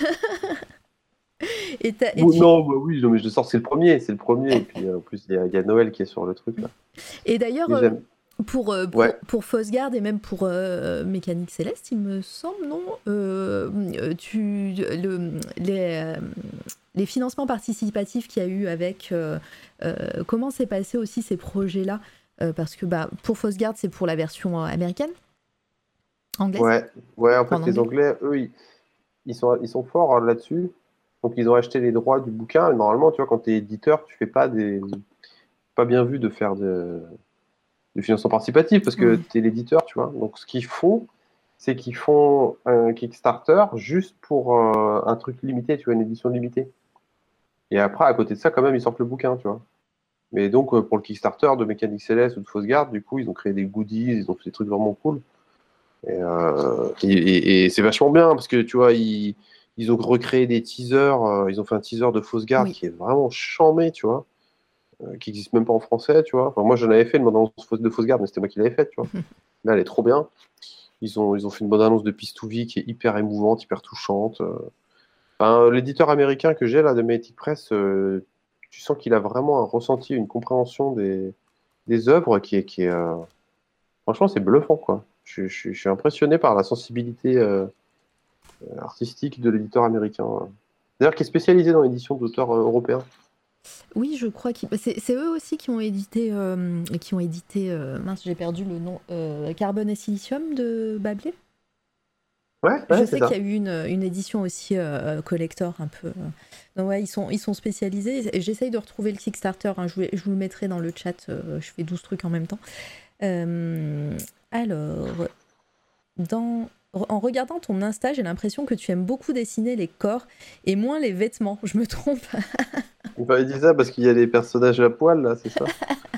Et, t'as- et Ou- tu, non, bah oui, non, mais je sors, c'est le premier, c'est le premier. Et puis, euh, en plus, il y, a il y a Noël qui est sur le truc, là. et d'ailleurs, Et euh, j'aime. Pour, euh, pour, Ouais. pour Fausse-Garde et même pour euh, Mécanique Céleste, il me semble, non euh, tu, le, les, euh, les financements participatifs qu'il y a eu avec... Euh, euh, comment s'est passé aussi ces projets-là euh, Parce que bah, pour Fausse-Garde, c'est pour la version euh, américaine, anglaise, Ouais, ouais, en en fait, les anglais. Anglais, eux, ils, ils sont, ils sont forts hein, là-dessus. Donc, ils ont acheté les droits du bouquin. Et normalement, tu vois, quand tu es éditeur, tu fais pas des. Pas bien vu de faire de, du financement participatif parce que Ouais. tu es l'éditeur, tu vois. Donc, ce qu'ils font, c'est qu'ils font un Kickstarter juste pour euh, un truc limité, tu vois, une édition limitée. Et après, à côté de ça, quand même, ils sortent le bouquin, tu vois. Mais donc, euh, pour le Kickstarter de Mécanique Céleste ou de Fausse Garde, du coup, ils ont créé des goodies, ils ont fait des trucs vraiment cool. Et, euh, et, et- et c'est vachement bien parce que tu vois, ils, ils ont recréé des teasers. euh, ils ont fait un teaser de Fausse Garde Oui. qui est vraiment charmé, tu vois, euh, qui n'existe même pas en français, tu vois. Enfin, moi, j'en avais fait une bande-annonce de Fausse Garde, mais c'était moi qui l'avais faite, tu vois. Là, elle est trop bien. Ils ont, ils ont fait une bande-annonce de Pistouvi qui est hyper émouvante, hyper touchante. euh. Enfin, l'éditeur américain que j'ai là de Mythic Press, euh, tu sens qu'il a vraiment un ressenti, une compréhension des, des œuvres qui est, qui est euh, franchement, c'est bluffant, quoi. Je, je- je suis impressionné par la sensibilité. euh, artistique de l'éditeur américain. D'ailleurs, qui est spécialisé dans l'édition d'auteurs euh, européens. Oui, je crois que c'est, c'est eux aussi qui ont édité, euh, qui ont édité euh, mince, j'ai perdu le nom, euh, Carbone et Silicium de Bablé. Ouais, Je ouais, c'est sais qu'il ça. y a eu une, une édition aussi euh, collector un peu. euh. Donc ouais, ils sont, ils sont spécialisés. Et j'essaye de retrouver le Kickstarter. Hein, je, vous, je vous le mettrai dans le chat. euh, je fais douze trucs en même temps. Euh, alors, dans, en regardant ton Insta, j'ai l'impression que tu aimes beaucoup dessiner les corps et moins les vêtements. Je me trompe? Enfin, il dit ça parce qu'il y a les personnages à poil, là, c'est ça?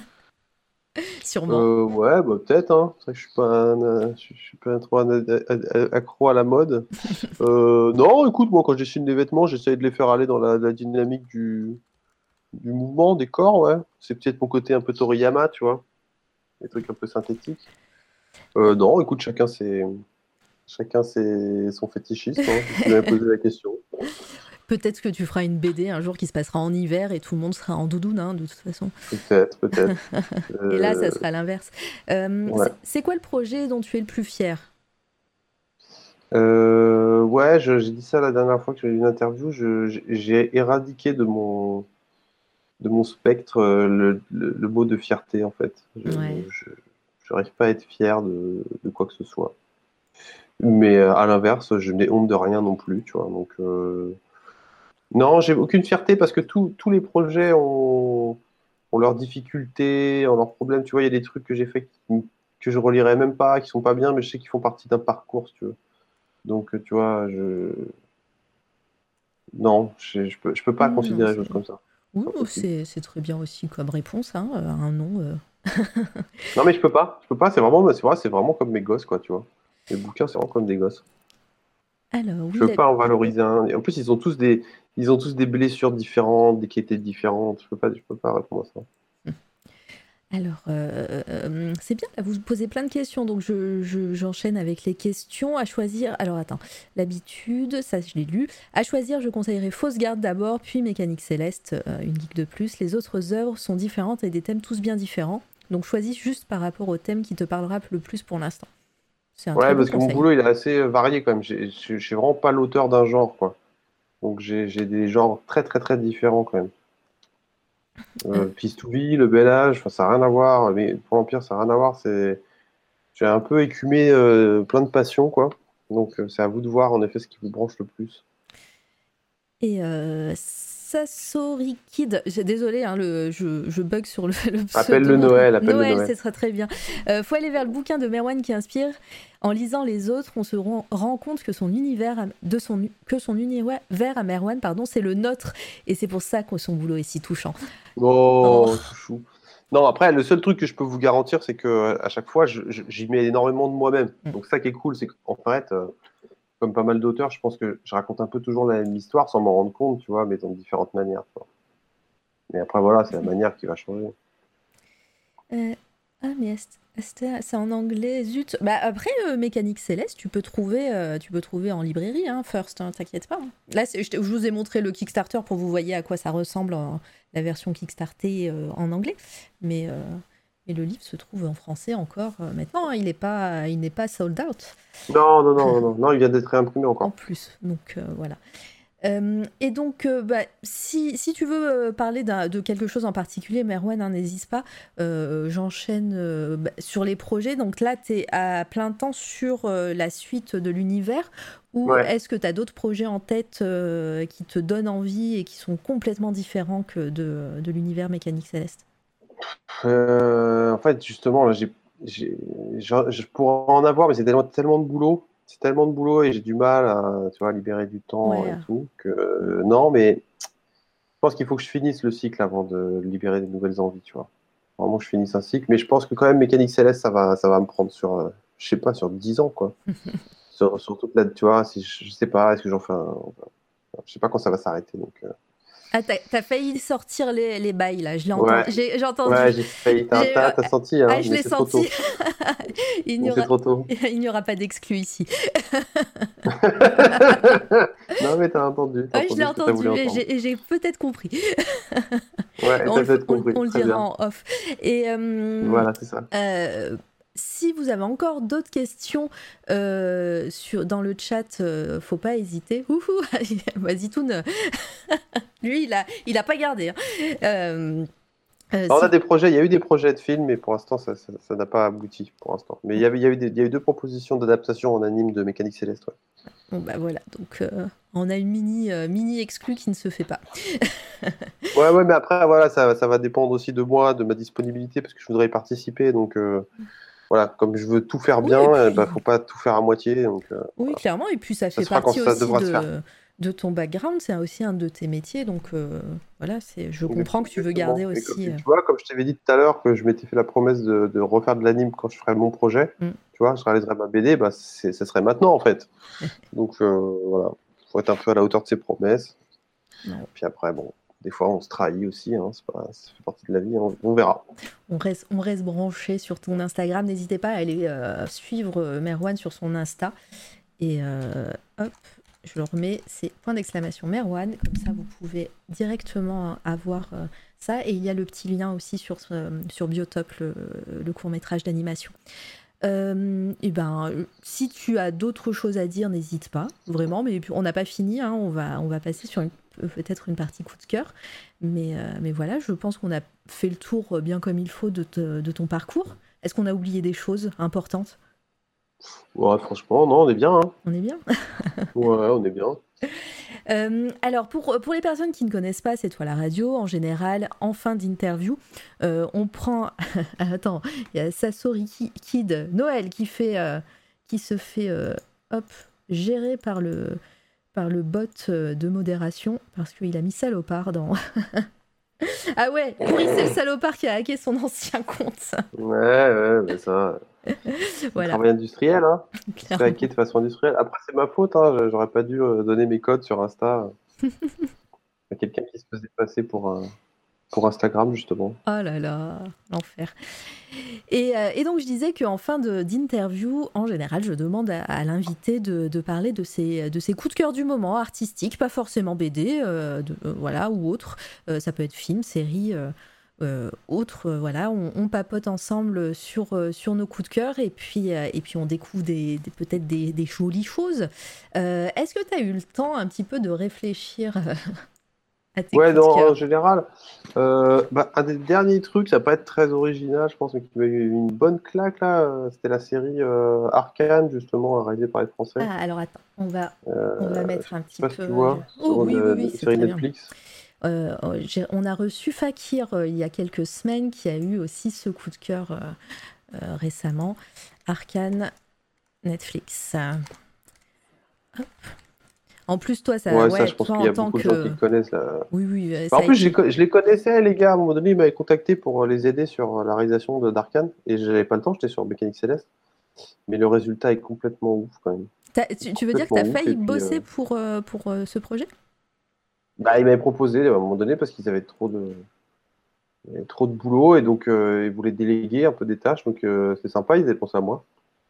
Sûrement. Euh, ouais, bah, peut-être, hein. C'est vrai que je suis pas un, euh, je, je suis pas trop un, a- a- accro à la mode. Euh, non, écoute, moi, quand je dessine des vêtements, j'essaye de les faire aller dans la, la dynamique du, du mouvement, des corps, ouais. C'est peut-être mon côté un peu Toriyama, tu vois. Des trucs un peu synthétiques. Euh, non, écoute, chacun ses, chacun ses, son fétichisme, hein. Je me suis jamais posé la question. Peut-être que tu feras une B D un jour qui se passera en hiver et tout le monde sera en doudoune, hein, de toute façon. Peut-être, peut-être. Et là, ça Euh, sera l'inverse. Euh, ouais. c'est, c'est quoi le projet dont tu es le plus fier? Euh, ouais, je- j'ai dit ça la dernière fois que j'ai eu une interview. Je- j'ai j'ai éradiqué de mon, de mon spectre euh, le, le- le mot de fierté, en fait. Je Ouais. je n'arrive pas à être fier de, de quoi que ce soit. Mais euh, à l'inverse, je n'ai honte de rien non plus, tu vois. Donc, euh, non, j'ai aucune fierté parce que tous tous les projets ont, ont leurs difficultés, ont leurs problèmes. Tu vois, il y a des trucs que j'ai fait qui- que je relirais même pas, qui sont pas bien, mais je sais qu'ils font partie d'un parcours, si tu veux. Donc, euh, tu vois, je, non, je, je peux, je peux pas Oui, non, considérer les c'est... choses comme ça. Oui, C'est pas non, possible. c'est, c'est très bien aussi comme réponse, hein, euh, un nom. euh. Non, mais je peux pas. Je peux pas. C'est vraiment, c'est vrai, c'est vraiment comme mes gosses, quoi, tu vois. Les bouquins, c'est vraiment comme des gosses. Alors, Je oui, peux la... pas en valoriser un. Et en plus, ils ont tous des, ils ont tous des blessures différentes, des qualités différentes. Je peux pas, je peux pas répondre à ça. Alors, euh, euh, c'est bien, là, vous posez plein de questions, donc je, je- j'enchaîne avec les questions. À choisir, alors attends, l'habitude, ça je l'ai lu. À choisir, je conseillerais Fausse Garde d'abord, puis Mécanique Céleste, euh, une geek de plus. Les autres œuvres sont différentes et des thèmes tous bien différents, donc choisis juste par rapport au thème qui te parlera le plus pour l'instant. C'est un très Ouais, bon parce que mon conseil. boulot, il est assez euh, varié quand même. J'ai- Je je suis vraiment pas l'auteur d'un genre, quoi. Donc j'ai j'ai des genres très, très, très différents quand même. Euh, Euh, Peace to Be, Le Bel Âge, enfin, ça n'a rien à voir. Mais pour l'Empire, ça n'a rien à voir. C'est J'ai un peu écumé euh, plein de passions, quoi. Donc, euh, c'est à vous de voir, en effet, ce qui vous branche le plus. Et euh, Sasori Kid, j'ai- désolé, hein, le, je, je bug sur le, le Appelle-le pseudo. Noël, appelle-le Noël, Noël. ce serait très bien. Euh, faut aller vers le bouquin de Merwan qui inspire. En lisant les autres, on se rend, rend compte que son univers, à- de son, que son univers à Merwan, pardon, c'est le nôtre. Et c'est pour ça que son boulot est si touchant. Oh. Oh, tout chou. Non, après, le seul truc que je peux vous garantir, c'est que euh, à chaque fois, je- je- j'y mets énormément de moi-même. Mm. Donc, ça qui est cool, c'est qu'en fait, euh, comme pas mal d'auteurs, je pense que je raconte un peu toujours la même histoire sans m'en rendre compte, tu vois, mais dans différentes manières, tu vois. Mais après, voilà, c'est la manière qui va changer. Euh, ah, mais Est- Esther, c'est en anglais, zut. Bah, après, euh, Mécanique Céleste, tu peux trouver, euh, tu peux trouver en librairie, hein, First, hein, t'inquiète pas. Hein. Là, c'est- je, te- je vous ai montré le Kickstarter pour que vous voyez à quoi ça ressemble, en- la version Kickstarter euh, en anglais. Mais, euh, Et le livre se trouve en français encore euh, maintenant, hein, il n'est pas, il n'est pas sold out Non, non, non, non, non, il vient d'être réimprimé en encore. plus. Donc euh, voilà. Euh, et donc, euh, bah, si, si tu veux euh, parler d'un- de quelque chose en particulier, Merwan, hein, n'hésite pas. Euh, j'enchaîne euh, bah, sur les projets. Donc là, tu es à plein temps sur euh, la suite de l'univers. Ou Ouais. est-ce que tu as d'autres projets en tête euh, qui te donnent envie et qui sont complètement différents que de, de l'univers Mécanique Céleste? Euh, en fait, justement, là, j'ai, j'ai, je je pourrais en avoir, mais c'est tellement, tellement de boulot. C'est tellement de boulot et j'ai du mal à, tu vois, libérer du temps Ouais. et tout. Que, euh, non, mais je pense qu'il faut que je finisse le cycle avant de libérer des nouvelles envies, tu vois. Vraiment, je finisse un cycle, mais je pense que quand même, Mécanique Céleste, ça va, ça va me prendre sur, euh, je sais pas, sur dix ans, quoi. Sur, sur toute la, tu vois, si je, je sais pas, est-ce que j'en fais un, je sais pas quand ça va s'arrêter, donc. euh, Ah, t'as, t'as failli sortir les, les bails, là. Je l'ai entendu. Ouais, J'ai, j'ai entendu. ouais, j'ai failli. T'as, J'ai, t'as, t'as senti, ah, hein, je mais l'ai c'est trop senti. tôt. Il n'y Mais c'est aura, trop tôt. il n'y aura pas d'exclus ici. Non, mais t'as entendu, t'as Ouais, je l'ai entendu ce que t'as entendu voulu et entendre. j'ai, et j'ai peut-être compris. Ouais, et On t'as le, f- peut-être on le- compris. on le Très dira bien. en off. Et euh, Voilà, c'est ça. euh, si vous avez encore d'autres questions euh, sur, dans le chat, euh, faut pas hésiter. Ouhou, vas-y, Toon. Lui, il a, il a pas gardé, hein. Euh, euh, Alors, on si a des projets, il y a eu des projets de films, mais pour l'instant, ça, ça, ça n'a pas abouti, pour l'instant. Mais il y avait, il y a eu des- il y a eu deux propositions d'adaptation en anime de Mécanique Céleste, ouais. Bon bah voilà, donc euh, on a une mini, euh, mini exclue qui ne se fait pas. Ouais, ouais, mais après, voilà, ça, ça va dépendre aussi de moi, de ma disponibilité, parce que je voudrais y participer. Donc, euh, voilà, comme je veux tout faire Oui, et bien, il bah, puis faut pas tout faire à moitié. Donc, euh, oui, clairement, et puis ça ça fait se fera quand partie ça aussi devra se faire. de, de ton background, c'est aussi un de tes métiers, donc euh, voilà, c'est, je comprends que tu veux garder Exactement. Et, comme- aussi. et euh, tu vois, comme je t'avais dit tout à l'heure que je m'étais fait la promesse de, de refaire de l'anime quand je ferais mon projet, mm. tu vois, je réaliserais ma B D, bah, c'est, ça serait maintenant en fait. Donc euh, voilà, faut être un peu à la hauteur de ses promesses. Non, Puis après, bon, des fois on se trahit aussi, hein, c'est pas, ça fait partie de la vie, hein, on verra. on reste, on reste branché sur ton Instagram. N'hésitez pas à aller euh, suivre euh, Merwan sur son Insta. Et euh, hop, je le remets, c'est point d'exclamation Merwan. Comme ça, vous pouvez directement avoir euh, ça. Et il y a le petit lien aussi sur, euh, sur Biotop, le, le court-métrage d'animation. Euh, et ben, si tu as d'autres choses à dire, n'hésite pas, vraiment. Mais on n'a pas fini, hein, on, va, on va passer sur une- peut-être une partie coup de cœur. Mais, euh, mais voilà, je pense qu'on a fait le tour bien comme il faut de, te- de ton parcours. Est-ce qu'on a oublié des choses importantes? Ouais, franchement, non, on est bien, hein. On est bien. Ouais, on est bien. Euh, alors, pour, pour les personnes qui ne connaissent pas C'est toi la radio, en général, en fin d'interview, euh, on prend. Attends, il y a Sasori Ki- Kid, Noël, qui, fait, euh, qui se fait euh, hop, gérer par le, par le bot euh, de modération parce qu'il a mis salopard dans. Ah ouais, oui, c'est le salopard qui a hacké son ancien compte. Ouais, ouais, mais ça, c'est le Voilà, travail industriel, hein. On se fait clairement. hacker de façon industrielle. Après, c'est ma faute, hein, j'aurais pas dû euh, donner mes codes sur Insta à quelqu'un qui se faisait passer pour un. Pour Instagram, justement. Oh là là, l'enfer. Et, euh, et donc je disais qu'en fin de- d'interview, en général, je demande à, à l'invité de, de parler de ses, de ses coups de cœur du moment, artistiques, pas forcément B D, euh, de- euh, voilà, ou autre. Euh, ça peut être film, série, euh, euh, autre. euh, voilà, on, on papote ensemble sur, euh, sur nos coups de cœur et puis, euh, et puis on découvre des, des- peut-être des, des jolies choses. Euh, Est-ce que tu as eu le temps un petit peu de réfléchir à tes Ouais, coups de non, en cœur? général, euh, bah, un des derniers trucs, ça va pas être très original, je pense, mais qui m'a eu une bonne claque, là, euh, c'était la série euh, Arcane, justement, réalisée par les Français. Ah, alors attends, on va, on va Euh, je mettre un sais petit pas si tu peu. je- vois, Oh sur une, oui, oui, oui, une c'est série très bien. Netflix. Euh, oh, j'ai- on a reçu Fakir euh, il y a quelques semaines qui a eu aussi ce coup de cœur euh, euh, récemment. Arcane, Netflix. Euh, hop. En plus, toi, ça, Ouais, ça, ouais, je pense toi qu'il y en a tant beaucoup de gens qui que. le connaissent, là. Oui, oui, euh, Bah, ça en a plus, je été. les, co- je les connaissais, les gars, à un moment donné, ils m'avaient contacté pour les aider sur la réalisation de d'Arcane, et j'avais pas le temps, j'étais sur Mécanique Céleste, mais le résultat est complètement ouf, quand même. T'as- Tu, tu veux dire que tu Complètement as ouf, et failli puis... bosser euh, pour, euh, pour euh, ce projet? Bah, il m'avait proposé à un moment donné parce qu'ils avaient trop de, il y avait trop de boulot et donc euh, ils voulaient déléguer un peu des tâches. Donc euh, c'est sympa, ils avaient pensé à moi.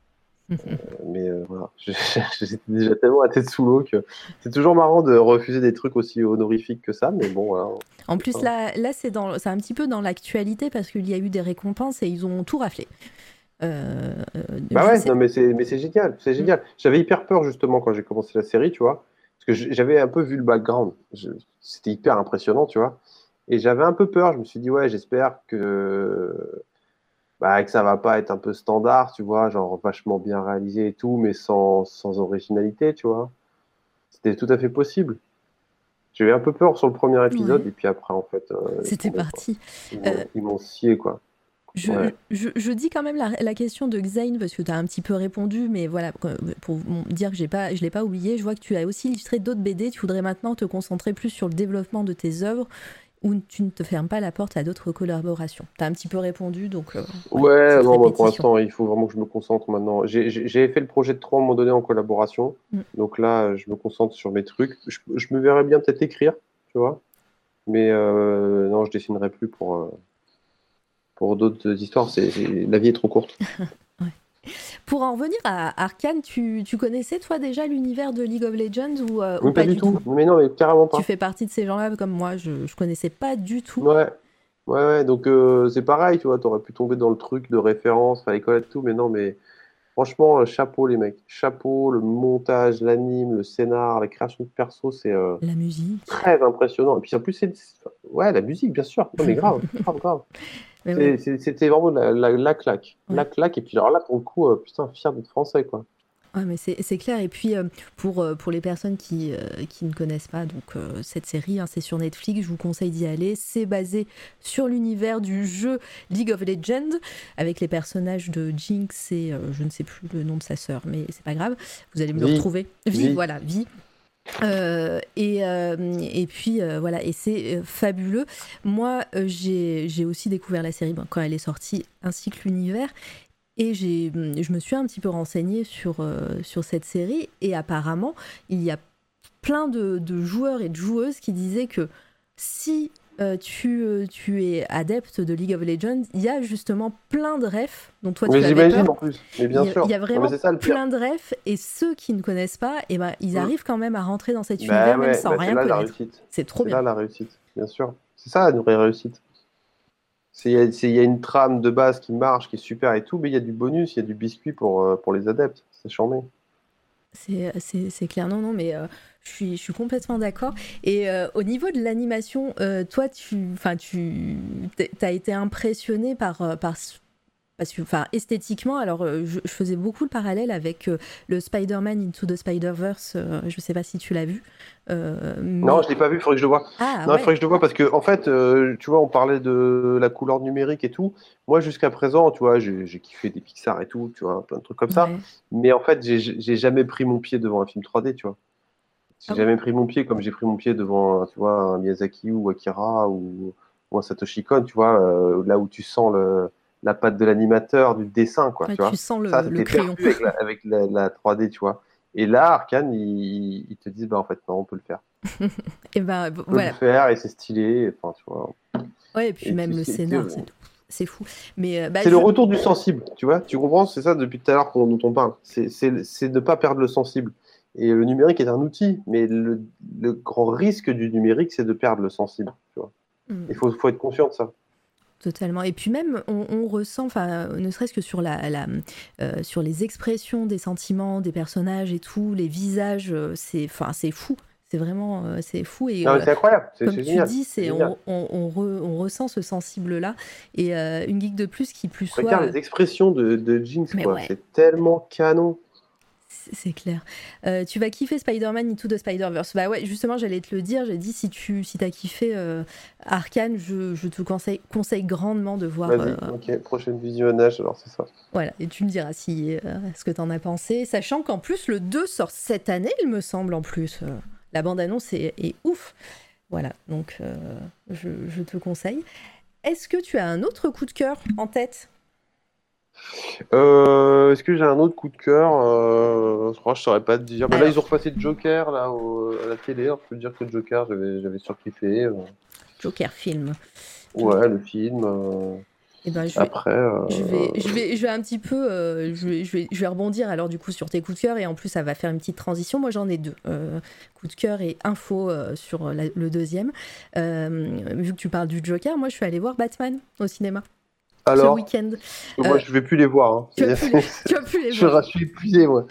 Mais euh, voilà, j'étais déjà tellement à tête sous l'eau que c'est toujours marrant de refuser des trucs aussi honorifiques que ça, mais bon, voilà. En plus, là, là c'est, dans, c'est un petit peu dans l'actualité parce qu'il y a eu des récompenses et ils ont tout raflé. Euh, euh, Bah ouais, sais... non, mais c'est, mais c'est génial, c'est génial. Mmh. J'avais hyper peur justement quand j'ai commencé la série, tu vois, parce que j'avais un peu vu le background. Je, c'était hyper impressionnant, tu vois, et j'avais un peu peur. Je me suis dit, ouais, j'espère que, bah, que ça va pas être un peu standard, tu vois, genre vachement bien réalisé et tout, mais sans, sans originalité, tu vois. C'était tout à fait possible. J'ai eu un peu peur sur le premier épisode, ouais. et puis après, en fait, euh, c'était parti. Ils m'ont, euh... ils m'ont scié, quoi. Je, ouais. je, je dis quand même la, la question de Xain parce que tu as un petit peu répondu, mais voilà, pour dire que j'ai pas, je ne l'ai pas oublié, je vois que tu as aussi illustré d'autres B D. Tu voudrais maintenant te concentrer plus sur le développement de tes œuvres ou tu ne te fermes pas la porte à d'autres collaborations. Tu as un petit peu répondu, donc. Euh, ouais, non, moi, pour l'instant, il faut vraiment que je me concentre maintenant. J'ai, j'ai fait le projet de trois à un moment donné en collaboration, mm. donc là, je me concentre sur mes trucs. Je, je me verrais bien peut-être écrire, tu vois, mais euh, non, je dessinerai plus pour. Euh... Pour d'autres histoires, c'est, c'est... la vie est trop courte. ouais. Pour en revenir à Arcane, tu, tu connaissais toi déjà l'univers de League of Legends ou, euh, oui, ou pas, pas du du tout. tout Mais non, mais carrément pas. Tu fais partie de ces gens-là comme moi, je ne connaissais pas du tout. Ouais, ouais, ouais. Donc euh, c'est pareil, tu vois, t'aurais pu tomber dans le truc de référence, fallait connaître tout, mais non, mais franchement, euh, chapeau les mecs. Chapeau, le montage, l'anime, le scénar, la création de perso, c'est euh, la musique. Très impressionnant. Et puis en plus, c'est ouais, la musique, bien sûr. Non, mais grave, grave, grave. C'est, ouais. c'est, c'était vraiment la, la, la claque. Ouais. La claque. Et puis alors là, pour le coup, euh, putain, fier d'être français, quoi. Ouais, mais c'est, c'est clair. Et puis, euh, pour, euh, pour les personnes qui, euh, qui ne connaissent pas donc, euh, cette série, hein, c'est sur Netflix, je vous conseille d'y aller. C'est basé sur l'univers du jeu League of Legends, avec les personnages de Jinx et euh, je ne sais plus le nom de sa sœur, mais c'est pas grave. Vous allez me Vi. le retrouver. Vi, Vi. voilà, Vi. Euh, et, euh, et puis euh, voilà, et c'est euh, fabuleux. Moi, euh, j'ai, j'ai aussi découvert la série ben, quand elle est sortie, ainsi que l'univers. Et j'ai, je me suis un petit peu renseignée sur, euh, sur cette série, et apparemment, il y a plein de, de joueurs et de joueuses qui disaient que si euh, tu, euh, tu es adepte de League of Legends, il y a justement plein de refs dont toi mais tu j'imagine avais peur. En plus, mais bien il, y a, sûr. il y a vraiment non, ça, plein de refs, et ceux qui ne connaissent pas, eh ben, ils mmh. arrivent quand même à rentrer dans cet bah univers ouais, même sans bah rien c'est là, connaître. La réussite. C'est trop c'est bien. C'est là la réussite, bien sûr. C'est ça une vraie réussite. Il y, y a une trame de base qui marche, qui est super et tout, mais il y a du bonus, il y a du biscuit pour, pour les adeptes. C'est charmé. C'est, c'est, c'est clair, non, non, mais euh, je, suis, je suis complètement d'accord. Et euh, au niveau de l'animation, euh, toi, tu, tu as été impressionné par, par, parce que, enfin, esthétiquement, alors je, je faisais beaucoup le parallèle avec euh, le Spider-Man Into the Spider-Verse. Euh, je ne sais pas si tu l'as vu. Euh, mais... Non, je l'ai pas vu. Il faudrait que je le voie. Ah, non, ouais. il faudrait que je le voie parce que, en fait, euh, tu vois, on parlait de la couleur numérique et tout. Moi, jusqu'à présent, tu vois, j'ai, j'ai kiffé des Pixar et tout, tu vois, plein de trucs comme ça. Ouais. Mais en fait, j'ai, j'ai jamais pris mon pied devant un film trois D, tu vois. J'ai ah jamais bon pris mon pied comme j'ai pris mon pied devant, tu vois, un Miyazaki ou Akira ou, ou un Satoshi Kon, tu vois, euh, là où tu sens le la patte de l'animateur, du dessin, quoi. Ouais, tu vois. Tu sens le, ça, le crayon. Avec, la, avec la, la trois D, tu vois. Et là, Arcane, ils, ils te disent, bah en fait, non, on peut le faire. et ben, on peut voilà. le faire et c'est stylé. Enfin, tu vois. Ouais, et puis et même tu, le c'est, scénar, c'est, c'est fou. Mais, bah, c'est je... le retour du sensible, tu vois. Tu comprends, c'est ça depuis tout à l'heure dont on parle. C'est, c'est, c'est de ne pas perdre le sensible. Et le numérique est un outil, mais le, le grand risque du numérique, c'est de perdre le sensible, tu vois. Il mmh. faut, faut être conscient de ça. Totalement. Et puis même, on, on ressent, enfin, ne serait-ce que sur, la, la, euh, sur les expressions des sentiments, des personnages et tout, les visages, euh, c'est, enfin, c'est fou. C'est vraiment, euh, c'est fou. Et, non, mais c'est incroyable. C'est, comme c'est tu génial. dis, c'est, c'est on, on, on, re, on ressent ce sensible-là. Et euh, une geek de plus qui plus soit... Regarde les expressions de, de Jinx, quoi. Ouais. C'est tellement canon. C'est clair. Euh, tu vas kiffer Spider-Man Into the Spider-Verse. Bah ouais, justement, j'allais te le dire. J'ai dit, si tu si t'as kiffé euh, Arcane, je, je te conseille, conseille grandement de voir. Vas-y, euh... ok, prochaine visionnage, alors c'est ça. Voilà, et tu me diras si, euh, ce que t'en as pensé. Sachant qu'en plus, le deux sort cette année, il me semble, en plus. Euh, la bande-annonce est, est ouf. Voilà, donc euh, je, je te conseille. Est-ce que tu as un autre coup de cœur en tête ? Euh, est-ce que j'ai un autre coup de cœur euh, Je crois que je saurais pas te dire. Bah là, ils ont repassé Joker là, au, à la télé. Alors, je peux te dire que Joker, j'avais, j'avais surkiffé. Euh... Joker film. Ouais, le film. Euh... Et ben, je vais, Après, euh... je vais, je vais, je vais un petit peu, euh, je, vais, je, vais, je vais rebondir alors du coup sur tes coups de cœur et en plus ça va faire une petite transition. Moi j'en ai deux, euh, coups de cœur et info euh, sur la, le deuxième. Euh, vu que tu parles du Joker, moi je suis allée voir Batman au cinéma. Alors, ce week-end. Moi, euh, je vais plus les voir. Hein. Tu, vas plus les, tu vas plus les je, voir. Je suis épuisé, moi.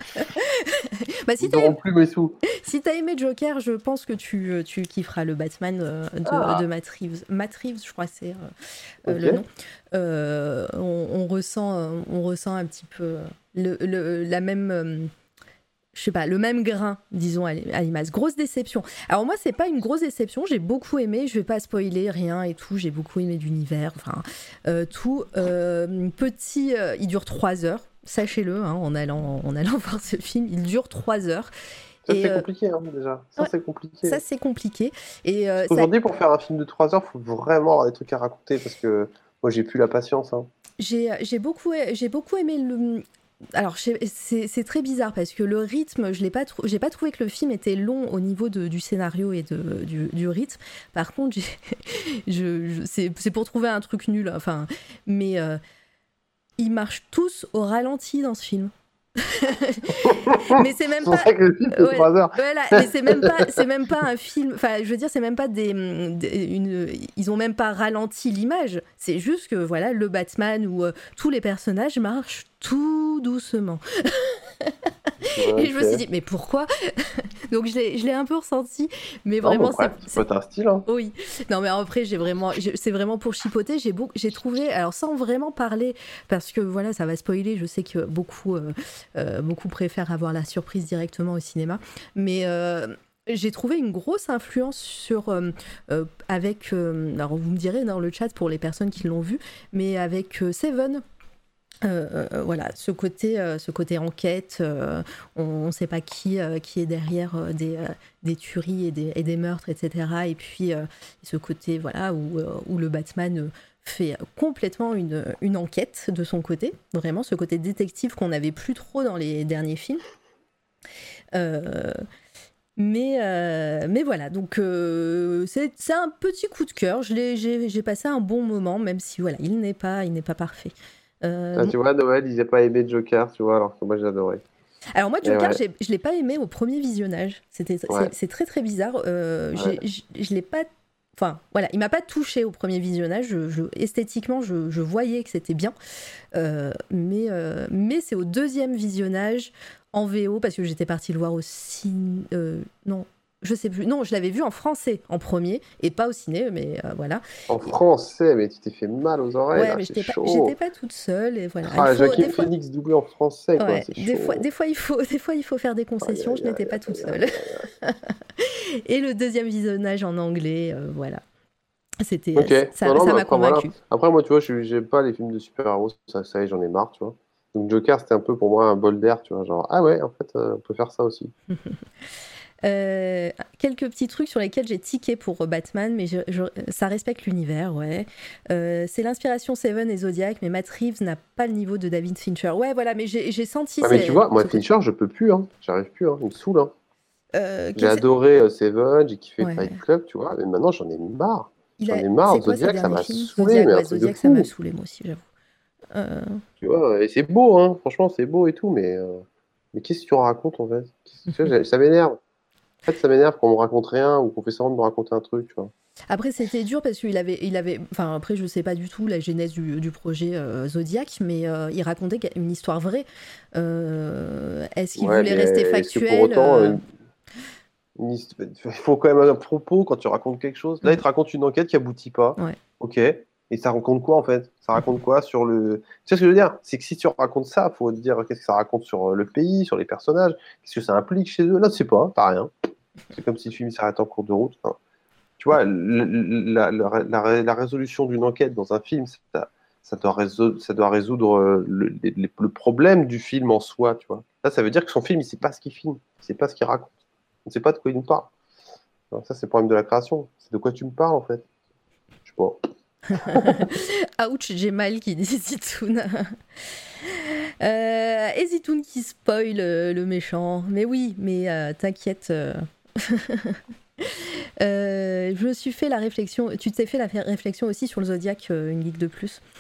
bah, si Ils n'auront plus mes sous. Si t'as aimé Joker, je pense que tu, tu kifferas le Batman euh, de, ah. de Matt Reeves. Matt Reeves, je crois que c'est euh, okay. le nom. Euh, on, on, ressent, on ressent un petit peu le, le, la même... Euh, je sais pas, le même grain, disons, à l'image. Grosse déception. Alors moi, c'est pas une grosse déception, j'ai beaucoup aimé, je vais pas spoiler rien et tout, j'ai beaucoup aimé l'univers, enfin, euh, tout. Euh, petit, euh, il dure trois heures, sachez-le, hein, en, allant, en allant voir ce film, il dure trois heures. Ça, c'est euh, compliqué, hein, déjà. Ça, ouais, c'est compliqué. Ça, c'est compliqué. Et, euh, aujourd'hui, ça... pour faire un film de trois heures, il faut vraiment avoir des trucs à raconter, parce que moi, j'ai plus la patience. Hein. J'ai, j'ai, beaucoup, j'ai beaucoup aimé le... Alors, c'est, c'est très bizarre parce que le rythme, je n'ai pas, trou- j'ai pas trouvé que le film était long au niveau de, du scénario et de, du, du rythme. Par contre, j'ai, je, je, c'est, c'est pour trouver un truc nul. Enfin, mais euh, ils marchent tous au ralenti dans ce film. mais c'est même pas c'est que le film fait ouais, trois heures. Voilà, mais c'est même pas c'est même pas un film, enfin je veux dire c'est même pas des, des une ils ont même pas ralenti l'image, c'est juste que voilà le Batman ou euh, tous les personnages marchent tout doucement. Okay. Et je me suis dit mais pourquoi? Donc je l'ai je l'ai un peu ressenti, mais non, vraiment après, c'est c'est pas un style hein. Oui. Non mais après j'ai vraiment j'ai, c'est vraiment pour chipoter, j'ai beaucoup j'ai trouvé alors sans vraiment parler parce que voilà, ça va spoiler, je sais que beaucoup euh, euh, beaucoup préfèrent avoir la surprise directement au cinéma, mais euh, j'ai trouvé une grosse influence sur euh, euh, avec euh, alors vous me direz dans le chat pour les personnes qui l'ont vu, mais avec euh, Seven. Euh, euh, voilà, ce côté, euh, ce côté enquête, euh, on ne sait pas qui, euh, qui est derrière euh, des, euh, des tueries et des, et des meurtres, et cetera. Et puis euh, ce côté voilà, où, euh, où le Batman fait complètement une, une enquête de son côté, vraiment ce côté détective qu'on n'avait plus trop dans les derniers films. Euh, mais, euh, mais voilà, donc euh, c'est, c'est un petit coup de cœur, Je l'ai, j'ai, j'ai passé un bon moment, même si voilà, il n'est pas, il n'est pas parfait. Euh, ah, tu vois, Noël, ils n'avaient pas aimé Joker, tu vois, alors que moi j'ai Alors moi, Joker, ouais. j'ai, je ne l'ai pas aimé au premier visionnage. C'était, ouais. c'est, c'est très très bizarre. Euh, ouais. j'ai, je ne l'ai pas... Enfin, voilà, il ne m'a pas touché au premier visionnage. Je, je, esthétiquement, je, je voyais que c'était bien. Euh, mais, euh, mais c'est au deuxième visionnage, en V O, parce que j'étais partie le voir au ciné... Euh, non, je sais plus. Non, je l'avais vu en français en premier et pas au ciné, mais euh, voilà. En français, mais tu t'es fait mal aux oreilles. Ouais, là, mais c'est j'étais chaud. pas, j'étais pas toute seule et voilà. Ah, il faut, Joaquin fois... Phoenix doublé en français, quoi. Ouais, C'est des chaud. fois, des fois, il faut, des fois, il faut faire des concessions. Aïe, je n'étais aïe, pas aïe, toute aïe, seule. aïe, aïe, aïe. Et le deuxième visionnage en anglais, euh, voilà. C'était, okay. ça, non, non, ça m'a après, convaincu. Voilà. Après, moi, tu vois, je j'aime pas les films de super-héros. Ça, ça y est, j'en ai marre, tu vois. Donc Joker, c'était un peu pour moi un bol d'air, tu vois. Genre, ah ouais, en fait, euh, on peut faire ça aussi. Euh, quelques petits trucs sur lesquels j'ai tiqué pour Batman, mais je, je, ça respecte l'univers, ouais. Euh, c'est l'inspiration Seven et Zodiac, mais Matt Reeves n'a pas le niveau de David Fincher. Ouais, voilà, mais j'ai, j'ai senti... Ah, mais tu vois, moi, Fincher, je peux plus, hein. J'arrive plus, hein. Il me saoule, hein. Euh, j'ai adoré euh, Seven, j'ai kiffé ouais. Fight Club, tu vois, mais maintenant, j'en ai marre. Il j'en a... ai marre. C'est quoi, Zodiac, ça m'a films saoulé, Zodiac, mais ouais, un truc Zodiac, de ça fou. m'a saoulé, moi aussi, j'avoue. Euh... Tu vois, et c'est beau, hein. Franchement, c'est beau et tout, mais... Euh... Mais qu'est-ce que tu en racontes, en fait? Tu vois, ça m'énerve. En fait, ça m'énerve qu'on me raconte rien ou qu'on fait semblant de me raconter un truc, tu vois. Après, c'était dur parce qu'il avait, il avait, enfin après, je sais pas du tout la genèse du, du projet euh, Zodiac, mais euh, il racontait une histoire vraie. Euh, est-ce qu'il ouais, voulait rester factuel? Pour autant, euh... une... Une... il faut quand même un propos quand tu racontes quelque chose. Là, mmh. il te raconte une enquête qui aboutit pas. Ouais. Ok. Et ça raconte quoi en fait? Ça raconte quoi sur le... Tu sais ce que je veux dire? C'est que si tu racontes ça, il faut te dire qu'est-ce que ça raconte sur le pays, sur les personnages, qu'est-ce que ça implique chez eux. Là, tu sais pas, t'as rien. C'est comme si le film s'arrête en cours de route. Enfin, tu vois, la, la, la, la résolution d'une enquête dans un film, ça, ça, doit, résoudre, ça doit résoudre le, le, le problème du film en soi. Tu vois. Là, ça veut dire que son film, il ne sait pas ce qu'il filme, il ne sait pas ce qu'il raconte. On ne sait pas de quoi il nous parle. Alors, ça, c'est le problème de la création. C'est de quoi tu me parles, en fait. Je sais pas. Ouch, j'ai mal qui dit Zitoun. euh, et Zitoun qui spoil le, le méchant. Mais oui, mais euh, t'inquiète. Euh... euh, je me suis fait la réflexion. Tu t'es fait la réflexion aussi sur le Zodiac, euh, une ligue de plus.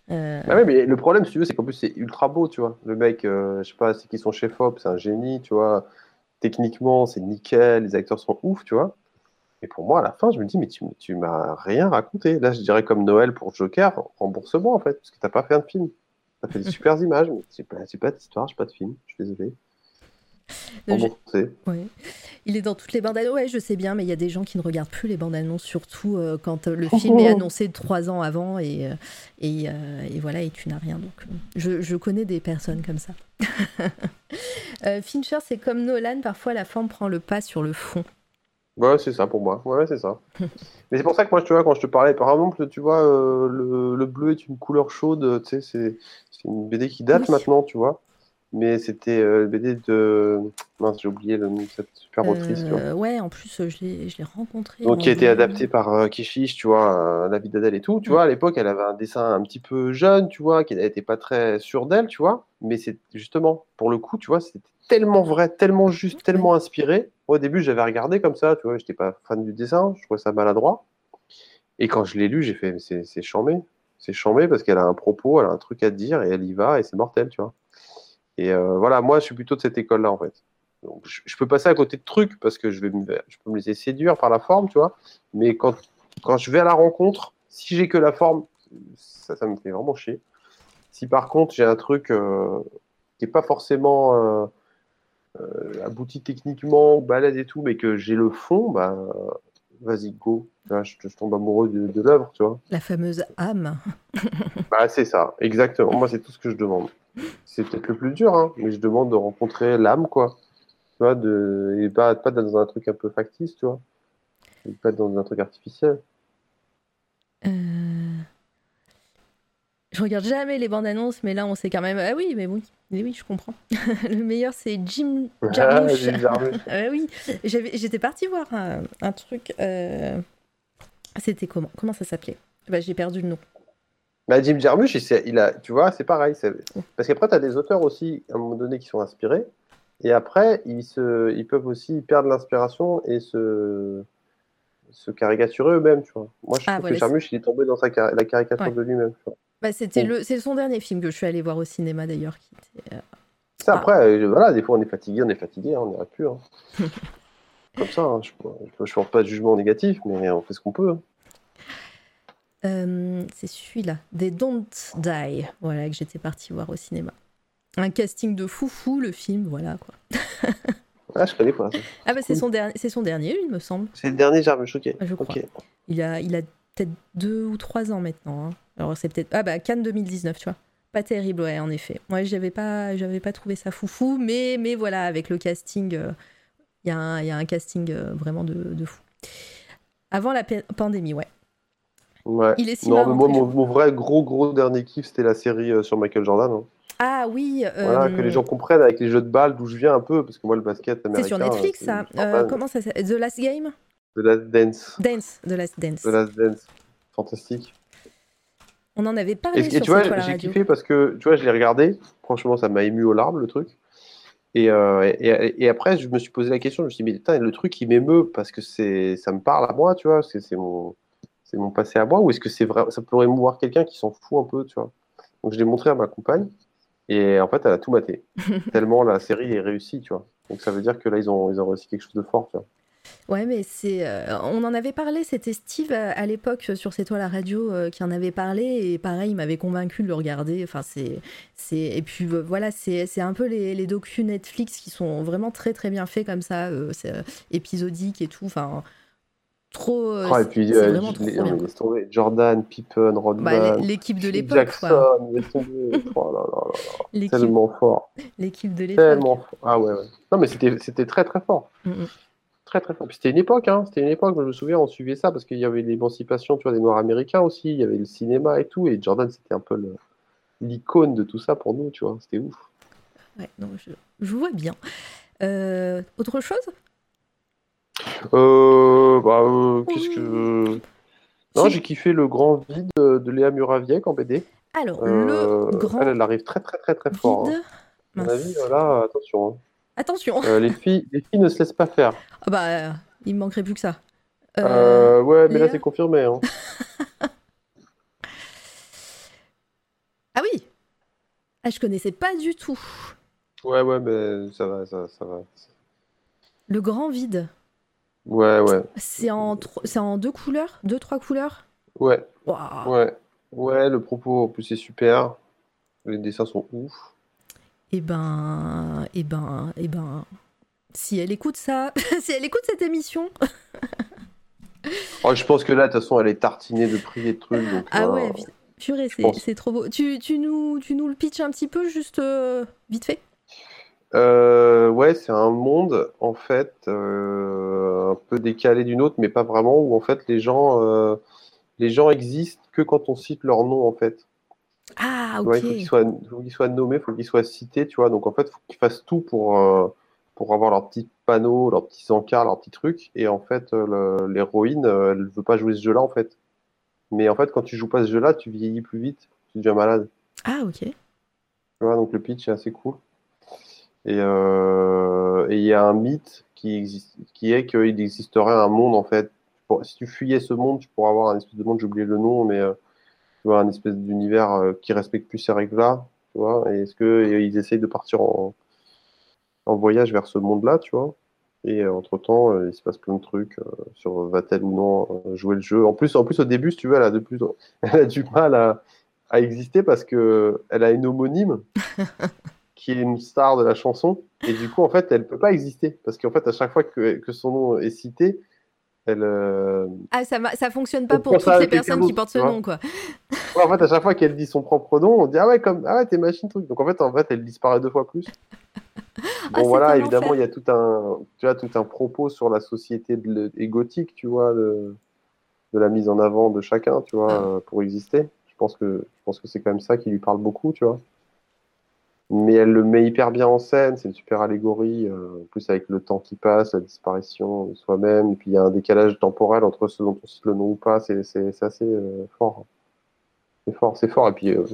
Euh, Ah ouais, mais le problème, si tu veux, c'est qu'en plus, c'est ultra beau, tu vois. Le mec, euh, je sais pas, c'est qui son chef-op, c'est un génie, tu vois. Techniquement, c'est nickel, les acteurs sont ouf, tu vois. Et pour moi, à la fin, je me dis, mais tu, tu m'as rien raconté. Là, je dirais comme Noël pour Joker, rembourse-moi, en fait, parce que t'as pas fait un film. T'as fait des super images, mais j'ai pas, j'ai pas d'histoire, j'ai pas de film, je suis désolé. je- Remboursé. ouais. Il est dans toutes les bandes annonces. Ouais, je sais bien, mais il y a des gens qui ne regardent plus les bandes annonces, surtout euh, quand euh, le film est annoncé trois ans avant et, euh, et, euh, et voilà, et tu n'as rien. Donc, euh, je, je connais des personnes comme ça. Euh, Fincher, c'est comme Nolan, parfois la forme prend le pas sur le fond. Ouais, c'est ça pour moi. Ouais, c'est ça. Mais c'est pour ça que moi, tu vois, quand je te parlais, par exemple, tu vois, euh, le, le bleu est une couleur chaude, tu sais, c'est c'est une B D qui date Oui. maintenant, tu vois. Mais c'était euh, B D de... Mince, j'ai oublié le nom de cette super autrice, tu vois. Euh, ouais, en plus, euh, je l'ai, je l'ai rencontré Donc, en qui a été vrai. adapté par euh, Kishish, tu vois, euh, La vie d'Adèle et tout. Tu Mm. vois, à l'époque, elle avait un dessin un petit peu jeune, tu vois, qui n'était pas très sûr d'elle, tu vois. Mais c'est justement, pour le coup, tu vois, c'était tellement vrai, tellement juste, Ouais. tellement inspiré. Au début, j'avais regardé comme ça, tu vois, j'étais pas fan du dessin, je trouvais ça maladroit. Et quand je l'ai lu, j'ai fait, mais c'est c'est chambé. C'est chambé parce qu'elle a un propos, elle a un truc à te dire et elle y va et c'est mortel, tu vois. Et euh, voilà, moi, je suis plutôt de cette école-là, en fait. Donc, je, je peux passer à côté de trucs parce que je, vais me, je peux me laisser séduire par la forme, tu vois. Mais quand, quand je vais à la rencontre, si j'ai que la forme, ça, ça me fait vraiment chier. Si par contre, j'ai un truc euh, qui n'est pas forcément euh, euh, abouti techniquement ou balèze et tout, mais que j'ai le fond, bah, vas-y, go. Tu vois, je, je tombe amoureux de, de l'œuvre, tu vois. La fameuse âme. Bah, c'est ça, exactement. Moi, c'est tout ce que je demande. C'est peut-être le plus dur, hein, mais je demande de rencontrer l'âme, quoi. Tu vois, de... et pas, pas dans un truc un peu factice, tu vois. Et pas dans un truc artificiel. Euh, Je regarde jamais les bandes annonces, mais là, on sait quand même. Ah oui, mais oui, mais oui, je comprends. Le meilleur, c'est Jim Ah, Jarmusch. Jim Jarmusch. Ah oui, J'avais- j'étais partie voir un, un truc. euh, C'était comment? Comment ça s'appelait? Bah, j'ai perdu le nom. Bah, Jim Jarmusch, il, s'est- il a, tu vois, c'est pareil. c'est- Parce qu'après, tu as des auteurs aussi, à un moment donné, qui sont inspirés. Et après, ils, se... ils peuvent aussi perdre l'inspiration et se... se caricaturer eux-mêmes, tu vois. Moi, je Ah trouve que voilà, c'est- Jarmusch, il est tombé dans sa car- la caricature ouais. de lui-même, tu vois. Bah, c'était Bon. le, c'est son dernier film que je suis allée voir au cinéma d'ailleurs. Qui était, euh, Ça, Ah, après, euh, voilà, des fois, on est fatigué, on est fatigué, hein, on n'aurait pu. Hein. Comme ça, hein, je ne porte pas de jugement négatif, mais on fait ce qu'on peut. Hein. euh, c'est celui-là, des Don't Die, voilà que j'étais partie voir au cinéma. Un casting de foufou, le film, voilà quoi. Ah, je connais pas ça. Ah bah c'est Cool. son dernier, c'est son dernier, il me semble. C'est le dernier Jarmusch, ok. Ah, je crois. Ok. Il a, il a peut-être deux ou trois ans maintenant. Hein. Alors c'est peut-être ah bah Cannes deux mille dix-neuf, tu vois. Pas terrible, ouais, en effet. Moi, j'avais pas, j'avais pas trouvé ça foufou, mais, mais voilà, avec le casting, il euh, y, y a un casting euh, vraiment de, de fou. Avant la pa- pandémie, ouais. Ouais. Il est si Non, mais marrant, moi, très mon, chou. mon vrai gros, gros dernier kiff, c'était la série euh, sur Michael Jordan. Hein. Ah oui, Voilà, que les euh, gens comprennent avec les jeux de balles d'où je viens un peu, parce que moi, le basket c'est sur américain, euh, Netflix, c'est ça. Euh, Jordan, comment ça s'appelle? The Last Game? The Last Dance. Dance, The Last The Dance. Last Dance. Fantastique. On en avait Et, parlé et sur tu C'est vois, toi la j'ai radio. kiffé parce que, tu vois, je l'ai regardé. Franchement, ça m'a ému aux larmes, le truc. Et, euh, et, et- et après, je me suis posé la question, je me suis dit, mais putain, le truc, il m'émeut parce que c'est, ça me parle à moi, tu vois, c'est c'est mon, c'est mon passé à moi, ou est-ce que c'est vrai, ça pourrait émouvoir quelqu'un qui s'en fout un peu, tu vois. Donc, je l'ai montré à ma compagne, et en fait, elle a tout maté. Tellement la série est réussie, tu vois. Donc, ça veut dire que là, ils ont, ils ont réussi quelque chose de fort, tu vois. Ouais, mais c'est. euh, on en avait parlé, c'était Steve euh, à l'époque euh, sur C'est toi la radio euh, qui en avait parlé, et pareil, il m'avait convaincu de le regarder. Enfin, c'est. c'est... Et puis euh, voilà, c'est, c'est un peu les, les docus Netflix qui sont vraiment très très bien faits comme ça, euh, c'est, euh, épisodiques et tout. Enfin, trop. euh, Oh, et c'est, puis, c'est euh, vraiment les- trop non, bien, mais quoi. laisse tomber. Jordan, Pippen, Bah, l'é- Rodman, l'équipe de Phil l'époque, quoi. Jackson, laisse tomber. Oh là là là là. L'équipe, Tellement fort. l'équipe de l'époque. Tellement fort. Ah ouais, ouais. Non, mais c'était, c'était très, très fort. Mm, mm. Très très fort. Puis c'était une époque, hein. C'était une époque, je me souviens, on suivait ça parce qu'il y avait l'émancipation, tu vois, des Noirs américains aussi, il y avait le cinéma et tout, et Jordan c'était un peu le- l'icône de tout ça pour nous, tu vois, c'était ouf. Ouais, non, je, je vois bien. Euh, autre chose? Euh, bah, euh, qu'est-ce Ouh. que... Non, Si- j'ai kiffé le grand vide de, de Léa Muraviec en B D. Alors, le Euh, elle, grand elle arrive très très très très fort. Hein. vide. À mon avis, Mince. euh, là, attention. Hein. Attention. Euh, les filles, les filles ne se laissent pas faire. Ah bah, euh, il me manquerait plus que ça. Euh, Euh, ouais, mais là c'est Léa. confirmé. Hein. Ah, je connaissais pas du tout. Ouais, ouais, mais ça va, ça, ça va. Le grand vide. Ouais, ouais, C'est en, tro- c'est en deux couleurs? Deux, trois couleurs? ouais, Waouh! ouais, ouais. Le propos en plus c'est super. Les dessins sont ouf. Eh ben, eh ben, eh ben, si elle écoute ça, si elle écoute cette émission, Oh, je pense que là, de toute façon, elle est tartinée de prix et de trucs, donc tu ah vois, ouais, pu- purée, je c'est, pense. c'est trop beau. Tu, tu nous, tu nous le pitches un petit peu, juste euh, vite fait? Euh, ouais, c'est un monde en fait euh, un peu décalé d'une autre, mais pas vraiment, où en fait les gens, euh, les gens existent que quand on cite leur nom en fait. Ah, Tu vois, ok. il faut qu'ils soient, faut qu'ils soient nommés, il faut qu'ils soient cités, tu vois. Donc en fait, il faut qu'ils fassent tout pour, euh, pour avoir leurs petits panneaux, leurs petits encarts, leurs petits trucs. Et en fait, euh, le- l'héroïne, euh, elle veut pas jouer ce jeu-là en fait. Mais en fait, quand tu joues pas ce jeu-là, tu vieillis plus vite, tu deviens malade. Ah, ok. Tu vois, donc le pitch est assez cool. Et euh, et il y a un mythe qui existe, qui est qu'il existerait un monde en fait. Pour- si tu fuyais ce monde, tu pourrais avoir un espèce de monde, j'ai oublié le nom, mais euh, tu vois, un espèce d'univers euh, qui respecte plus ces règles-là, tu vois. Et est-ce que et ils essayent de partir en, en voyage vers ce monde-là, tu vois. Et euh, entre-temps, euh, il se passe plein de trucs euh, sur va-t-elle ou non euh, jouer le jeu. En plus, en plus, au début, si tu veux, elle a de plus, elle a du mal à, à exister parce que elle a une homonyme qui est une star de la chanson. Et du coup, en fait, elle peut pas exister. Parce qu'en fait, à chaque fois que, que son nom est cité, elle. euh, Ah, ça, ma- ça fonctionne pas on pour pense toutes à les quelqu'un personnes qui d'autre, portent ce tu vois. nom, quoi. Ouais, en fait, à chaque fois qu'elle dit son propre nom, on dit ah ouais, comme ah ouais, t'es machine truc. Donc en fait, en fait, elle disparaît deux fois plus. Ah, Bon, c'est voilà, un évidemment, enfer. il y a tout un, tu vois, tout un propos sur la société de l- égotique, tu vois, de, de la mise en avant de chacun, tu Ah, vois, euh, pour exister. Je pense que, je pense que c'est quand même ça qui lui parle beaucoup, tu vois. Mais elle le met hyper bien en scène, c'est une super allégorie, euh, en plus avec le temps qui passe, la disparition de soi-même, et puis il y a un décalage temporel entre ce dont on cite le nom ou pas, c'est c'est- c'est assez euh, fort. C'est fort, c'est fort, et puis euh,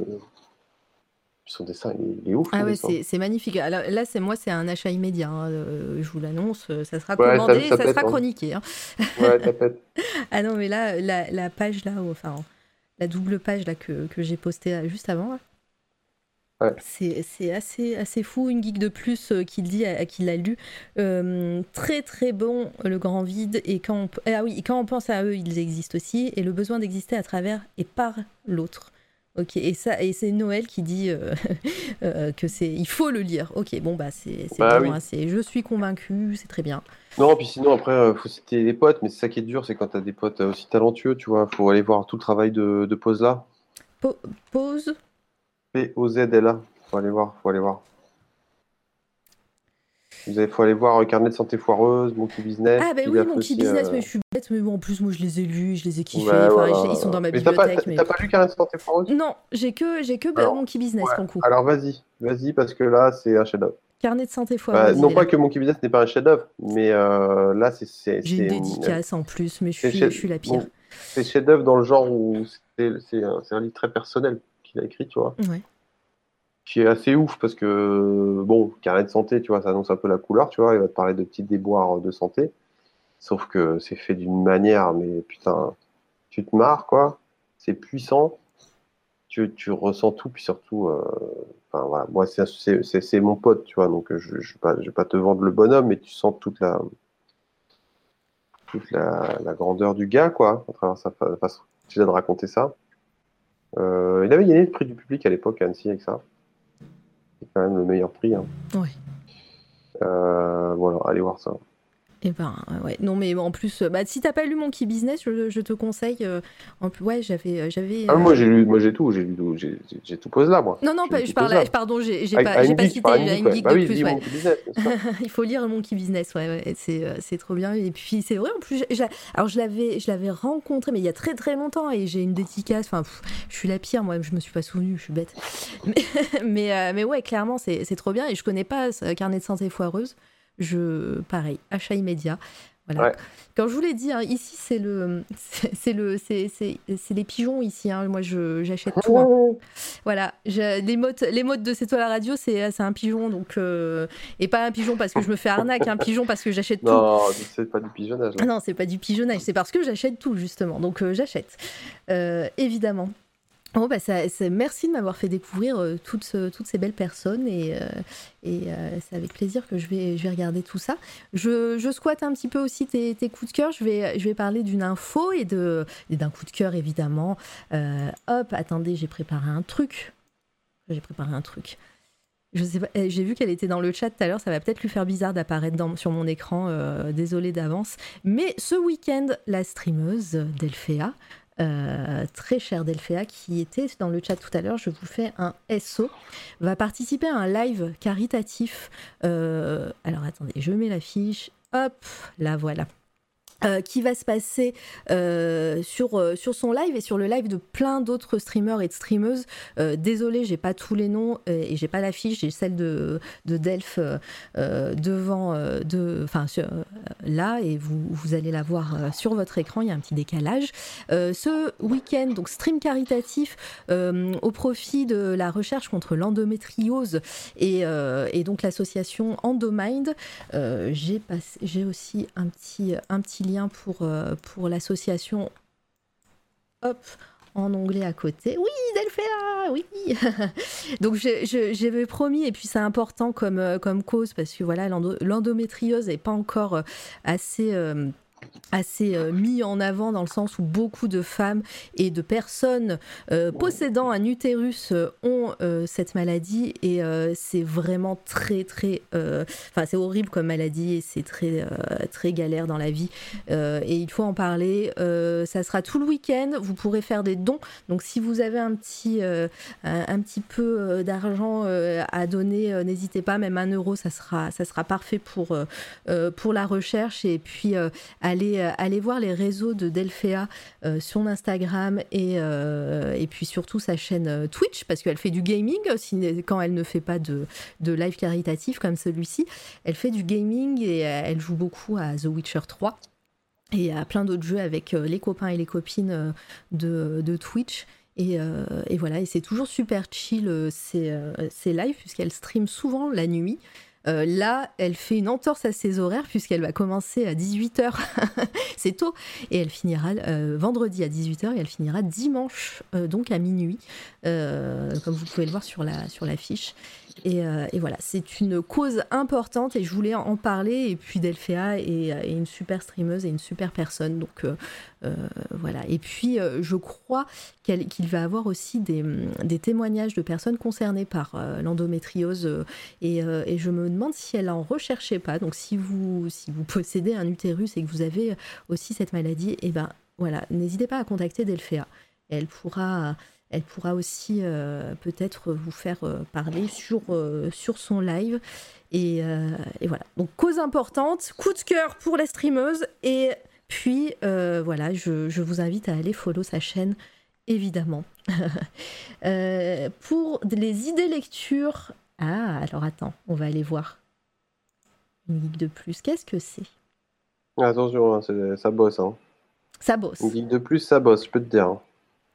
son dessin, il est, il est ouf, Ah son ouais, dessin. c'est c'est magnifique. Alors, là, c'est moi, c'est un achat immédiat, hein. Euh, je vous l'annonce, euh, ça sera Ouais, ça, commandé, ça ça pète, sera hein. chroniqué, hein. Ouais, ça pète. Ah non, mais là, la, la page là, enfin, la double page là que, que j'ai postée euh, juste avant, là, Ouais. c'est c'est assez, assez fou. Une geek de plus euh, qui le dit, à, à qui l'a lu. Euh, très très bon, le grand vide. Et quand on, ah oui, quand on pense à eux, ils existent aussi. Et le besoin d'exister à travers et par l'autre. Ok, et ça, et c'est Noël qui dit euh, euh, que c'est, il faut le lire. Ok, bon bah c'est c'est Bah bon, oui. hein, c'est, je suis convaincue, c'est très bien. Non, puis sinon, après, euh, faut citer les potes, mais c'est ça qui est dur, c'est quand t'as des potes euh, aussi talentueux, tu vois, faut aller voir tout le travail de, de pose là. Po- pause. P O Z L A. Faut aller voir, faut aller voir. Vous avez, faut aller voir euh, Carnet de santé foireuse, Monkey Business, Ah ben puis il oui, a fait Monkey aussi. Business, Euh... mais je suis bête, mais bon, en plus moi je les ai lus, je les ai kiffés. Ouais, Enfin, je- ils sont voilà. dans ma Mais t'as pas, t'as bibliothèque, mais t'as pas lu Carnet de santé foireuse? non, j'ai que j'ai que bah, Alors, Monkey Business ouais. pour le coup. Alors vas-y, vas-y, parce que là, c'est un chef-d'œuvre. Carnet de santé Bah, foireuse, il non est pas là. que Monkey Business n'est pas un chef-d'œuvre, mais euh, là, c'est c'est J'ai une c'est dédicace en plus, mais je c'est suis, chef, je suis la pire. bon, c'est chef-d'œuvre dans le genre où c'est c'est un, c'est un livre très personnel qu'il a écrit, tu vois, Ouais. qui est assez ouf parce que bon, carnet de santé, tu vois, ça annonce un peu la couleur, tu vois, il va te parler de petits déboires de santé, sauf que c'est fait d'une manière, mais putain, tu te marres, quoi, c'est puissant, tu, tu ressens tout, puis surtout, euh, enfin voilà, moi c'est c'est c'est- c'est mon pote, tu vois, donc euh, je je vais pas je vais pas te vendre le bonhomme, mais tu sens toute la toute la, la grandeur du gars, quoi, à travers sa fa- façon de raconter ça. Euh, il avait gagné le prix du public à l'époque à Annecy avec ça. C'est quand même le meilleur prix, hein. Ouais. Euh, voilà, allez voir ça. Et ben ouais, non mais en plus, euh, bah, si t'as pas lu Monkey Business, je, je te conseille. Euh, en plus, ouais, j'avais, euh, j'avais. Ah, moi euh, j'ai lu, moi j'ai tout, j'ai lu, tout- j'ai j'ai- j'ai tout posé là, moi. Non non, J'ai lu pas, je tout parle, posé à- là. pardon, j'ai j'ai À, pas, à j'ai une pas geek, par cité une à geek, une ouais. geek Bah de oui, plus, lis ouais. Monkey Business, bien sûr. Il faut lire Monkey Business, ouais, ouais, c'est, euh, c'est trop bien. Et puis c'est vrai, en plus, j'ai- j'ai- alors je l'avais, je l'avais rencontré, mais il y a très très longtemps, et j'ai une dédicace. Enfin, pff, je suis la pire, moi, je me suis pas souvenue, je suis bête. Mais, mais, euh, mais ouais, clairement, c'est, c'est trop bien. Et je connais pas ce Carnet de santé foireuse. Je, pareil, achat immédiat. Voilà. Ouais. Quand je vous l'ai dit, hein, ici c'est le, c'est, c'est le, c'est, c'est, c'est les pigeons ici. Hein. Moi, je, j'achète tout, hein. Voilà, je, les modes, les modes de C'est toi la radio, c'est, c'est un pigeon, donc euh, et pas un pigeon parce que je me fais arnaque, un pigeon parce que j'achète tout. Non, c'est pas du pigeonnage, là. Non, c'est pas du pigeonnage, c'est parce que j'achète tout justement, donc euh, j'achète, euh, évidemment. Oh bah ça, ça- merci de m'avoir fait découvrir euh, toutes, ce- toutes ces belles personnes et, euh, et euh, c'est avec plaisir que je vais, je vais regarder tout ça. Je, je squatte un petit peu aussi tes, tes coups de cœur. Je vais, je vais parler d'une info et, de, et d'un coup de cœur évidemment. Euh, hop, attendez, j'ai préparé un truc. J'ai préparé un truc. Je sais pas, eh, j'ai vu qu'elle était dans le chat tout à l'heure. Ça va peut-être lui faire bizarre d'apparaître dans- sur mon écran. Euh, désolée d'avance. Mais ce week-end, la streameuse Delphea. Euh, très chère Delphea, qui était dans le chat tout à l'heure, je vous fais un S O, va participer à un live caritatif. Euh, alors attendez, je mets la fiche. Hop, là voilà. Euh, qui va se passer euh, sur, euh, sur son live et sur le live de plein d'autres streamers et de streameuses. Euh, désolée, j'ai pas tous les noms euh, et j'ai pas la fiche, j'ai celle de, de Delph euh, euh, devant, euh, de, enfin sur- euh, là, et vous, vous allez la voir euh, sur votre écran, il y a un petit décalage. Euh, ce week-end, donc stream caritatif euh, au profit de la recherche contre l'endométriose et, euh, et donc l'association Endomind. Euh, j'ai, passé, j'ai aussi un petit, un petit lien pour, euh, pour l'association. Hop, en onglet à côté. Oui, Delphea, oui. Donc je- je- j'avais promis, et puis c'est important comme, euh, comme cause, parce que voilà, l'endo- l'endométriose n'est pas encore euh, assez... euh, assez euh, mis en avant dans le sens où beaucoup de femmes et de personnes euh, possédant un utérus euh, ont euh, cette maladie et euh, c'est vraiment très très euh, enfin c'est horrible comme maladie et c'est très euh, très galère dans la vie euh, et il faut en parler. Euh, ça sera tout le week-end, vous pourrez faire des dons, donc si vous avez un petit euh, un, un petit peu euh, d'argent euh, à donner, euh, n'hésitez pas, même un euro ça sera ça sera parfait pour euh, euh, pour la recherche. Et puis euh, allez, euh, allez voir les réseaux de Delphea, euh, son Instagram et, euh, et puis surtout sa chaîne euh, Twitch, parce qu'elle fait du gaming aussi, quand elle ne fait pas de, de live caritatif comme celui-ci. Elle fait du gaming et euh, elle joue beaucoup à The Witcher trois et à plein d'autres jeux avec euh, les copains et les copines euh, de, de Twitch. Et, euh, et voilà, et c'est toujours super chill euh, ces, euh, ces lives, puisqu'elle stream souvent la nuit. Euh, là, elle fait une entorse à ses horaires puisqu'elle va commencer à dix-huit heures, c'est tôt, et elle finira euh, vendredi à dix-huit heures et elle finira dimanche, euh, donc à minuit, euh, comme vous pouvez le voir sur la, sur la fiche. Et, euh, et voilà, c'est une cause importante et je voulais en parler. Et puis Delphea est, est une super streameuse et une super personne, donc euh, euh, voilà. Et puis euh, je crois qu'elle, qu'il va avoir aussi des, des témoignages de personnes concernées par euh, l'endométriose euh, et, euh, et je me demande si elle en recherchait pas. Donc si vous, si vous possédez un utérus et que vous avez aussi cette maladie, et ben voilà, n'hésitez pas à contacter Delphea. Elle pourra, elle pourra aussi euh, peut-être vous faire euh, parler sur, euh, sur son live. Et, euh, et voilà. Donc cause importante, coup de cœur pour les streameuses. Et puis euh, voilà, je, je vous invite à aller follow sa chaîne, évidemment. Euh, pour les idées lecture. Ah, alors attends, on va aller voir. Une geek de plus, qu'est-ce que c'est? Attention, hein, c'est- ça bosse. Hein. Ça Une bosse. geek de plus, ça bosse, je peux te dire. Hein.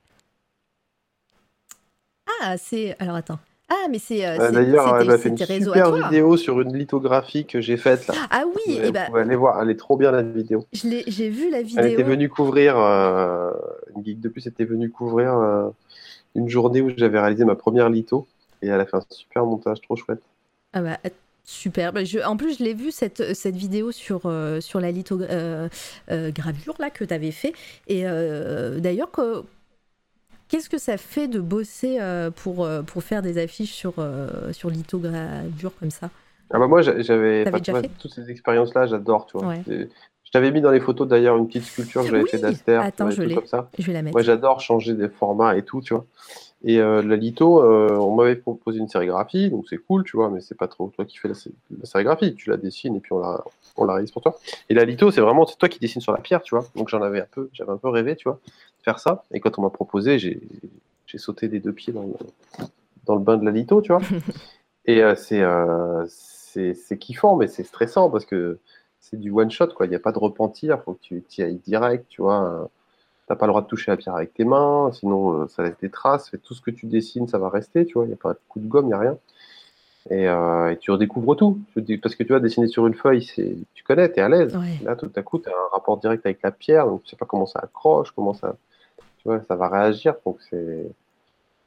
Ah, c'est. Alors attends. Ah, mais c'est, euh, Euh, c'est- D'ailleurs, elle c'était, m'a fait une c'était réseau à super toi. vidéo sur une lithographie que j'ai faite là. Ah Vous oui, pouvez, et vous ben, pouvez aller voir, elle est trop bien la vidéo. je l'ai, j'ai vu la Elle était vidéo. venue couvrir, euh, une geek de plus était venue couvrir euh, une journée où j'avais réalisé ma première litho et elle a fait un super montage, trop chouette. Ah bah, super. Bah, je- en plus, je l'ai vu cette, cette vidéo sur, euh, sur la lithogravure euh, euh, gravure, là que tu avais fait. Et euh, d'ailleurs, que- qu'est-ce que ça fait de bosser euh, pour, euh, pour faire des affiches sur, euh, sur lithogravure comme ça? Ah bah moi j'a- j'avais, T'avais enfin tu déjà vois, fait? toutes ces expériences-là, j'adore, tu vois. Ouais. C'est- Je t'avais mis dans les photos d'ailleurs une petite sculpture que j'avais fait Oui! d'Aster, tu Attends, vois, des je trucs l'ai. comme ça. Je vais la Moi mettre. j'adore changer des formats et tout, tu vois. Et euh, la litho, euh, on m'avait proposé une sérigraphie, donc c'est cool, tu vois, mais c'est pas trop toi qui fais la, sé- la sérigraphie, tu la dessines et puis on la, on la réalise pour toi. Et la litho, c'est vraiment c'est toi qui dessines sur la pierre, tu vois. Donc j'en avais un peu, j'avais un peu rêvé, tu vois, de faire ça. Et quand on m'a proposé, j'ai, j'ai sauté des deux pieds dans le, dans le bain de la litho, tu vois. Et euh, c'est, euh, c'est, c'est kiffant, mais c'est stressant parce que c'est du one shot, quoi. Il n'y a pas de repentir, faut que tu y ailles direct, tu vois. T'as pas le droit de toucher la pierre avec tes mains, sinon euh, ça laisse des traces. Fait, tout ce que tu dessines, ça va rester, tu vois. Il n'y a pas de coup de gomme, il n'y a rien. Et, euh, et tu redécouvres tout. Je dis- Parce que tu vois, dessiner sur une feuille, c'est, tu connais, tu es à l'aise. Ouais. Là, tout à coup, tu as un rapport direct avec la pierre, donc tu sais pas comment ça accroche, comment ça, tu vois, ça va réagir. Donc c'est,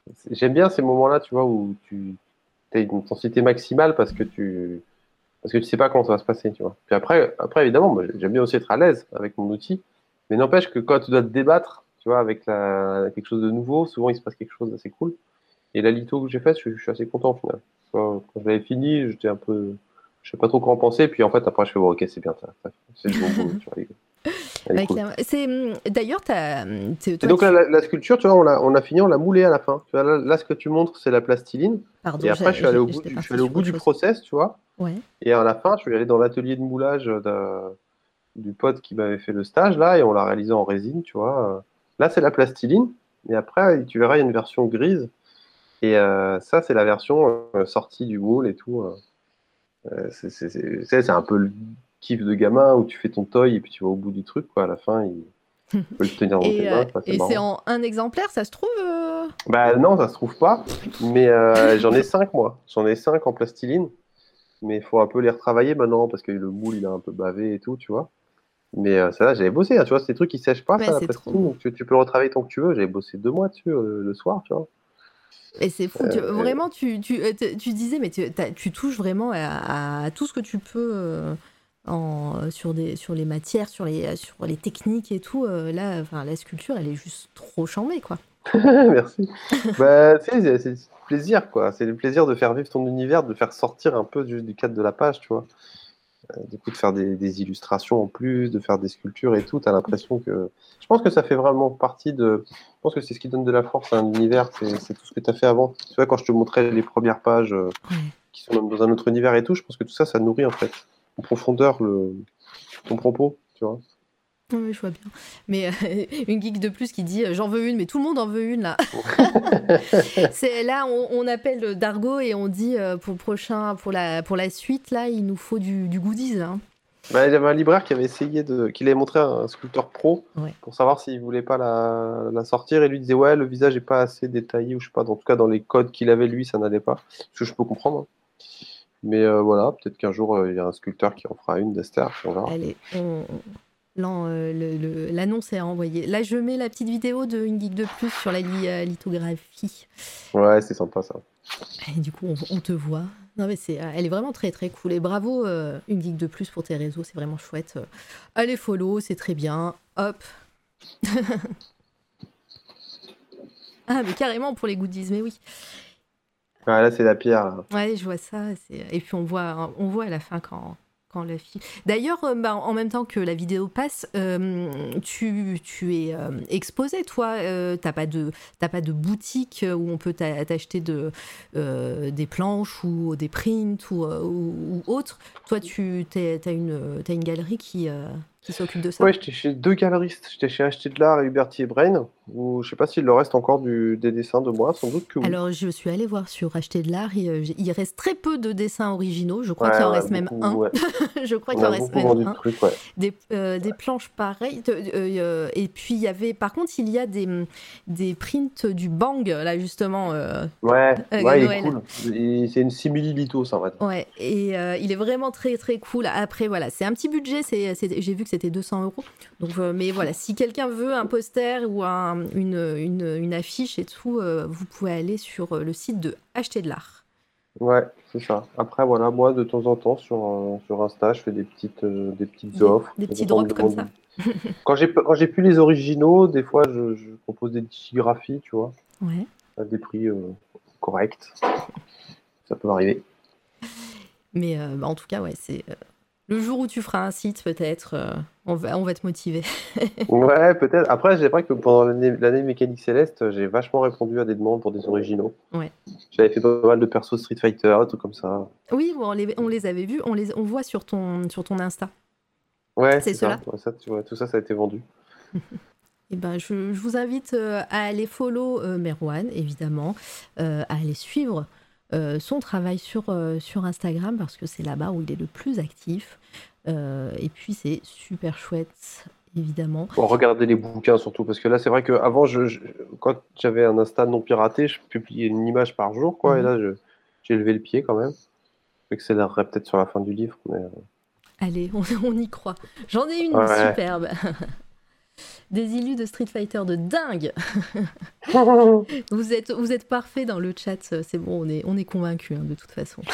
J'aime bien ces moments-là, tu vois, où tu as une intensité maximale parce que tu parce que tu sais pas comment ça va se passer, tu vois. Puis après, après évidemment, moi, j'aime bien aussi être à l'aise avec mon outil, mais n'empêche que quand tu dois te débattre, tu vois, avec la, quelque chose de nouveau, souvent il se passe quelque chose d'assez cool. Et la litho que j'ai faite, je, je suis assez content au final. Quand, quand je l'avais fini, j'étais un peu, je sais pas trop quoi en penser, puis en fait après je fais bon, ok, c'est bien, ça, ça- c'est du bon boulot, tu vois, elle est elle est Ouais, cool. clairement. C'est, hum, d'ailleurs, t'as, hum, t'es- Et toi, donc là, tu... la, la sculpture, tu vois, on l'a, on a fini, on l'a moulée à la fin. Tu vois, là, là, ce que tu montres, c'est la plastiline. Et Pardon, après, je j'ai- suis allé j'ai- au bout j'étais du, je suis partie allé au sur bout autre du chose. process, tu vois. Ouais. Et à la fin, je suis allé dans l'atelier de moulage de- du pote qui m'avait fait le stage, là, et on l'a réalisé en résine, tu vois. Là, c'est la plastiline. Et après, tu verras, il y a une version grise. Et euh, ça, c'est la version euh, sortie du moule et tout. Euh, c'est c'est- c'est- c'est- c'est un peu le kiff de gamin où tu fais ton toy et puis tu vas au bout du truc, quoi. À la fin, il tu peux le tenir dans tes Et, euh, mains, quoi, c'est et c'est marrant. en un exemplaire, ça se trouve euh Bah non, ça se trouve pas. Mais euh, j'en ai cinq, moi. J'en ai cinq en plastiline. Mais il faut un peu les retravailler maintenant parce que le moule, il a un peu bavé et tout, tu vois. Mais euh, ça, là, j'avais bossé, hein, tu vois, c'est des trucs qui sèchent pas, Ouais, ça, la c'est trop plastiline. beau. Donc tu, tu peux le retravailler tant que tu veux. J'avais bossé deux mois dessus euh, le soir, tu vois. Et c'est fou. Tu- Euh, vraiment, tu, tu, euh, tu- tu disais, mais tu, t'as- tu touches vraiment à, à tout ce que tu peux euh, en, sur, des, sur les matières, sur les, sur les techniques et tout. Euh, là, enfin, la sculpture, elle est juste trop chambée, quoi. merci. Bah, tu sais, c'est c'est le plaisir, quoi. C'est le plaisir de faire vivre ton univers, de faire sortir un peu du, du cadre de la page, tu vois. Du coup, de faire des, des illustrations en plus, de faire des sculptures et tout, t'as l'impression que... Je pense que ça fait vraiment partie de... Je pense que c'est ce qui donne de la force à un univers, c'est c'est tout ce que tu as fait avant. Tu vois, quand je te montrais les premières pages euh, Ouais. qui sont même dans un autre univers et tout, je pense que tout ça, ça nourrit en fait, en profondeur, le... ton propos, tu vois. Oui, oui, je vois bien. Mais euh, une geek de plus qui dit euh, j'en veux une, mais tout le monde en veut une là. C'est là on, on appelle Dargo et on dit euh, pour le prochain, pour la pour la suite là, il nous faut du, du goodies. Hein. Bah, il y avait un libraire qui avait essayé de... qui l'avait montré à un sculpteur pro Ouais. pour savoir s'il voulait pas la... la sortir et lui disait ouais, le visage est pas assez détaillé ou je sais pas, en tout cas dans les codes qu'il avait lui, ça n'allait pas. Ce que je peux comprendre, hein. Mais euh, voilà, peut-être qu'un jour, euh, il y a un sculpteur qui en fera une d'Esther, puis on verra. Allez, on, l'an- euh, le- le- l'annonce est envoyée. Là, je mets la petite vidéo de une geek de plus sur la li- euh, lithographie. Ouais, c'est sympa ça. Et du coup, on, on te voit. Non, mais c'est, elle est vraiment très très cool. Et bravo, euh, une geek de plus pour tes réseaux, c'est vraiment chouette. Euh, Allez, follow, c'est très bien. Hop. Ah, mais carrément pour les goodies, mais oui. Ouais, là, c'est la pierre, là. Ouais, je vois ça. c'est- Et puis on voit, on voit à la fin quand, quand la fille. D'ailleurs, euh, bah, en même temps que la vidéo passe, euh, tu, tu es euh, exposé, toi. Euh, t'as pas de, t'as pas de boutique où on peut t'a- t'acheter de, euh, des planches ou des prints ou, euh, ou, ou autre. Toi, tu t'es- t'as une, t'as une galerie qui, euh, qui s'occupe de ça. Ouais, j'étais chez deux galeristes. J'étais chez Acheter de l'Art et Huberty et Brain, où je sais pas s'il leur reste encore du... des dessins de moi, sans doute que oui. Alors, je suis allée voir sur Acheter de l'art et euh, j'ai- il reste très peu de dessins originaux. Je crois qu'il Ouais, en ouais, reste même un. beaucoup, ouais. Je crois On qu'il a en reste beaucoup même vendu de un. trucs, ouais. Des, euh, des planches pareilles. De- euh, euh, et puis, il y avait, par contre, il y a des, des prints du Bang, là, justement, euh, Ouais, euh, ouais, il est Noël. cool. Et c'est une simili-litho, ça, on va dire. Ouais, et euh, il est vraiment très très cool. Après, voilà, c'est un petit budget, c'est, c'est- j'ai vu que c'était deux cents euros. Donc, euh, mais voilà, si quelqu'un veut un poster ou un- une, une, une affiche et tout, euh, vous pouvez aller sur euh, le site de Acheter de l'art. Ouais, c'est ça. Après, voilà, moi, de temps en temps, sur, euh, sur Insta, je fais des petites, euh, des petites Des, offres. des De petits temps en temps, on me drops comme ça. demande- Quand j'ai quand j'ai plus les originaux, des fois, je, je propose des lithographies, tu vois, Ouais. à des prix euh, corrects. Ça peut arriver. Mais euh, bah, en tout cas, ouais, c'est euh, le jour où tu feras un site, peut-être, euh, on va, on va te motiver. Ouais, peut-être. Après, c'est vrai que pendant l'année l'année Mécanique Céleste, j'ai vachement répondu à des demandes pour des originaux. Ouais. J'avais fait pas mal de persos Street Fighter, des trucs comme ça. Oui, bon, on, les, on les avait vus, on les on voit sur ton, sur ton Insta. Ouais, C'est c'est ça. cela. Ouais, ça, tu vois, tout ça, ça a été vendu. Eh ben, je, je vous invite euh, à aller follow euh, Merwan, évidemment, euh, à aller suivre euh, son travail sur, euh, sur Instagram, parce que c'est là-bas où il est le plus actif. Euh, et puis, c'est super chouette, évidemment. Bon, regardez les bouquins surtout, parce que là, c'est vrai qu'avant, je, je- quand j'avais un Insta non piraté, je publiais une image par jour, quoi, et Mhm. là, je- j'ai levé le pied quand même. J'accélérerai peut-être sur la fin du livre, mais... Allez, on, on y croit. J'en ai une Ouais. superbe. des illus de Street Fighter de dingue. vous êtes, vous êtes parfait dans le chat, c'est bon, on est, on est convaincus hein, de toute façon.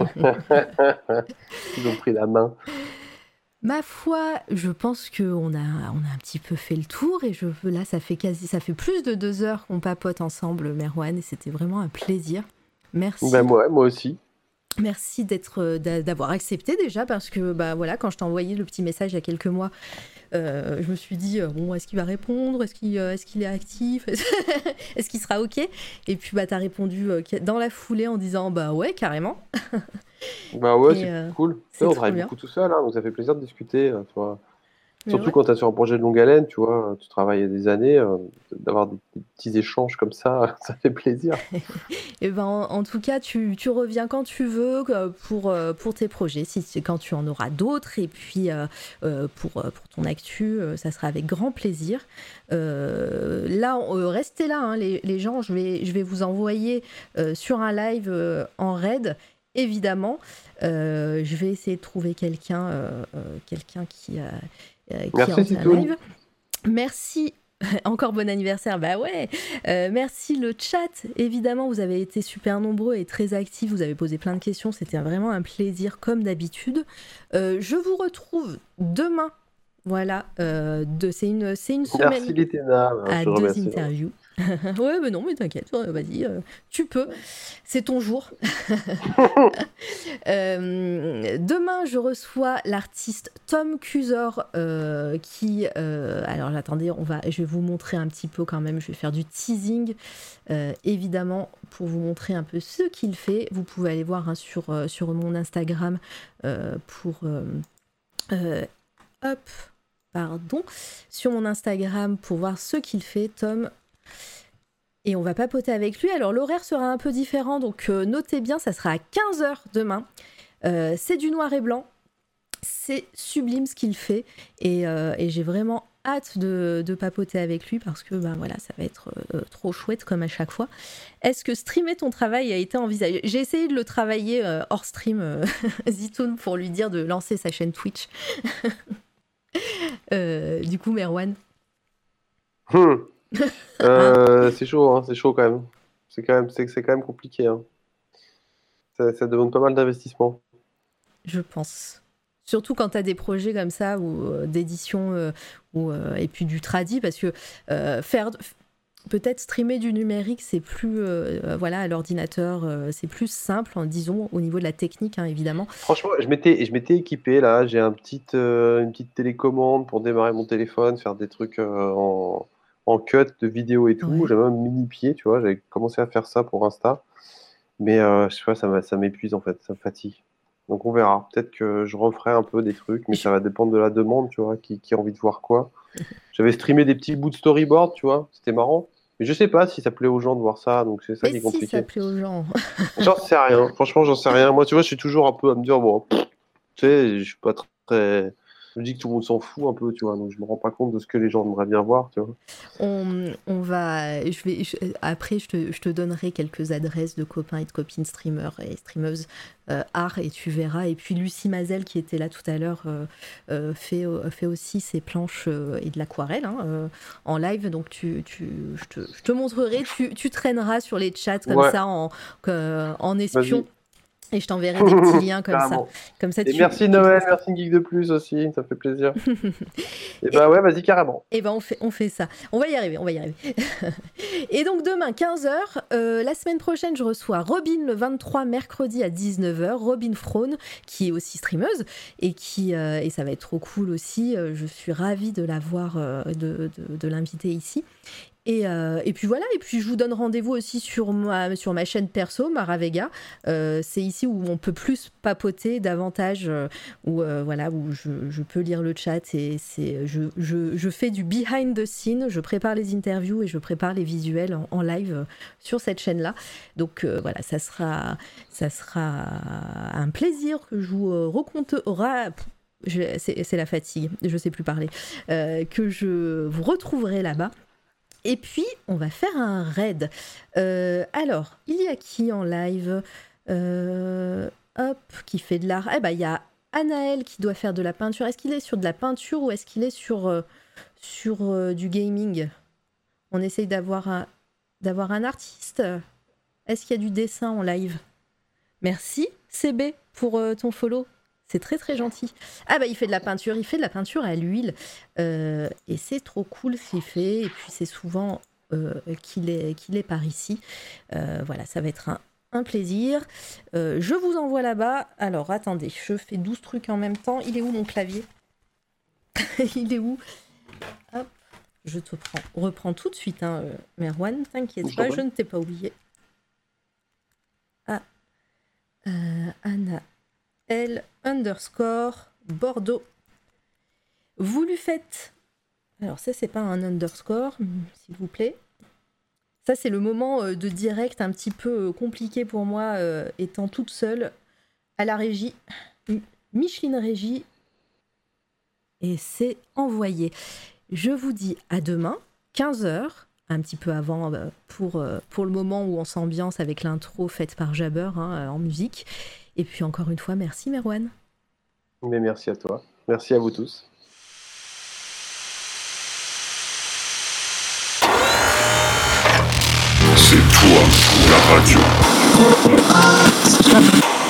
Ils ont pris la main. Ma foi, je pense qu'on a, on a un petit peu fait le tour et je veux là, ça fait quasi, ça fait plus de deux heures qu'on papote ensemble, Merwan, et c'était vraiment un plaisir. Merci. Ben moi, moi aussi. Merci d'être, d'avoir accepté déjà parce que bah voilà, quand je t'ai envoyé le petit message il y a quelques mois, euh, je me suis dit bon, est-ce qu'il va répondre, est-ce qu'il, est-ce qu'il est actif, est-ce qu'il sera ok, et puis bah t'as répondu dans la foulée en disant bah ouais carrément. Bah ouais, Et, c'est euh, cool. c'est Ouais, on trop travaille bien. beaucoup tout seul, hein, donc ça fait plaisir de discuter. euh, tu vois. Mais Surtout ouais. quand tu es sur un projet de longue haleine, tu vois, tu travailles des années, euh, d'avoir des, des petits échanges comme ça, ça fait plaisir. Et ben en, en tout cas, tu, tu reviens quand tu veux euh, pour, euh, pour tes projets, si c'est quand tu en auras d'autres, et puis euh, euh, pour, euh, pour ton actu, euh, ça sera avec grand plaisir. Euh, là, euh, restez là, hein, les, les gens, je vais, je vais vous envoyer euh, sur un live euh, en raid, évidemment. Euh, je vais essayer de trouver quelqu'un, euh, euh, quelqu'un qui, euh, qui Merci, est en Titoune. live. Merci. Encore bon anniversaire, bah ouais. Euh, merci le chat, évidemment, vous avez été super nombreux et très actifs, vous avez posé plein de questions, c'était vraiment un plaisir comme d'habitude. Euh, je vous retrouve demain, voilà, euh, de, c'est une, c'est une semaine Merci Litena, à je te deux remercie. interviews. Ouais, mais non, mais t'inquiète, vas-y, euh, tu peux, c'est ton jour. Euh, demain, je reçois l'artiste Tom Cusor euh, qui... Euh, alors, attendez, on va, je vais vous montrer un petit peu quand même. Je vais faire du teasing, euh, évidemment, pour vous montrer un peu ce qu'il fait. Vous pouvez aller voir hein, sur, euh, sur mon Instagram euh, pour... Euh, euh, hop, pardon. Sur mon Instagram pour voir ce qu'il fait, Tom. Et on va papoter avec lui. Alors l'horaire sera un peu différent, donc euh, notez bien, ça sera à quinze heures demain. Euh, c'est du noir et blanc, c'est sublime ce qu'il fait, et, euh, et j'ai vraiment hâte de, de papoter avec lui parce que ben voilà, ça va être euh, trop chouette comme à chaque fois. Est-ce que streamer ton travail a été envisagé ? J'ai essayé de le travailler euh, hors stream, euh, Zitoun, pour lui dire de lancer sa chaîne Twitch. euh, du coup, Merwan. Hmm. Euh, c'est chaud, hein, c'est chaud quand même. C'est quand même, c'est, c'est quand même compliqué. Hein. Ça, ça demande pas mal d'investissement. Je pense. Surtout quand tu as des projets comme ça, ou euh, d'édition, euh, ou, euh, et puis du tradi, parce que euh, faire... Peut-être streamer du numérique, c'est plus, euh, voilà, à l'ordinateur, euh, c'est plus simple, hein, disons, au niveau de la technique, hein, évidemment. Franchement, je m'étais, je m'étais équipé là. J'ai un petit, euh, une petite télécommande pour démarrer mon téléphone, faire des trucs euh, en, en cut de vidéo et tout. Ouais. J'avais même un mini pied, tu vois. J'avais commencé à faire ça pour Insta, mais euh, je sais pas, ça, m'a- ça m'épuise en fait, ça me fatigue. Donc on verra. Peut-être que je referai un peu des trucs, mais Je- ça va dépendre de la demande, tu vois, qui, qui a envie de voir quoi. J'avais streamé des petits bouts de storyboard, tu vois. C'était marrant. Mais je sais pas si ça plaît aux gens de voir ça, donc c'est ça Mais qui est si, ça compliqué. plaît aux gens. J'en sais rien. Franchement, j'en sais rien. Moi, tu vois, je suis toujours un peu à me dire, bon, pff, tu sais, je suis pas très. Je me dis que tout le monde s'en fout un peu, tu vois, donc je me rends pas compte de ce que les gens aimeraient bien voir, tu vois. On, on va, je vais, je- après, je te, je te donnerai quelques adresses de copains et de copines streamers et streameuses euh, art, et tu verras. Et puis Lucie Mazel, qui était là tout à l'heure, euh, euh, fait, euh, fait aussi ses planches euh, et de l'aquarelle hein, euh, en live. Donc tu, tu, je, te, je te montrerai, tu, tu traîneras sur les chats comme Ouais, ça en, que- en espion. vas-y. Et je t'enverrai des petits liens comme ça. Carrément. Comme ça, Et tu, merci tu Noël, testeras. merci Geek de Plus aussi, ça fait plaisir. Et Et, bah ouais, vas-y, carrément. Eh ben on fait, on fait ça. On va y arriver, on va y arriver. Et donc demain, quinze heures, euh, la semaine prochaine, je reçois Robin le vingt-trois, mercredi à dix-neuf heures. Robin Frone, qui est aussi streameuse, et, qui, euh, et ça va être trop cool aussi. Euh, Je suis ravie de la voir, euh, de, de, de l'inviter ici. Et, euh, et puis voilà, et puis je vous donne rendez-vous aussi sur ma, sur ma chaîne perso, Mara Vega. Euh, c'est ici où on peut plus papoter davantage, euh, où, euh, voilà, où je, je peux lire le chat, et c'est, je, je, je fais du behind the scene, je prépare les interviews et je prépare les visuels en, en live euh, sur cette chaîne-là. Donc euh, voilà, ça sera, ça sera un plaisir que je vous euh, racontera. Je- c'est, c'est la fatigue, je sais plus parler, euh, que je vous retrouverai là-bas. Et puis, on va faire un raid. Euh, alors, il y a qui en live Euh, Hop, qui fait de l'art. Eh ben, il y a Anaël qui doit faire de la peinture. Est-ce qu'il est sur de la peinture ou est-ce qu'il est sur, euh, sur euh, du gaming. On essaye d'avoir un, d'avoir un artiste. Est-ce qu'il y a du dessin en live? Merci C B pour euh, ton follow. C'est très très gentil. Ah bah il fait de la peinture, il fait de la peinture à l'huile. Euh, et c'est trop cool ce qu'il fait. Et puis c'est souvent euh, qu'il est, qu'il est par ici. Euh, voilà, ça va être un, un plaisir. Euh, je vous envoie là-bas. Alors attendez, je fais douze trucs en même temps. Il est où mon clavier? Il est où? Hop, je te prends, reprends tout de suite, hein, euh, Merwan, t'inquiète pas, je ne t'ai pas oublié. Ah, euh, Anna L underscore Bordeaux. Vous lui faites. Alors ça c'est pas un underscore, s'il vous plaît. Ça c'est le moment euh, de direct un petit peu euh, compliqué pour moi, euh, étant toute seule à la régie. Micheline Régie. Et c'est envoyé. Je vous dis à demain, quinze heures, un petit peu avant, euh, pour, euh, pour le moment où on s'ambiance avec l'intro faite par Jabber hein, en musique. Et puis encore une fois, merci Merwan. Mais merci à toi. Merci à vous tous. C'est toi, la radio.